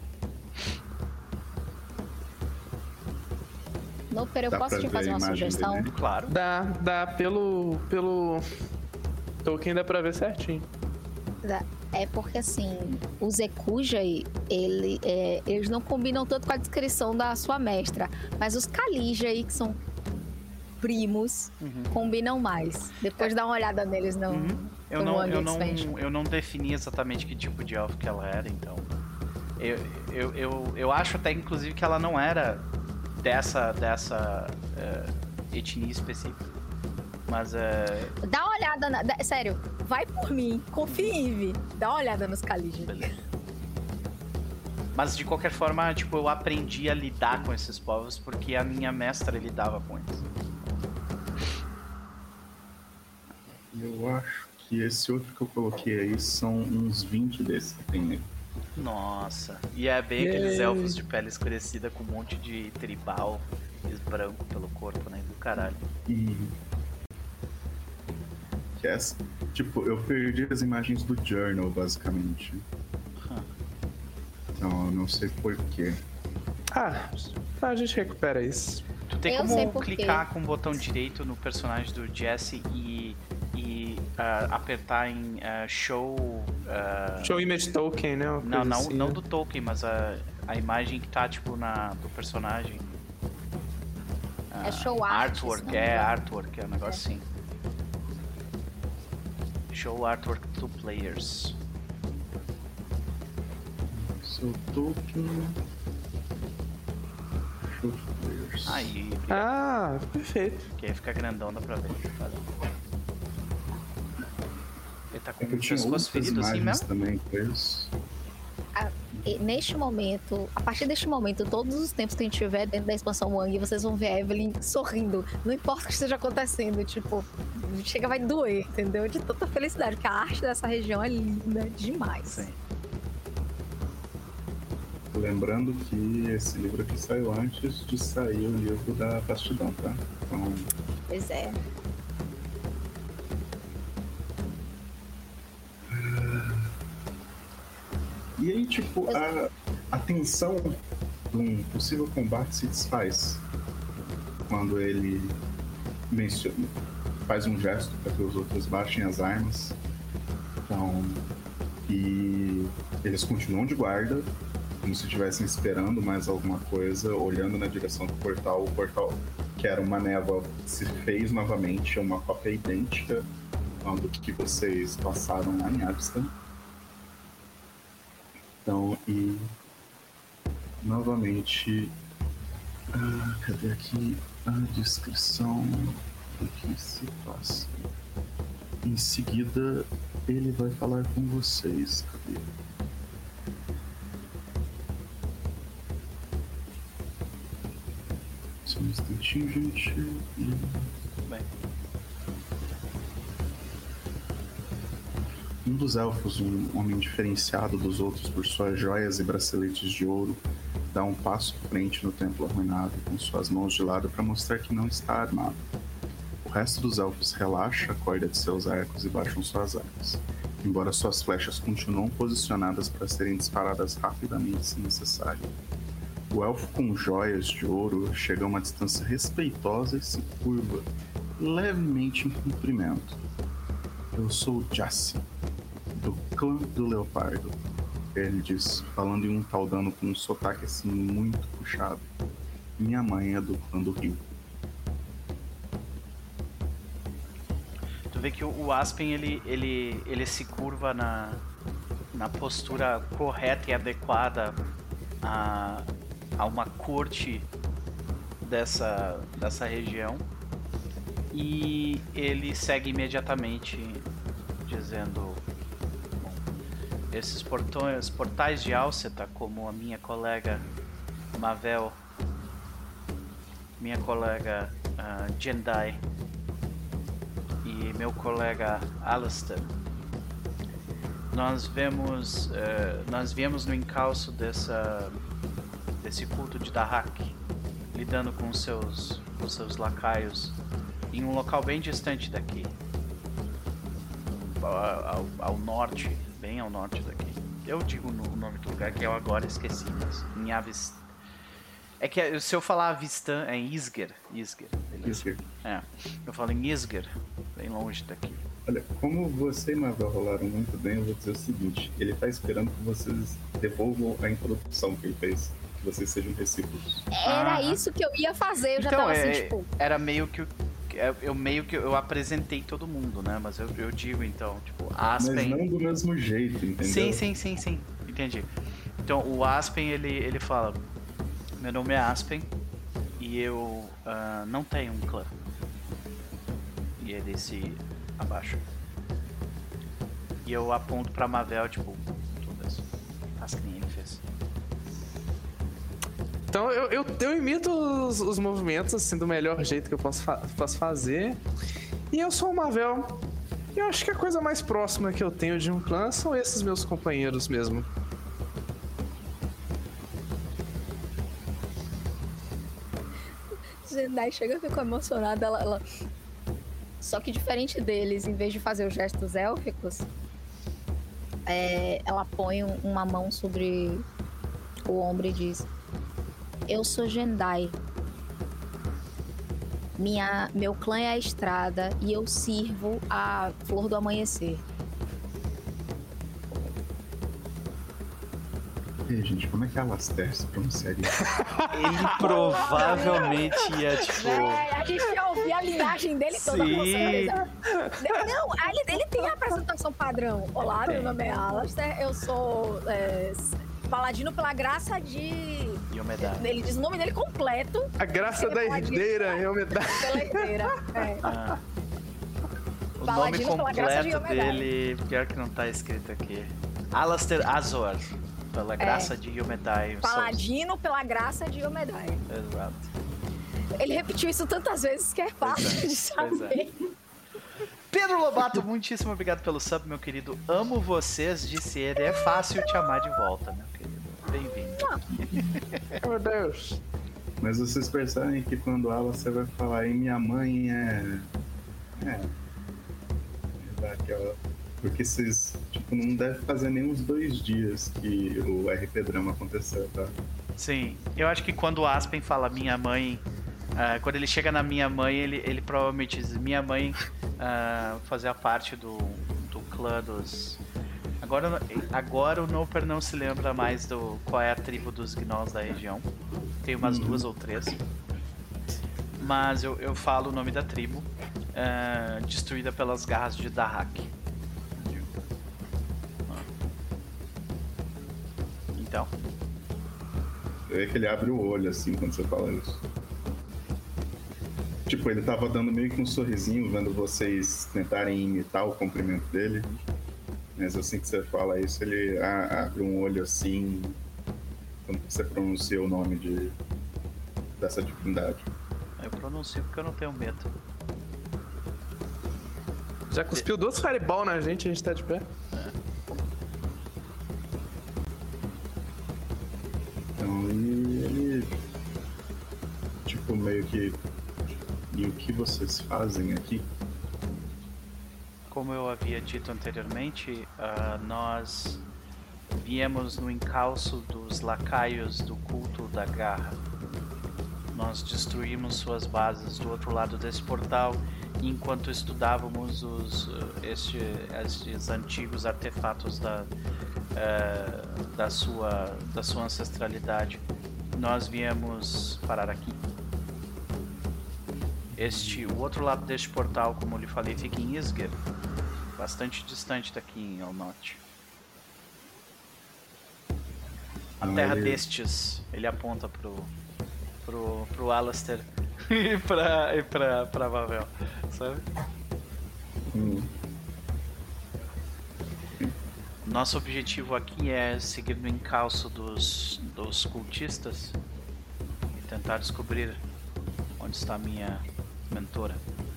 Noper, eu posso te fazer uma sugestão? Dele? Claro. Dá pelo Tolkien dá pra ver certinho. É porque assim, o Zekujai, eles não combinam tanto com a descrição da sua mestra, mas os Kalijai, que são primos, combinam mais. Depois dá uma olhada neles no eu não defini exatamente que tipo de elfo que ela era, então eu acho até inclusive que ela não era dessa etnia específica, mas dá uma olhada sério, vai por mim, confia em Ivy, dá uma olhada nos Kalijai. Mas de qualquer forma, tipo, eu aprendi a lidar com esses povos porque a minha mestra lidava com eles. Eu acho que esse outro que eu coloquei aí são uns 20 desses que tem aí. Nossa, e é bem aqueles elfos de pele escurecida com um monte de tribal branco pelo corpo, né? Do caralho. E... tipo, eu perdi as imagens do journal, basicamente. Então, eu não sei porquê. A gente recupera isso. Tu tem como clicar com o botão direito no personagem do Jesse e apertar em Show... Show Image Token, né? Não do token, mas a imagem que tá, tipo, do personagem. É Show Artwork, Artwork, é um negócio assim. Show Artwork to Players. Seu token... Show to Players. Aí, perfeito. Que aí fica grandão, dá pra ver. Ele tá com o pescoço ferido assim mesmo? Também, neste momento, a partir deste momento, todos os tempos que a gente tiver dentro da expansão Wang, vocês vão ver a Evelyn sorrindo. Não importa o que esteja acontecendo, tipo, chega, vai doer, entendeu? De tanta felicidade, porque a arte dessa região é linda demais. Sim. Lembrando que esse livro aqui saiu antes de sair o livro da Bastidão, tá? Então... Pois é. E aí, tipo, a tensão de um possível combate se desfaz quando ele faz um gesto para que os outros baixem as armas. Então, e eles continuam de guarda, como se estivessem esperando mais alguma coisa, olhando na direção do portal. O portal, que era uma névoa, se fez novamente, é uma cópia idêntica do que vocês passaram lá em Abstan. Então, e novamente, cadê aqui a descrição do que se passa? Em seguida, ele vai falar com vocês. Cadê? Só um instantinho, gente. Bem. Um dos elfos, um homem diferenciado dos outros por suas joias e braceletes de ouro, dá um passo à frente no templo arruinado, com suas mãos de lado para mostrar que não está armado. O resto dos elfos relaxa a corda de seus arcos e baixam suas armas, embora suas flechas continuam posicionadas para serem disparadas rapidamente se necessário. O elfo com joias de ouro chega a uma distância respeitosa e se curva, levemente em comprimento. Eu sou Jace, do clã do Leopardo, ele diz, falando em um taudano com um sotaque assim muito puxado. Minha mãe é do clã do Rio. Tu vê que o Aspen ele se curva na postura correta e adequada a uma corte dessa região, e ele segue imediatamente dizendo: bom, esses portais de Alceta, como a minha colega Mavel, minha colega Jendai e meu colega Alistair, nós viemos no encalço desse culto de Dahak, lidando com os seus lacaios em um local bem distante daqui, ao norte, bem ao norte daqui. Eu digo o nome do lugar que eu agora esqueci, mas em Avestan. É que se eu falar Avistan é Isger. Isger. É, eu falo em Isger, bem longe daqui. Olha, como você e Mavel rolaram muito bem, eu vou dizer o seguinte: ele tá esperando que vocês devolvam a introdução que ele fez, que vocês sejam recíprocos. Era isso que eu ia fazer, eu já tava assim, tipo... Era meio que eu apresentei todo mundo, né? Mas eu digo então, tipo, Aspen... Mas não do mesmo jeito, entendeu? Sim, entendi. Então, o Aspen, ele fala... Meu nome é Aspen e eu não tenho um clã. E ele se abaixa. E eu aponto pra Mavel, tipo, tudo isso. Faz que nem ele fez. Então eu imito os movimentos assim do melhor jeito que eu posso fazer. E eu sou o Mavel. E eu acho que a coisa mais próxima que eu tenho de um clã são esses meus companheiros mesmo. Daí chega e ficou emocionada, ela... Só que diferente deles, em vez de fazer os gestos élficos, ela põe uma mão sobre o ombro e diz: eu sou Jendai. Meu clã é a estrada e eu sirvo a flor do amanhecer. E aí, gente, como é que Alastair se pronunciaria? Ele provavelmente ia, tipo... a gente ia ouvir a linhagem dele toda, com certeza. Não, ele tem a apresentação padrão. Olá, meu nome é Alastair, eu sou paladino pela graça de... Yomedai. Ele diz o nome dele completo. A graça da herdeira, Yomedai. Pela herdeira, O Paladino nome pela graça de completo Yomedai. dele, pior que não tá escrito aqui. Alastair Azor, pela graça de Yomedai. Paladino pela graça de Yomedai. Exato. Ele repetiu isso tantas vezes que é fácil de saber. Pedro Lobato, muitíssimo obrigado pelo sub, meu querido. Amo vocês, disse ele. É fácil te amar de volta, meu querido. Bem-vindo. Meu Deus. Mas vocês percebem que quando Alastair vai falar em minha mãe daquela... Porque vocês, tipo, não deve fazer nem uns 2 dias que o RP Drama aconteceu, tá? Sim, eu acho que quando o Aspen fala minha mãe, quando ele chega na minha mãe, ele provavelmente diz minha mãe fazia parte do clã dos... Agora o Noper não se lembra mais qual é a tribo dos Gnolls da região. Tem umas 2 ou 3. Mas eu falo o nome da tribo, destruída pelas garras de Dahak. Então. É que ele abre o olho assim quando você fala isso. Tipo, ele tava dando meio que um sorrisinho vendo vocês tentarem imitar o cumprimento dele. Mas assim que você fala isso, ele abre um olho assim quando você pronuncia o nome dessa divindade. Eu pronuncio porque eu não tenho medo. Já cuspiu 2 fireball na gente, a gente tá de pé. Então, e ele... Tipo, meio que... E o que vocês fazem aqui? Como eu havia dito anteriormente, nós viemos no encalço dos lacaios do culto da garra. Nós destruímos suas bases do outro lado desse portal enquanto estudávamos estes antigos artefatos da sua ancestralidade. Nós viemos parar aqui. O outro lado deste portal, como eu lhe falei, fica em Isger, bastante distante daqui ao norte. A terra destes, ele aponta pro Alastair e pra Mavel, sabe? Nosso objetivo aqui é seguir no encalço dos cultistas tentar descobrir onde está minha mentora.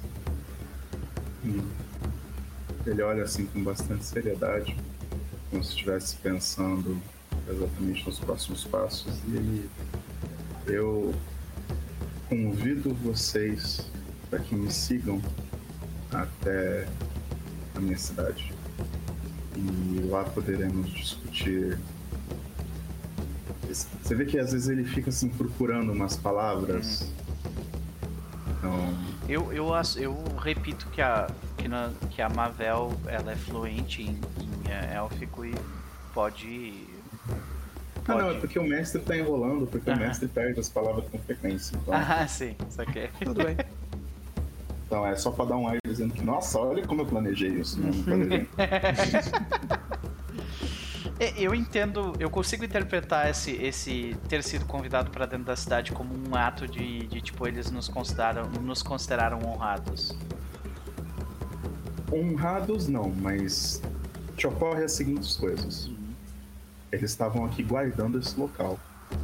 Ele olha assim com bastante seriedade, como se estivesse pensando exatamente nos próximos passos, e eu convido vocês para que me sigam até a minha cidade. E lá poderemos discutir. Você vê que às vezes ele fica assim procurando umas palavras. Então... Eu repito que a Mavel, ela é fluente em élfico e pode... Não, é porque o mestre tá enrolando, porque o mestre perde as palavras com frequência. Então... sim, isso aqui. Tudo bem. Então é só pra dar um ar dizendo que, nossa, olha como eu planejei isso. Não planejei. Eu entendo, eu consigo interpretar esse ter sido convidado pra dentro da cidade como um ato de tipo, eles nos consideraram honrados. Honrados não, mas te ocorre as seguintes coisas. Eles estavam aqui guardando esse local.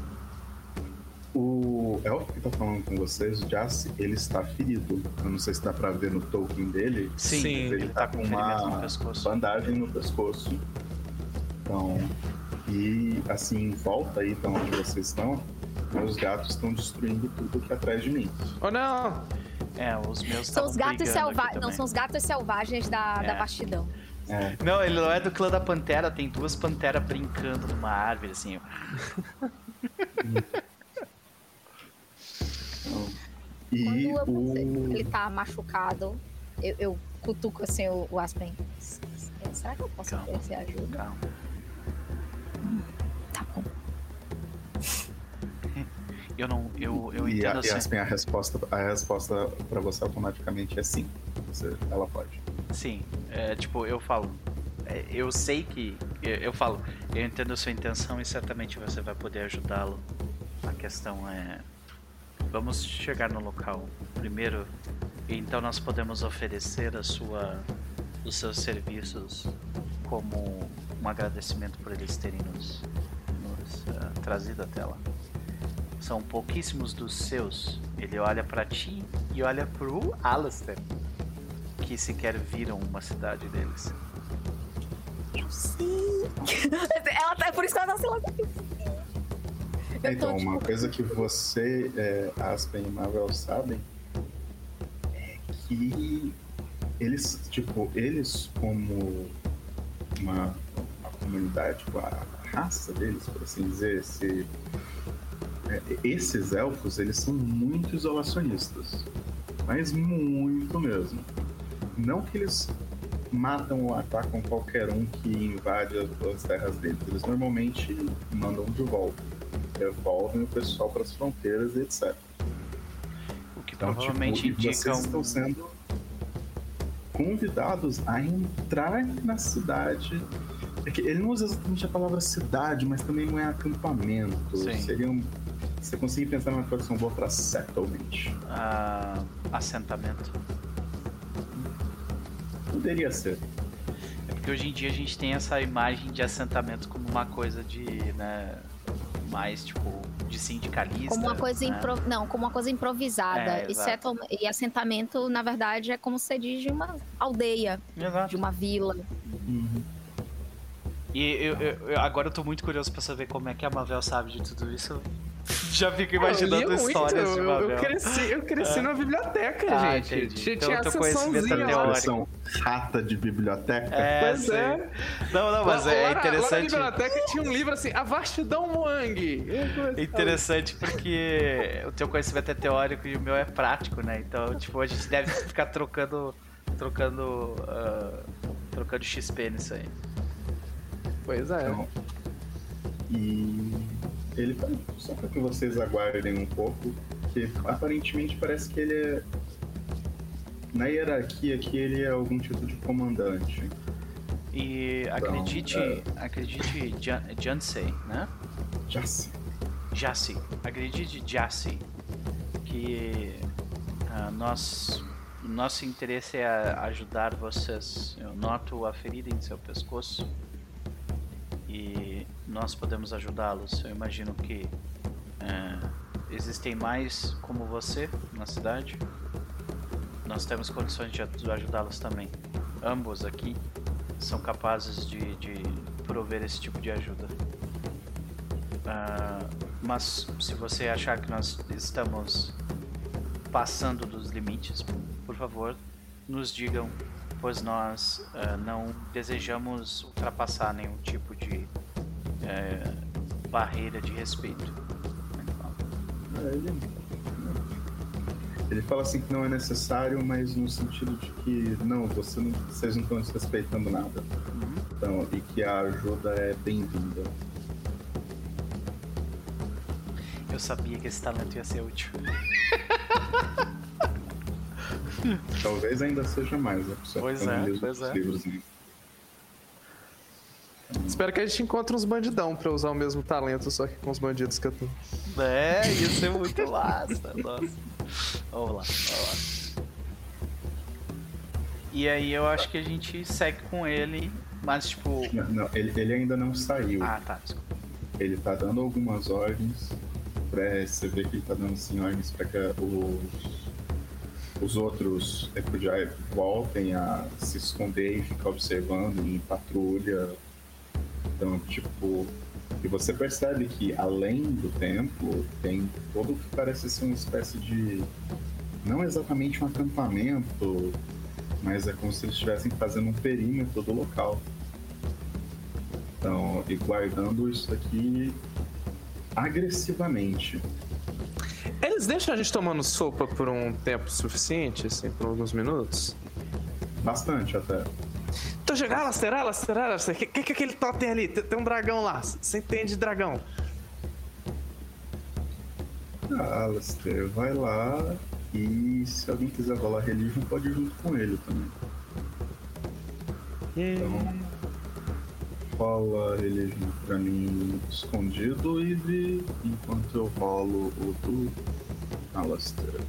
O elfo que tá falando com vocês, o Jace, ele está ferido. Eu não sei se dá pra ver no token dele. Sim, ele tá com uma bandagem no pescoço. Então, e assim, em volta aí pra onde vocês estão, os gatos estão destruindo tudo aqui atrás de mim. Oh, não! Os meus são os gatos selvagens. Não, são os gatos selvagens da vastidão. Não, ele não é do clã da Pantera, tem 2 panteras brincando numa árvore, assim. E quando ele tá machucado, eu cutuco assim o Aspen. Será que eu posso oferecer ajuda? Calma. Tá bom. Eu e entendo assim. Aspen, a resposta pra você automaticamente é sim. Ela pode. Sim, tipo, eu falo. Eu sei que. Eu falo, eu entendo a sua intenção e certamente você vai poder ajudá-lo. A questão é. Vamos chegar no local primeiro, e então nós podemos oferecer os seus serviços como um agradecimento por eles terem nos trazido até lá. São pouquíssimos dos seus. Ele olha pra ti e olha pro Alistair, que sequer viram uma cidade deles. Eu sei. É por isso que ela tá se lascando. Então, uma coisa que você, Aspen e Mavel sabem é que eles como uma comunidade, a raça deles, por assim dizer, esses elfos, eles são muito isolacionistas, mas muito mesmo. Não que eles matam ou atacam qualquer um que invade as terras deles, eles normalmente mandam de volta, devolvem o pessoal para as fronteiras e etc. O que então, provavelmente indica vocês estão sendo convidados a entrar na cidade. É que ele não usa exatamente a palavra cidade, mas também não é acampamento. Sim. Seria você consegue pensar numa tradução boa para settlement? Assentamento. Poderia ser. É porque hoje em dia a gente tem essa imagem de assentamento como uma coisa de, né, mais tipo de sindicalista. Como uma coisa né? como uma coisa improvisada. E assentamento, na verdade, é como se diz de uma aldeia, exato, de uma vila. Uhum. E agora eu tô muito curioso pra saber como é que a Mavel sabe de tudo isso. Já fico imaginando histórias de Mavel. Eu cresci numa biblioteca, gente. Entendi. Tinha teu conhecimento é teórico. Rata de biblioteca? Pois é. Não, mas é interessante. Lá na biblioteca tinha um livro assim, A Vastidão Moang. Interessante porque o teu conhecimento é teórico e o meu é prático, né? Então, tipo, a gente deve ficar trocando XP nisso aí. Pois é. Então, e ele tá só para que vocês aguardem um pouco, que aparentemente parece que ele é, na hierarquia aqui, ele é algum tipo de comandante. E então, acredite Jansei, né? Jace. Acredite Jace que nosso interesse é ajudar vocês. Eu noto a ferida em seu pescoço e nós podemos ajudá-los. Eu imagino que existem mais como você na cidade, nós temos condições de ajudá-los também. Ambos aqui são capazes de prover esse tipo de ajuda. Mas se você achar que nós estamos passando dos limites, por favor, nos digam, pois nós não desejamos ultrapassar nenhum tipo de barreira de respeito. Ele fala assim que não é necessário, mas no sentido de que vocês não estão desrespeitando nada. Então, e que a ajuda é bem-vinda. Eu sabia que esse talento ia ser útil. Talvez ainda seja mais, né? Pois é. Livros, né? Espero que a gente encontre uns bandidão pra usar o mesmo talento, só que com os bandidos que eu tô. Ia ser muito massa. Nossa. Vamos lá. E aí eu acho que a gente segue com ele, mas tipo... Não, ele ainda não saiu. Ah, tá, desculpa. Ele tá dando algumas ordens, você vê que ele tá dando assim, ordens pra que os outros Ekujai voltem a se esconder e ficar observando em patrulha. Então, tipo, e você percebe que além do templo tem todo o que parece ser uma espécie de, não exatamente um acampamento, mas é como se eles estivessem fazendo um perímetro do local. Então, e guardando isso aqui agressivamente. Eles deixam a gente tomando sopa por um tempo suficiente, assim, por alguns minutos? Bastante até. Então chega, Alastair, o que é aquele totem ali? Tem um dragão lá, você entende de dragão? Alastair, vai lá e se alguém quiser rolar religion, pode ir junto com ele também. Então, rola religion pra mim escondido e vê enquanto eu rolo o do Alastair.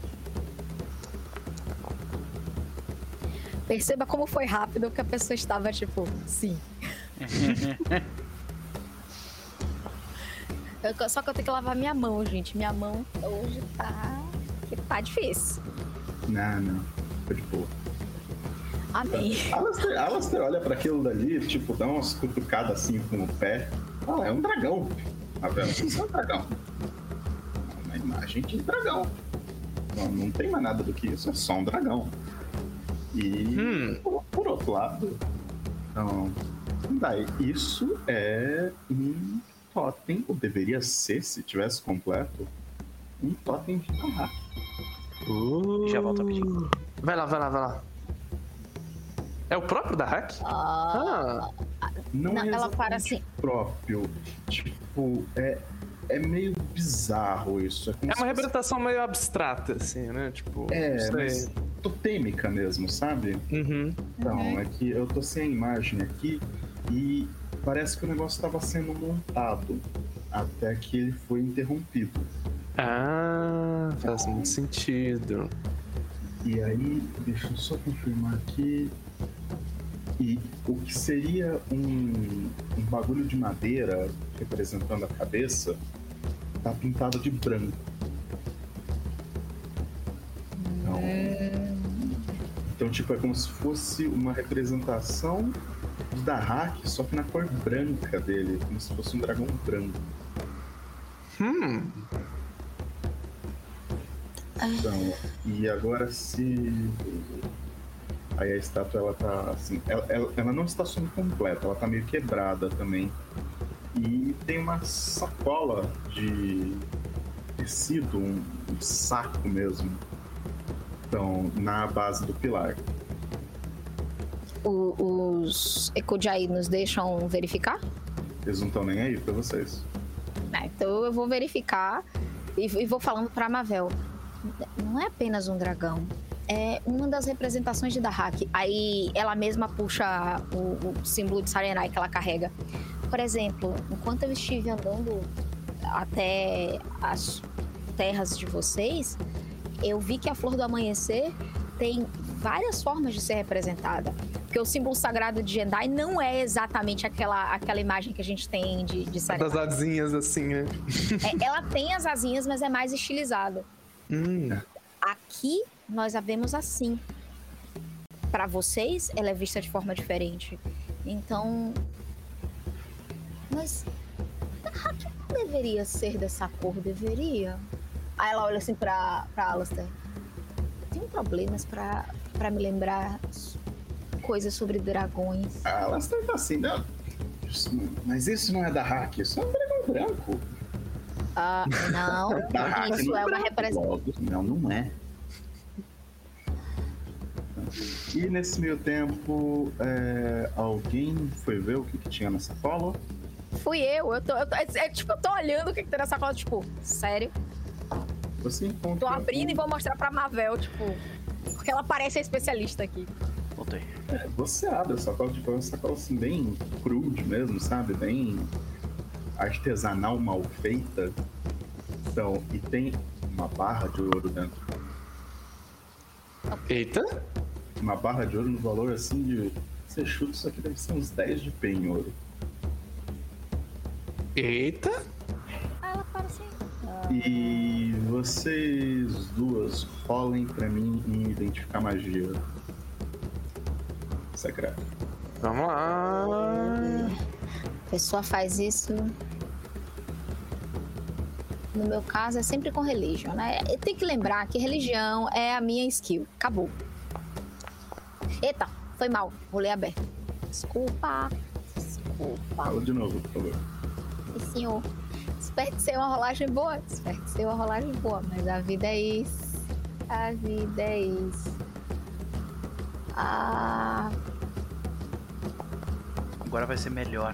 Perceba como foi rápido que a pessoa estava tipo, sim. Só que eu tenho que lavar minha mão, gente. Minha mão hoje tá difícil. Não. Foi de boa. Amém. Alastair olha pra aquilo dali, tipo, dá umas cutucadas assim com o pé. É um dragão. Tá vendo? Isso é um dragão. Uma imagem de dragão. Não tem mais nada do que isso, é só um dragão. E por outro lado, então, daí, isso é um totem, ou deveria ser, se tivesse completo, um totem de Dahak. Já volto rapidinho. Vai lá. É o próprio Dahak? Não é ela para assim. próprio. Tipo, é meio bizarro isso. É uma representação meio abstrata, assim, né? Tipo, mas totêmica mesmo, sabe? Então, é que eu tô sem a imagem aqui e parece que o negócio estava sendo montado até que ele foi interrompido. Faz muito sentido. E aí, deixa eu só confirmar aqui. E o que seria um bagulho de madeira representando a cabeça tá pintado de branco. Então, tipo, é como se fosse uma representação do Dahak, só que na cor branca dele, como se fosse um dragão branco. Então, e agora se... Aí a estátua, ela tá assim... Ela não está sendo completa, ela tá meio quebrada também. E tem uma sacola de tecido, um saco mesmo. Então, na base do pilar. Os Ekujai nos deixam verificar? Eles não estão nem aí pra vocês. Então eu vou verificar e vou falando pra Mavel. Não é apenas um dragão. É uma das representações de Dahak. Aí ela mesma puxa o símbolo de Sarenrae que ela carrega. Por exemplo, enquanto eu estive andando até as terras de vocês, eu vi que a Flor do Amanhecer tem várias formas de ser representada. Porque o símbolo sagrado de Jedi não é exatamente aquela imagem que a gente tem de série. Das asinhas, assim, né? Ela tem as asinhas, mas é mais estilizada. Aqui, nós a vemos assim. Para vocês, ela é vista de forma diferente. Então... Mas... não deveria ser dessa cor, deveria? Aí ela olha assim pra Alistair. Tenho problemas pra me lembrar coisas sobre dragões. A Alistair tá assim, não. Mas isso não é da Hack, isso é um dragão branco. Não. Isso é uma representação. Não é. E nesse meio tempo, alguém foi ver o que tinha nessa sacola? Fui eu. Eu tô olhando o que tem nessa sacola, tipo, sério? Você encontra... Tô abrindo e vou mostrar pra Mavel, tipo, porque ela parece a especialista aqui. Voltei. Você abre a sacola, tipo, é uma sacola assim, bem crude mesmo, sabe? Bem artesanal, mal feita. Então, e tem uma barra de ouro dentro. Eita! Uma barra de ouro no valor assim de... Você chuta, isso aqui deve ser uns 10 de pé em ouro. Eita! Ela para assim. E vocês duas rolem pra mim em identificar magia secreta. Vamos lá! A pessoa faz isso... No meu caso, é sempre com religião, né? Eu tenho que lembrar que religião é a minha skill. Acabou. Eita, foi mal. Rolê aberto. Desculpa. Fala de novo, por favor. Sim, senhor. Espero que seja uma rolagem boa. Mas a vida é isso. Agora vai ser melhor.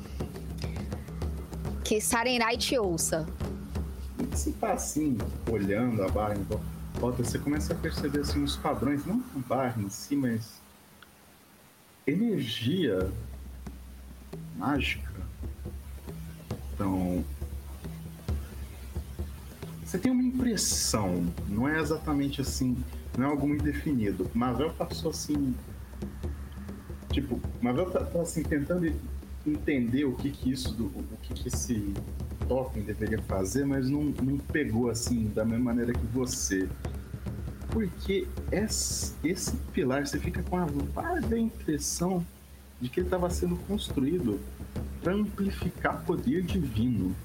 Que Sarenrai te ouça. Você tá assim, olhando a barra em volta, você começa a perceber assim uns padrões, não a barra em si, mas energia mágica. Então, você tem uma impressão, não é exatamente assim, não é algo muito definido. Mavel passou assim, tipo, Mavel tá assim tentando entender o que esse token deveria fazer, mas não pegou assim da mesma maneira que você. Porque esse pilar, você fica com a vaga impressão de que ele estava sendo construído para amplificar poder divino.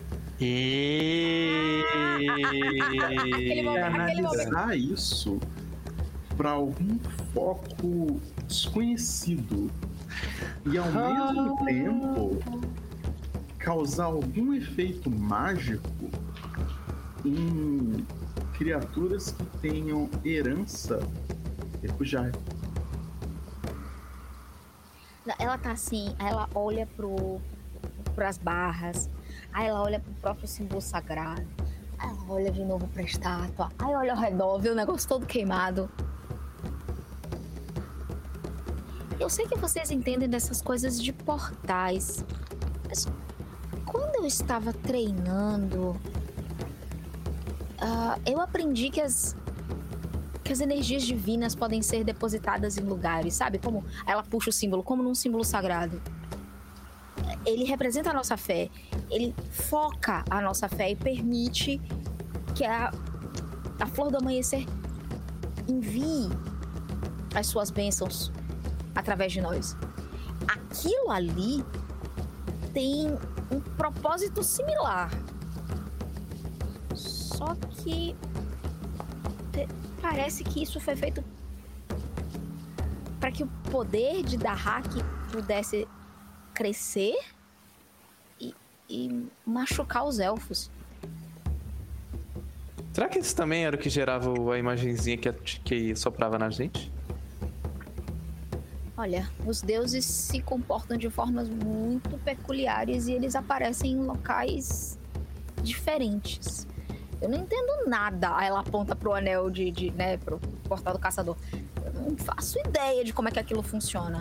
Aquele momento. Usar isso para algum foco desconhecido e ao mesmo tempo causar algum efeito mágico em criaturas que tenham herança refugiada. Ela tá assim, aí ela olha pras barras, aí ela olha pro próprio símbolo sagrado, aí ela olha de novo pra estátua, aí olha ao redor, vê o negócio todo queimado. Eu sei que vocês entendem dessas coisas de portais, mas quando eu estava treinando, eu aprendi que as energias divinas podem ser depositadas em lugares, sabe? Como ela puxa o símbolo, como num símbolo sagrado. Ele representa a nossa fé, ele foca a nossa fé e permite que a flor do amanhecer envie as suas bênçãos através de nós. Aquilo ali tem um propósito similar. Só que parece que isso foi feito para que o poder de Dahak pudesse crescer e machucar os elfos. Será que isso também era o que gerava a imagenzinha que soprava na gente? Olha, os deuses se comportam de formas muito peculiares e eles aparecem em locais diferentes. Eu não entendo nada. Aí ela aponta pro anel né, pro portal do caçador. Eu não faço ideia de como é que aquilo funciona.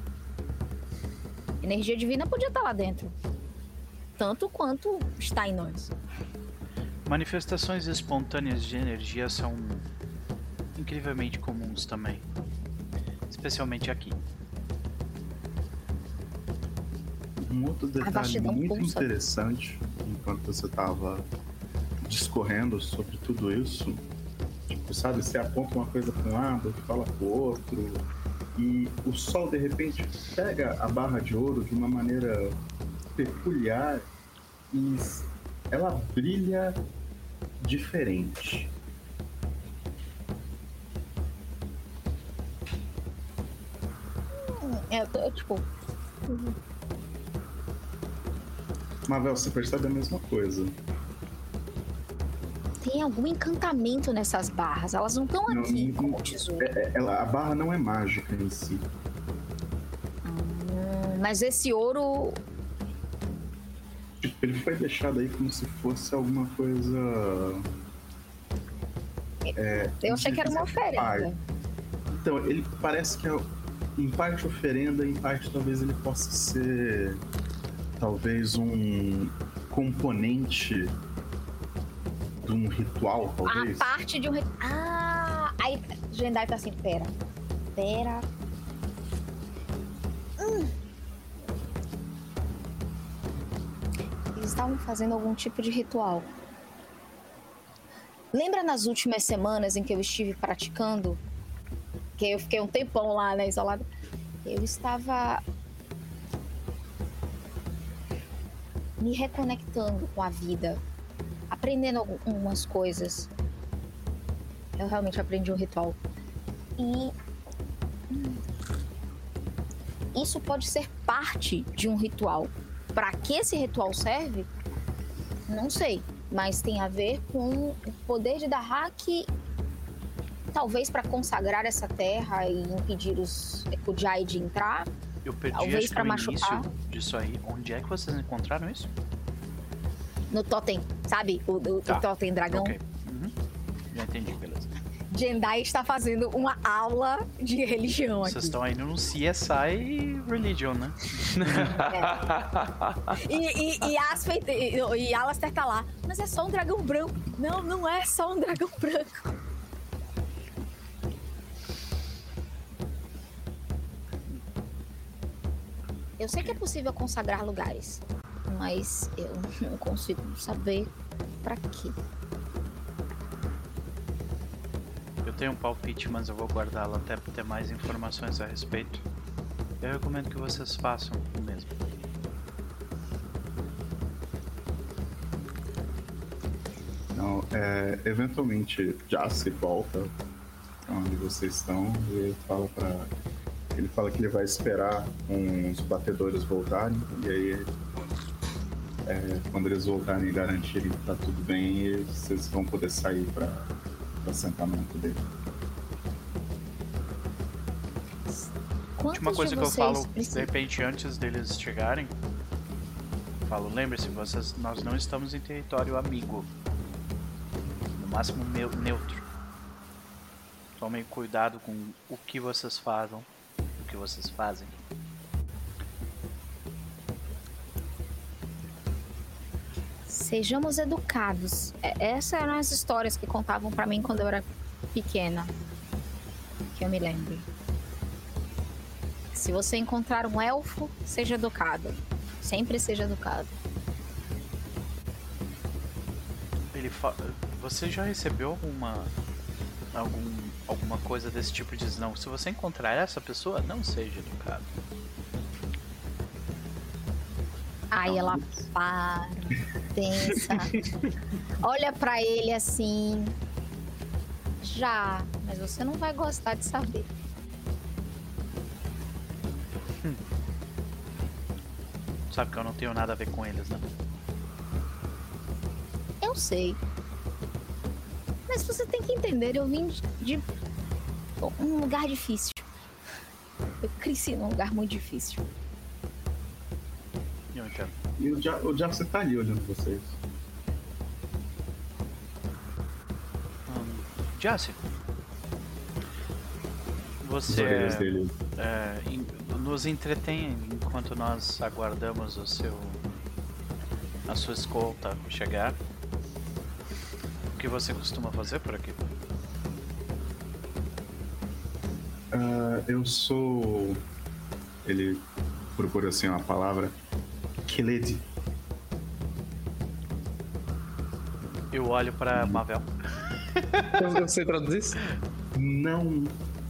Energia divina podia estar lá dentro. Tanto quanto está em nós. Manifestações espontâneas de energia são incrivelmente comuns também. Especialmente aqui. Um outro detalhe muito interessante, enquanto você estava discorrendo sobre tudo isso, tipo, sabe, você aponta uma coisa para um lado, fala para o outro, e o sol de repente pega a barra de ouro de uma maneira peculiar e ela brilha diferente. Tipo... Mavel, você percebe a mesma coisa. Tem algum encantamento nessas barras. Elas não estão aqui como tesouro. A barra não é mágica em si. Mas esse ouro... Tipo, ele foi deixado aí como se fosse alguma coisa... eu achei que era uma oferenda. Então, ele parece que é em parte oferenda, em parte talvez ele possa ser... talvez um componente de um ritual, talvez. A parte de um ritual. Aí Jendai tá assim, pera. Eles estavam fazendo algum tipo de ritual. Lembra nas últimas semanas em que eu estive praticando? Que eu fiquei um tempão lá, né, isolada. Eu estava me reconectando com a vida, aprendendo algumas coisas. Eu realmente aprendi um ritual. E isso pode ser parte de um ritual. Para que esse ritual serve? Não sei, mas tem a ver com o poder de Dahak, talvez para consagrar essa terra e impedir os Ekujai de entrar. Eu perdi talvez para machucar. Início disso aí. Onde é que vocês encontraram isso? No totem, sabe? O totem dragão. Ok. Já entendi, beleza. Jendai está fazendo uma aula de religião aqui. Vocês estão indo no CSI Religion, né? E Alastair tá lá. Mas é só um dragão branco. Não, não é só um dragão branco. Eu sei que é possível consagrar lugares, mas eu não consigo saber pra quê. Eu tenho um palpite, mas eu vou guardá-lo até para ter mais informações a respeito. Eu recomendo que vocês façam o mesmo. Não, eventualmente já se volta onde vocês estão e ele fala que ele vai esperar uns batedores voltarem e aí quando eles voltarem e garantirem que tá tudo bem, vocês vão poder sair para o assentamento dele. Última coisa que eu falo, de repente, antes deles chegarem, falo, lembre-se, nós não estamos em território amigo, no máximo neutro. Tomem cuidado com o que vocês fazem. Sejamos educados. Essas eram as histórias que contavam pra mim quando eu era pequena, que eu me lembro. Se você encontrar um elfo, seja educado. Sempre seja educado. Você já recebeu alguma coisa desse tipo de não? Se você encontrar essa pessoa, não seja educado. Aí ela para, pensa, olha pra ele assim. Já, mas você não vai gostar de saber. Sabe que eu não tenho nada a ver com eles, né? Eu sei. Mas você tem que entender, eu vim de um lugar difícil. Eu cresci num lugar muito difícil. Eu entendo. E o Jackson tá ali olhando vocês. Jace, você nos entretém enquanto nós aguardamos a sua escolta chegar. O que você costuma fazer por aqui? Eu sou... Ele procura assim uma palavra. Keled. Eu olho pra Mavel. Eu sei traduzir isso? Não.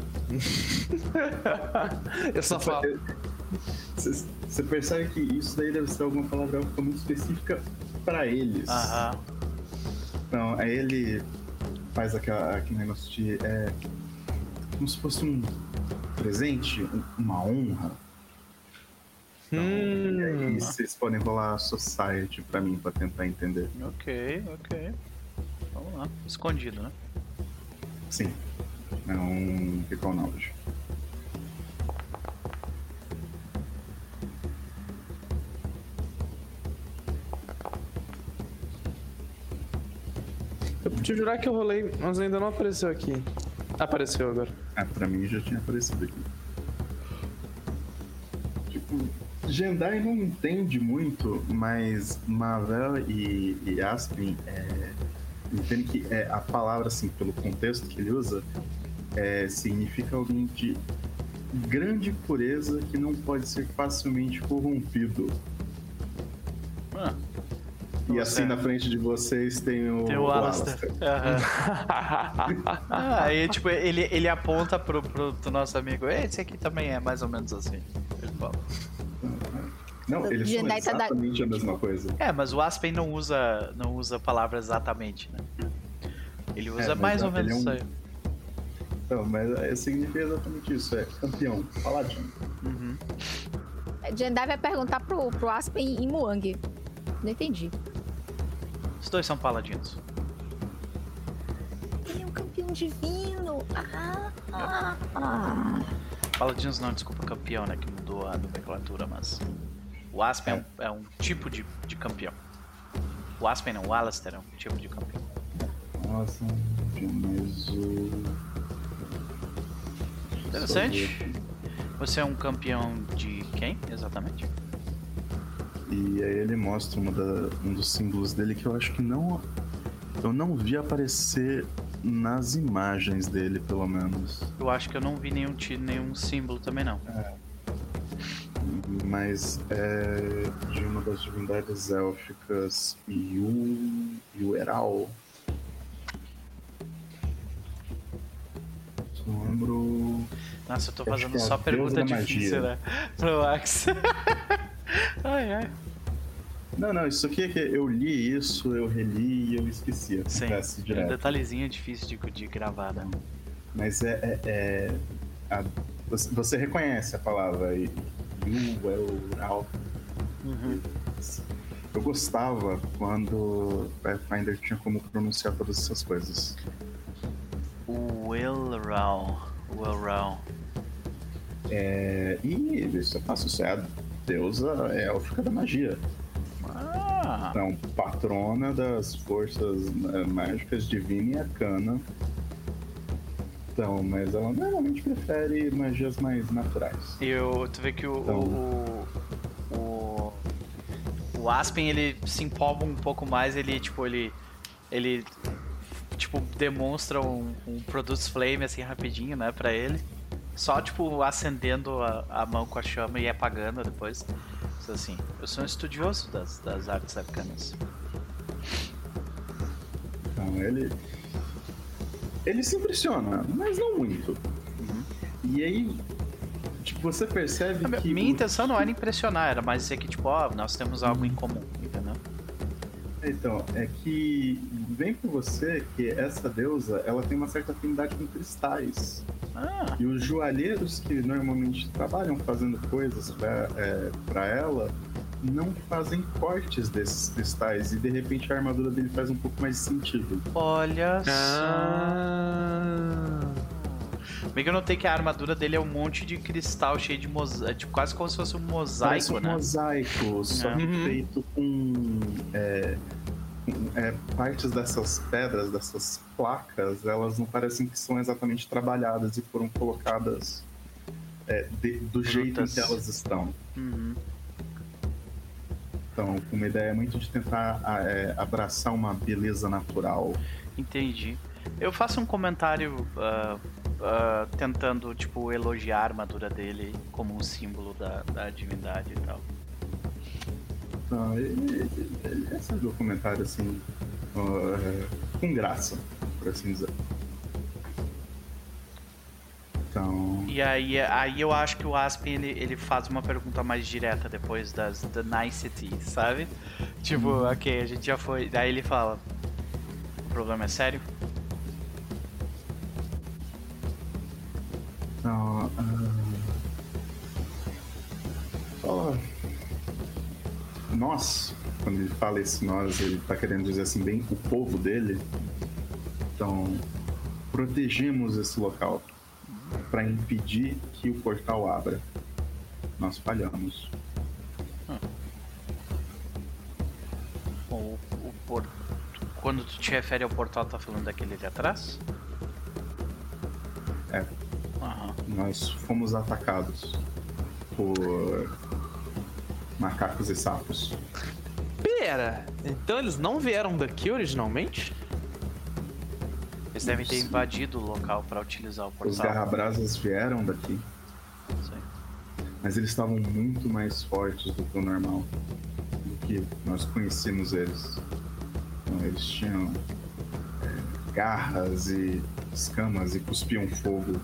Eu só falo. Você percebe que isso daí deve ser alguma palavra muito específica pra eles. Aham. Então, aí ele faz aquele negócio de... como se fosse um presente, uma honra. Então, e aí vocês podem rolar Society pra mim, pra tentar entender. Ok. Vamos lá. Escondido, né? Sim. É um Recall Knowledge. Eu podia jurar que eu rolei, mas ainda não apareceu aqui. Apareceu agora. Pra mim já tinha aparecido aqui. Tipo, Jendai não entende muito, mas Mavel e Aspen entendem que a palavra, assim, pelo contexto que ele usa, significa alguém de grande pureza que não pode ser facilmente corrompido. E assim na frente de vocês tem o Alistair. Aí tipo, ele aponta pro nosso amigo. Esse aqui também é mais ou menos assim. Ele fala. Não, eles são exatamente a mesma coisa. Mas o Aspen não usa palavras exatamente, né? Ele usa mais ou menos isso aí. Não, mas significa exatamente isso, campeão, paladino. Jendai vai perguntar pro Aspen em Muang. Não entendi. Os dois são paladinos. Ele é um campeão divino. Paladinos não, desculpa, campeão, né? Que mudou a nomenclatura, mas... O Aspen é um tipo de campeão. O Aspen não, o Alistair é um tipo de campeão. Nossa, interessante. Você é um campeão de quem, exatamente? E aí ele mostra um dos símbolos dele que eu acho que eu não vi aparecer nas imagens dele, pelo menos. Eu acho que eu não vi nenhum símbolo também, não. Mas é de uma das divindades élficas, Yueral. Não lembro... Nossa, eu tô fazendo só pergunta difícil, né? Pro Axe. Ai. Não, isso aqui é que eu li isso, eu reli e eu esqueci. Sim, é um detalhezinho difícil de gravar, né? Mas você reconhece a palavra Yueral. Eu gostava quando Pathfinder tinha como pronunciar todas essas coisas. Uelral. E isso é fácil, isso é a deusa élfica da magia. Então, patrona das forças mágicas divina e arcana. Então, mas ela normalmente prefere magias mais naturais. Tu vê que o Aspen, ele se empolga um pouco mais, ele demonstra um Produce Flame assim rapidinho, né, pra ele. Só acendendo a mão com a chama e apagando depois. Assim, eu sou um estudioso das artes arcanas. Então, ele se impressiona, mas não muito. E aí, você percebe que... Minha intenção não era impressionar, era mais dizer que, nós temos algo em comum, entendeu? Então, é que vem por você que essa deusa, ela tem uma certa afinidade com cristais. E os joalheiros que normalmente trabalham fazendo coisas pra ela, não fazem cortes desses cristais. E de repente a armadura dele faz um pouco mais de sentido. Olha só. Bem que eu notei que a armadura dele é um monte de cristal cheio de mosaico, quase como se fosse um mosaico, parece um mosaico, só que feito com partes dessas pedras, dessas placas, elas não parecem que são exatamente trabalhadas e foram colocadas do jeito em que elas estão. Então, com uma ideia muito de tentar abraçar uma beleza natural. Entendi. Eu faço um comentário tentando, elogiar a armadura dele como um símbolo da divindade e tal. Então, ele recebeu um comentário assim, com graça, por assim dizer. Então... E aí eu acho que o Aspen ele faz uma pergunta mais direta depois das The Nicety, sabe? Tipo, ok, a gente já foi. Daí ele fala: o problema é sério? Então, nós, quando ele fala esse nós, ele tá querendo dizer assim, bem o povo dele. Então, protegemos esse local para impedir que o portal abra. Nós falhamos. Quando tu te refere ao portal, tá falando daquele ali atrás? É. Nós fomos atacados por macacos e sapos. Pera, então eles não vieram daqui originalmente? Eles devem ter invadido o local para utilizar o portal. Os garrabrasas vieram daqui. Sim. Mas eles estavam muito mais fortes do que o normal, do que nós conhecíamos eles. Então, eles tinham garras e escamas e cuspiam fogo.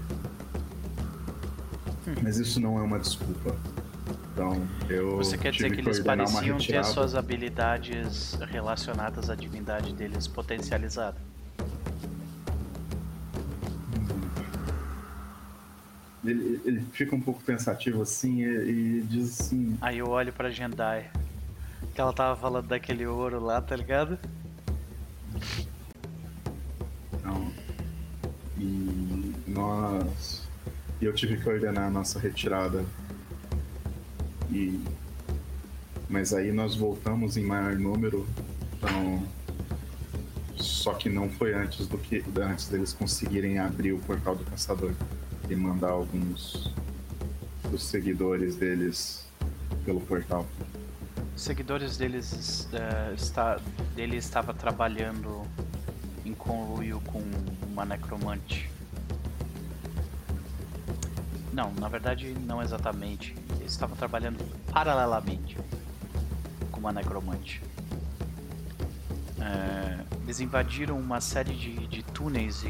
Mas isso não é uma desculpa. Então, Você quer dizer que eles pareciam ter suas habilidades relacionadas à divindade deles potencializada? Ele fica um pouco pensativo assim e diz assim... Aí eu olho pra Jendai, que ela tava falando daquele ouro lá, tá ligado? Não. E eu tive que ordenar a nossa retirada. Mas aí nós voltamos em maior número, então... Só que não foi antes deles conseguirem abrir o portal do caçador e mandar alguns dos seguidores deles pelo portal. Os seguidores deles ele estava trabalhando em conluio com uma necromante. Não, na verdade não exatamente. Eles estavam trabalhando paralelamente com uma necromante. Eles invadiram uma série de túneis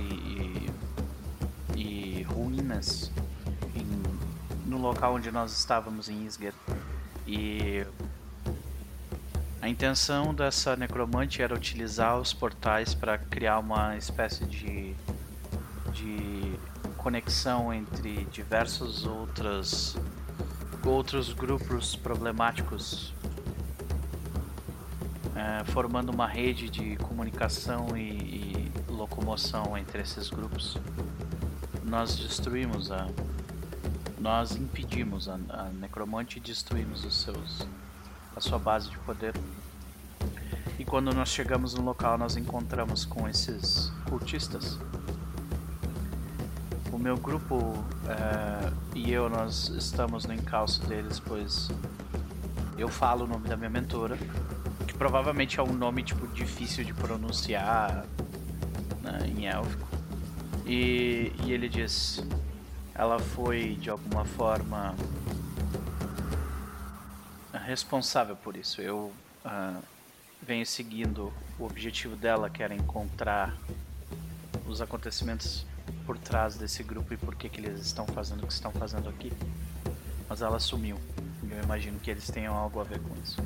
e ruínas no local onde nós estávamos em Isgard. E a intenção dessa necromante era utilizar os portais para criar uma espécie de conexão entre diversos outros grupos problemáticos, formando uma rede de comunicação e locomoção entre esses grupos. Nós impedimos a necromante e destruímos a sua base de poder. E quando nós chegamos no local, nós encontramos com esses cultistas. O meu grupo e eu, nós estamos no encalço deles, pois eu falo o nome da minha mentora, que provavelmente é um nome tipo difícil de pronunciar, né, em élfico. E ele diz: ela foi de alguma forma responsável por isso. Eu venho seguindo o objetivo dela, que era encontrar os acontecimentos por trás desse grupo e por que eles estão fazendo o que estão fazendo aqui. Mas ela sumiu. Eu imagino que eles tenham algo a ver com isso.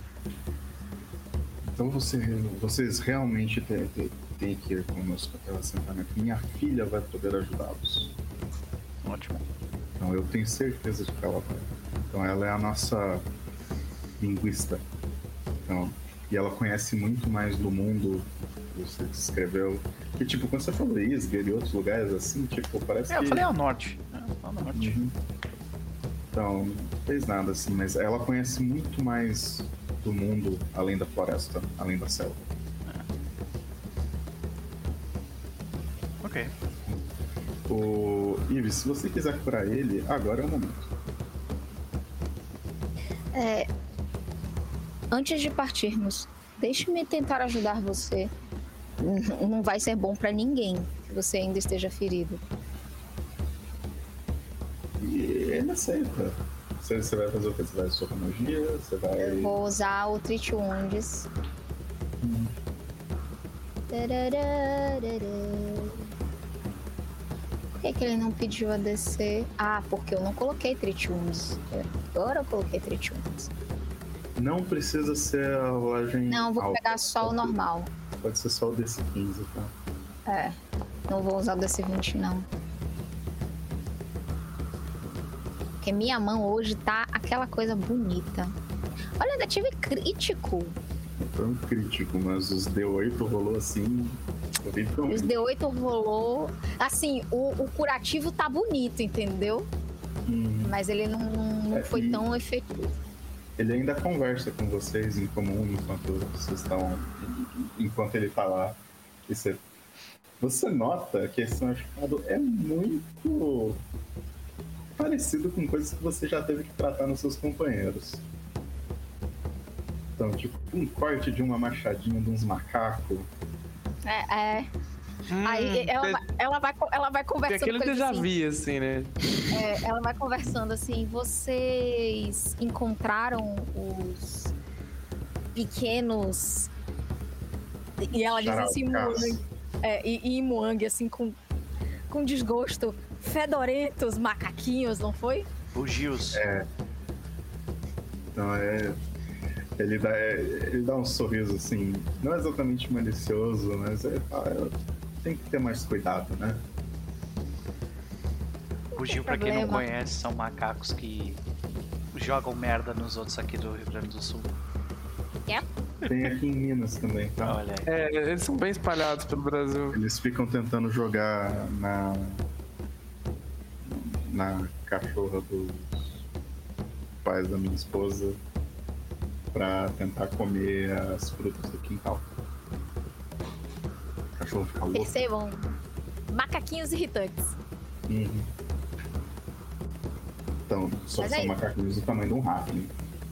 Então vocês realmente têm que ir conosco até o assentamento. Minha filha vai poder ajudá-los. Ótimo. Então eu tenho certeza de que ela vai. Então ela é a nossa linguista. Então, e ela conhece muito mais do mundo que você descreveu. Que tipo, quando você falou Isgard e outros lugares assim, tipo, parece que... Eu falei ao norte. Ao norte. Uhum. Então, não fez nada assim, mas ela conhece muito mais do mundo além da floresta, além da selva. Ok. Ives, se você quiser curar ele, agora é o momento. Antes de partirmos, deixe-me tentar ajudar você. Não vai ser bom pra ninguém que você ainda esteja ferido. E ele aceita. Você vai fazer o quê? Você vai socar magia? Você vai... Eu vou usar o Treat Wounds. Por que ele não pediu a DC? Ah, porque eu não coloquei Treat Wounds. Agora eu coloquei Treat Wounds. Não precisa ser a rolagem. Não, vou alta, pegar só o normal. Pode ser só o DC 15, tá? É, não vou usar o DC 20 não. Porque minha mão hoje tá aquela coisa bonita. Olha, ainda tive crítico. Foi um crítico, mas os D8 rolou assim. Os D8 rolou. Assim, o curativo tá bonito, entendeu? Mas ele não foi tão efetivo. Ele ainda conversa com vocês em comum enquanto vocês estão. Enquanto ele tá lá. E você nota que esse machucado é muito parecido com coisas que você já teve que tratar nos seus companheiros. Então, tipo, um corte de uma machadinha de uns macacos. Aí ela vai conversando. Porque aquilo com ele eu já assim, vi, assim, né? ela vai conversando assim. Vocês encontraram os pequenos. E ela diz assim, em Muang, assim, com desgosto. Fedorentos macaquinhos, não foi? Bugios. Então ele dá um sorriso assim, não exatamente malicioso, mas tem que ter mais cuidado, né? Bugio, pra quem não conhece, são macacos que jogam merda nos outros aqui do Rio Grande do Sul. Tem aqui em Minas também, tá? Olha aí. Eles são bem espalhados pelo Brasil. Eles ficam tentando jogar na cachorra dos pais da minha esposa pra tentar comer as frutas do quintal. O cachorro fica louco. Percebam, macaquinhos irritantes. Então, só que são macaquinhos do tamanho de um rato, né?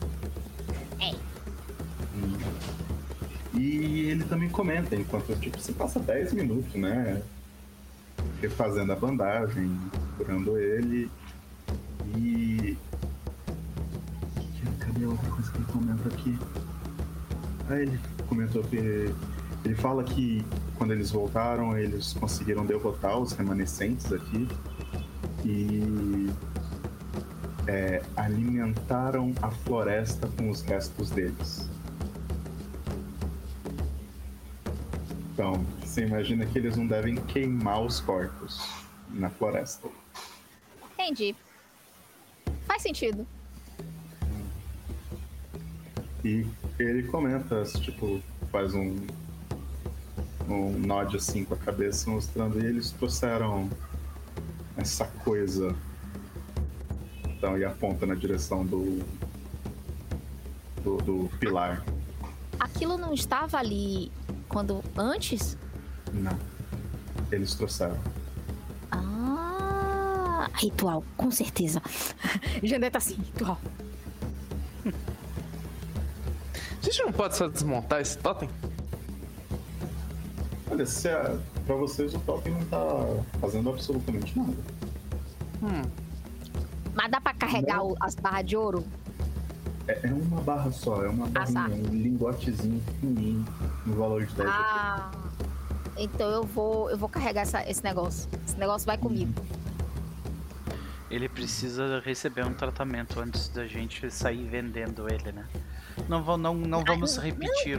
E ele também comenta, enquanto tipo, você passa 10 minutos, né? Refazendo a bandagem, curando ele. E. Cadê a outra coisa que ele comenta aqui? Ele comentou que. Ele fala que quando eles voltaram, eles conseguiram derrotar os remanescentes aqui. E. Alimentaram a floresta com os restos deles. Então, você imagina que eles não devem queimar os corpos na floresta. Entendi. Faz sentido. E ele comenta, tipo, faz um nod assim com a cabeça, mostrando, e eles trouxeram essa coisa. Então, e aponta na direção do pilar. Aquilo não estava ali antes? Não. Eles trouxeram. Ritual, com certeza. Jandé tá assim, ritual. A gente não pode só desmontar esse totem? Olha, pra vocês o totem não tá fazendo absolutamente nada. Mas dá pra carregar as barras de ouro? É uma barra só, é uma barrinha, um lingotezinho pequenininho no valor de 10 então eu vou carregar esse negócio. Esse negócio vai comigo. Ele precisa receber um tratamento antes da gente sair vendendo ele, né? Não vamos repetir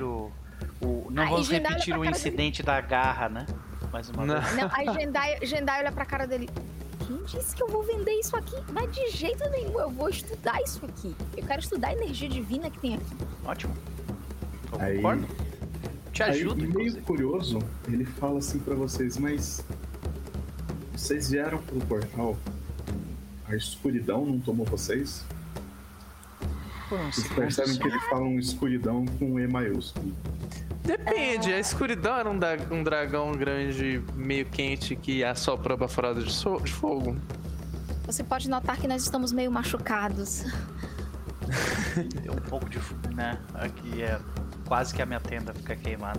o incidente da garra, né? Mais uma vez. Não, aí Jendai olha pra cara dele. Quem disse que eu vou vender isso aqui? Mas de jeito nenhum, eu vou estudar isso aqui. Eu quero estudar a energia divina que tem aqui. Ótimo. Eu concordo. Te ajudo, meio curioso, ele fala assim pra vocês, mas vocês vieram pelo portal, a escuridão não tomou vocês? Vocês percebem que ele fala um escuridão com E maiúsculo. Depende, a escuridão era um dragão grande, meio quente, que assoprou pra fora de fogo. Você pode notar que nós estamos meio machucados. Tem um pouco de fogo, né? Aqui é quase que a minha tenda fica queimada.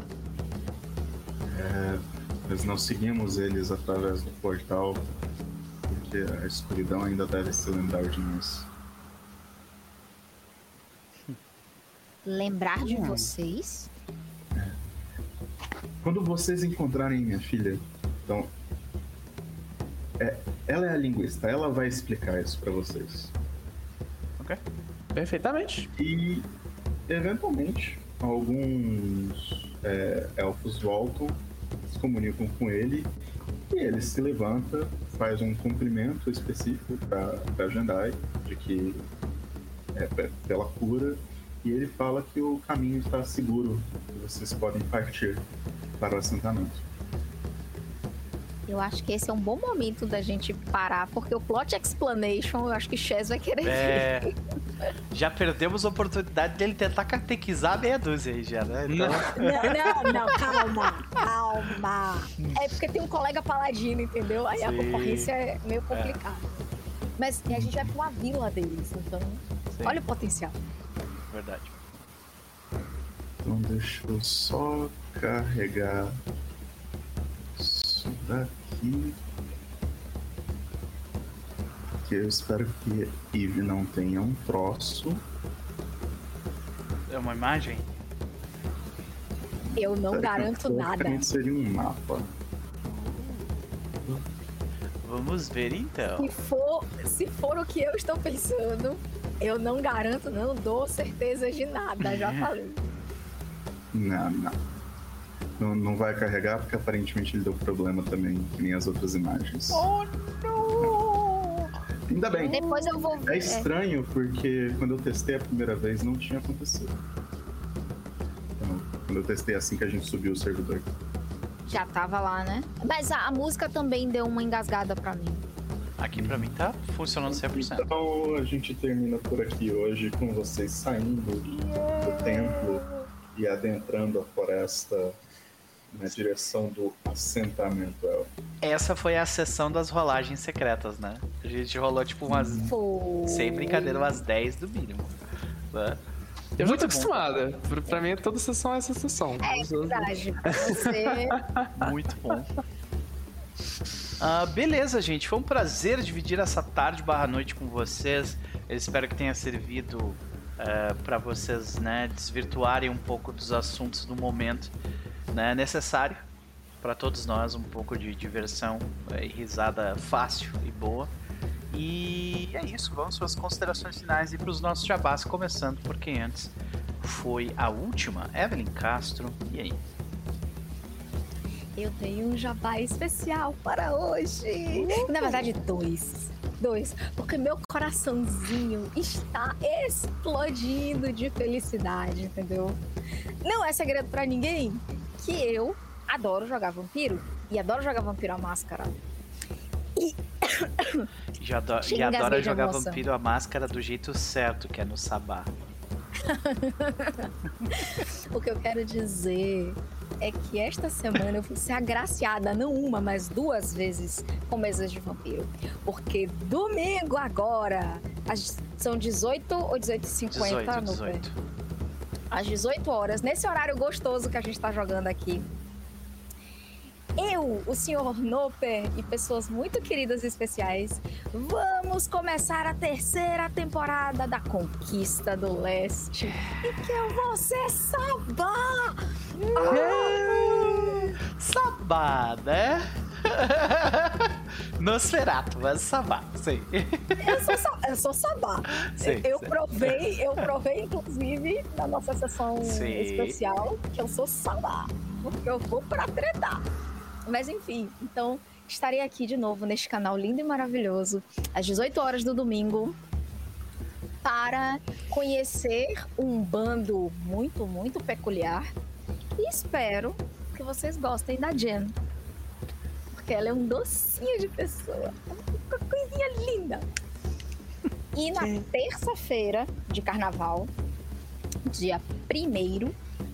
Nós não seguimos eles através do portal, porque a escuridão ainda deve se lembrar de nós. Lembrar de vocês? Quando vocês encontrarem minha filha, então... ela é a linguista, ela vai explicar isso pra vocês. Ok. Perfeitamente. E, eventualmente, alguns elfos voltam, se comunicam com ele, e ele se levanta, faz um cumprimento específico pra Jendai, de que é pela cura, e ele fala que o caminho está seguro, que vocês podem partir para o assentamento. Eu acho que esse é um bom momento da gente parar, porque o plot explanation, eu acho que Chaz vai querer ver. Já perdemos a oportunidade dele tentar catequizar meia dúzia aí já, né? Então... Não, calma. É porque tem um colega paladino, entendeu? Aí a concorrência é meio complicada. Mas a gente vai pra uma vila deles, então olha o potencial. Verdade. Então deixa eu só carregar isso daqui. Que eu espero que Eve não tenha um troço. É uma imagem? Eu não garanto nada. Seria um mapa. Vamos ver então. Se for o que eu estou pensando, eu não garanto, não dou certeza de nada, já falei. Não vai carregar porque aparentemente ele deu problema também, que nem as outras imagens. Oh, não! Ainda bem. Depois eu vou ver. É estranho porque quando eu testei a primeira vez não tinha acontecido. Então, quando eu testei assim que a gente subiu o servidor. Já tava lá, né? Mas a música também deu uma engasgada pra mim. Aqui pra mim tá funcionando 100%. Então a gente termina por aqui hoje com vocês saindo do templo e adentrando a floresta na direção do assentamento elfo. Essa foi a sessão das rolagens secretas, né? A gente rolou tipo umas... Sem brincadeira, umas 10 do mínimo. Né? Eu já tô acostumada. Pra mim, toda sessão é essa sessão. É verdade. Pra você... Muito bom. Beleza, gente. Foi um prazer dividir essa tarde/noite com vocês. Eu espero que tenha servido para vocês, né, desvirtuarem um pouco dos assuntos do momento, né, necessário para todos nós, um pouco de diversão e risada fácil e boa. E é isso, vamos para as considerações finais e para os nossos jabás, começando por quem antes foi a última, Evelyn Castro. E aí? Eu tenho um jabá especial para hoje. Na verdade, dois. Porque meu coraçãozinho está explodindo de felicidade, entendeu? Não é segredo para ninguém que eu adoro jogar vampiro. E adoro jogar Vampiro à Máscara. E adora jogar Vampiro à Máscara do jeito certo, que é no sabá. O que eu quero dizer é que esta semana eu fui ser agraciada não uma, mas 2 vezes com mesas de vampiro. Porque domingo agora, são 18 ou 18h50? 18. Às 18 horas, nesse horário gostoso que a gente tá jogando aqui. Eu, o Sr. Noper e pessoas muito queridas e especiais, vamos começar a 3ª temporada da Conquista do Leste. E que eu vou ser Sabá! Sabá, né? Nosferatu, mas Sabá, sim. Eu sou Sabá. Eu provei, inclusive, na nossa sessão especial, que eu sou Sabá. Porque eu vou pra tretar. Mas enfim, então estarei aqui de novo neste canal lindo e maravilhoso, às 18 horas do domingo, para conhecer um bando muito, muito peculiar. E espero que vocês gostem da Jen, porque ela é um docinho de pessoa, uma coisinha linda. E na terça-feira de carnaval, dia 1º,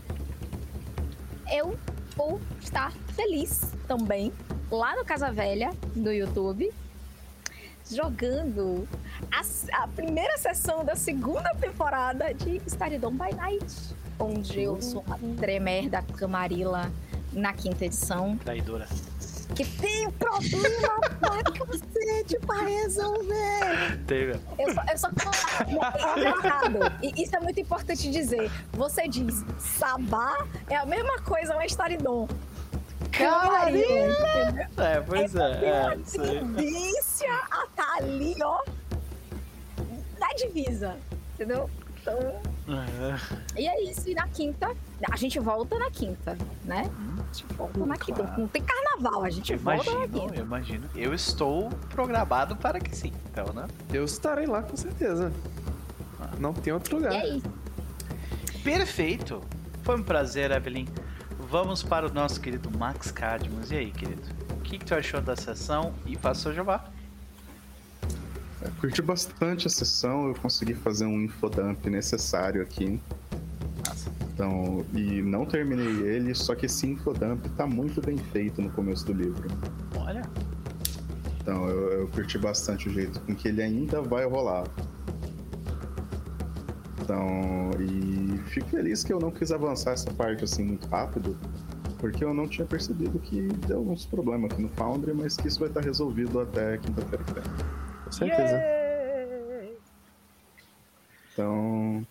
eu vou estar feliz também lá no Casa Velha do YouTube, jogando a primeira sessão da 2ª temporada de Staridon by Night, onde eu sou uma tremer da Camarilla na 5ª edição. Traidora. que tem problema pra cacete pra resolver. Tem, Eu só errado. E isso é muito importante dizer. Você diz Sabá é a mesma coisa, uma Estaridon. Camarilha! Pois é. Tendência a tá ali, ó, na divisa, entendeu? Então... E é isso, e na quinta, a gente volta na quinta, né? A gente volta na quinta. Não tem carnaval, a gente volta na quinta. Eu imagino. Eu estou programado para que sim, então, né? Eu estarei lá, com certeza. Não tem outro lugar. E é isso. Perfeito. Foi um prazer, Evelyn. Vamos para o nosso querido Max Cadmus. E aí, querido? O que tu achou da sessão? E faça o seu jabá. Curti bastante a sessão, eu consegui fazer um infodump necessário aqui. Nossa. Então, e não terminei ele, só que esse infodump tá muito bem feito no começo do livro. Olha. Então, eu curti bastante o jeito com que ele ainda vai rolar. Então, e fico feliz que eu não quis avançar essa parte assim muito rápido, porque eu não tinha percebido que deu alguns problemas aqui no Foundry, mas que isso vai estar resolvido até quinta-feira que vem. Com certeza. Yeah! Então,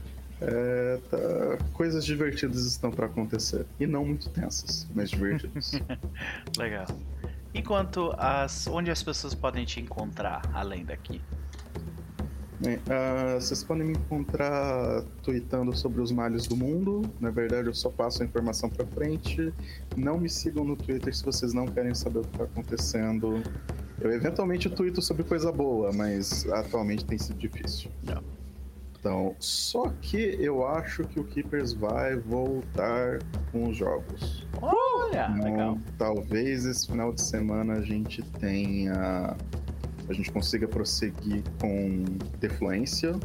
coisas divertidas estão para acontecer. E não muito tensas, mas divertidas. Legal. Enquanto onde as pessoas podem te encontrar além daqui? Bem, vocês podem me encontrar tweetando sobre os males do mundo. Na verdade, eu só passo a informação para frente. Não me sigam no Twitter se vocês não querem saber o que está acontecendo. Eu eventualmente tuito sobre coisa boa, mas atualmente tem sido difícil. Não. Então, só que eu acho que o Keepers vai voltar com os jogos. Olha, então, legal. Talvez esse final de semana a gente consiga prosseguir com Defluência.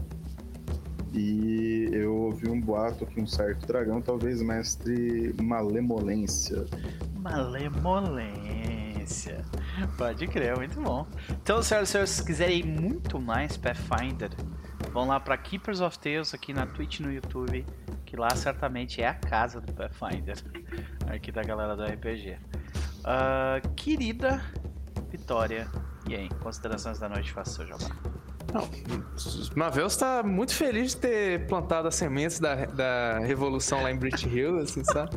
E eu ouvi um boato que um certo dragão talvez mestre Malemolência. Malemolência. Pode crer, muito bom. Então, senhoras e senhores, se quiserem muito mais Pathfinder, vão lá para Keepers of Tales aqui na Twitch e no YouTube, que lá certamente é a casa do Pathfinder, aqui da galera do RPG. Querida Vitória, e aí, considerações da noite, faça seu jabá. Maveus tá muito feliz de ter plantado as sementes da revolução lá em Brit Hill, assim, sabe?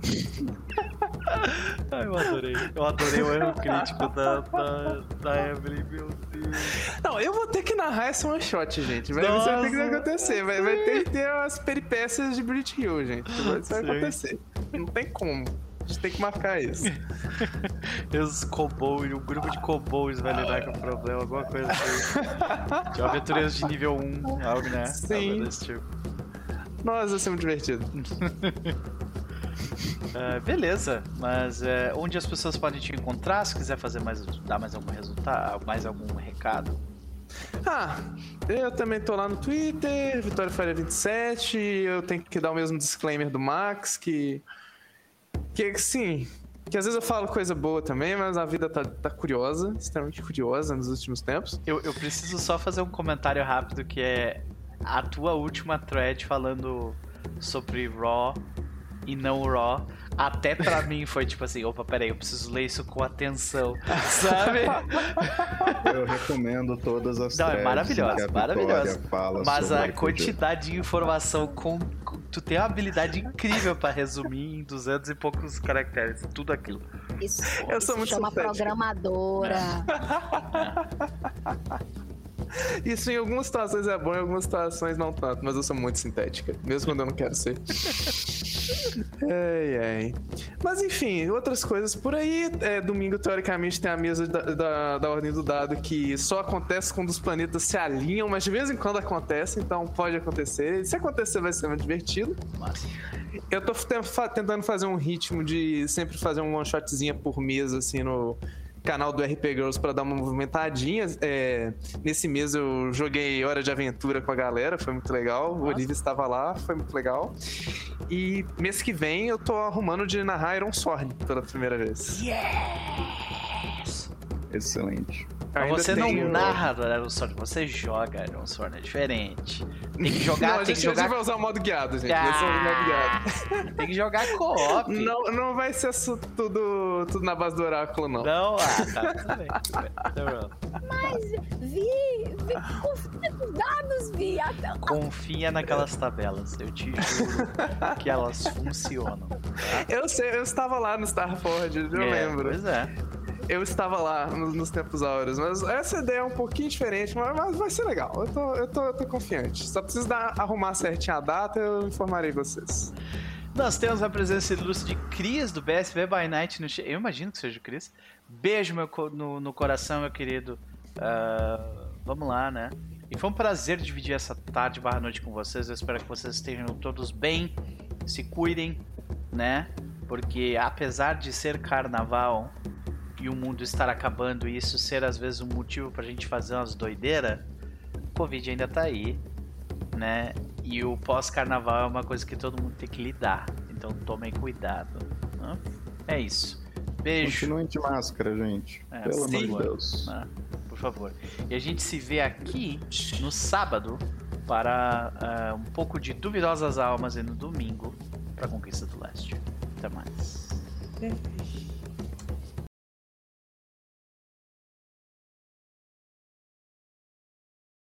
Ai, eu adorei o erro crítico da Evelyn, meu Deus. Não, eu vou ter que narrar esse one shot, gente. Isso vai ter que acontecer. Vai ter que ter as peripécias de Brit Hill, gente. Isso vai acontecer. Não tem como. A gente tem que marcar isso. Os kobolds, um grupo de kobolds vai lidar com o problema, alguma coisa assim. De aventureiros de nível 1, algo, né? Sim. Algo desse tipo. Nossa, vai ser muito divertido. Beleza, mas onde as pessoas podem te encontrar? Se quiser dar mais algum resultado, mais algum recado? Eu também tô lá no Twitter, Vitória Faria 27. Eu tenho que dar o mesmo disclaimer do Max, que sim, que às vezes eu falo coisa boa também, mas a vida tá curiosa, extremamente curiosa nos últimos tempos. Eu preciso só fazer um comentário rápido, que é a tua última thread falando sobre Raw e não Raw. Até pra mim foi tipo assim, opa, peraí, eu preciso ler isso com atenção, sabe? Eu recomendo todas as threads. Não, é maravilhosa. Mas a RPG. quantidade de informação tu tem uma habilidade incrível pra resumir em 200 e poucos caracteres, tudo aquilo. Isso, eu sou muito chama sintético. programadora. Isso em algumas situações é bom, em algumas situações não tanto, mas eu sou muito sintética, mesmo quando eu não quero ser. Ai. Mas enfim, outras coisas por aí. Domingo, teoricamente, tem a mesa da Ordem do Dado, que só acontece quando os planetas se alinham, mas de vez em quando acontece, então pode acontecer. Se acontecer, vai ser muito divertido. Massa. Eu tô tentando fazer um ritmo de sempre fazer um one shotzinha por mês, assim, no canal do RP Girls pra dar uma movimentadinha. Nesse mês eu joguei Hora de Aventura com a galera, foi muito legal. Nossa. O Olivia estava lá, foi muito legal. E mês que vem eu tô arrumando de narrar Iron Sword pela primeira vez. Yes! Excelente. Mas você não narra do Ironsworn, você joga Ironsworn, é diferente. Tem que jogar, tem que jogar... A gente vai usar o modo guiado, gente. Tem que jogar co-op. Não vai ser tudo na base do oráculo, não. Não, tá tudo bem. Mas, confia nos dados, Vi. Confia naquelas tabelas, eu te juro que elas funcionam. Tá? Eu sei, eu estava lá no Starforge, eu lembro. Pois é. Eu estava lá nos tempos áureos, mas essa ideia é um pouquinho diferente, mas vai ser legal. Eu tô confiante. Só preciso arrumar certinho a data, eu informarei vocês. Nós temos a presença ilustre de Cris, do BSB by Night. Eu imagino que seja o Cris. Beijo no coração, meu querido. Vamos lá, né? E foi um prazer dividir essa tarde/noite com vocês. Eu espero que vocês estejam todos bem, se cuidem, né? Porque apesar de ser carnaval e o mundo estar acabando e isso ser às vezes um motivo pra gente fazer umas doideiras, o Covid ainda tá aí, né? E o pós-carnaval é uma coisa que todo mundo tem que lidar. Então tomem cuidado, né? É isso. Beijo. Continuem de máscara, gente. Pelo amor de Deus. Por favor. E a gente se vê aqui no sábado para um pouco de Duvidosas Almas e no domingo para a Conquista do Leste. Até mais.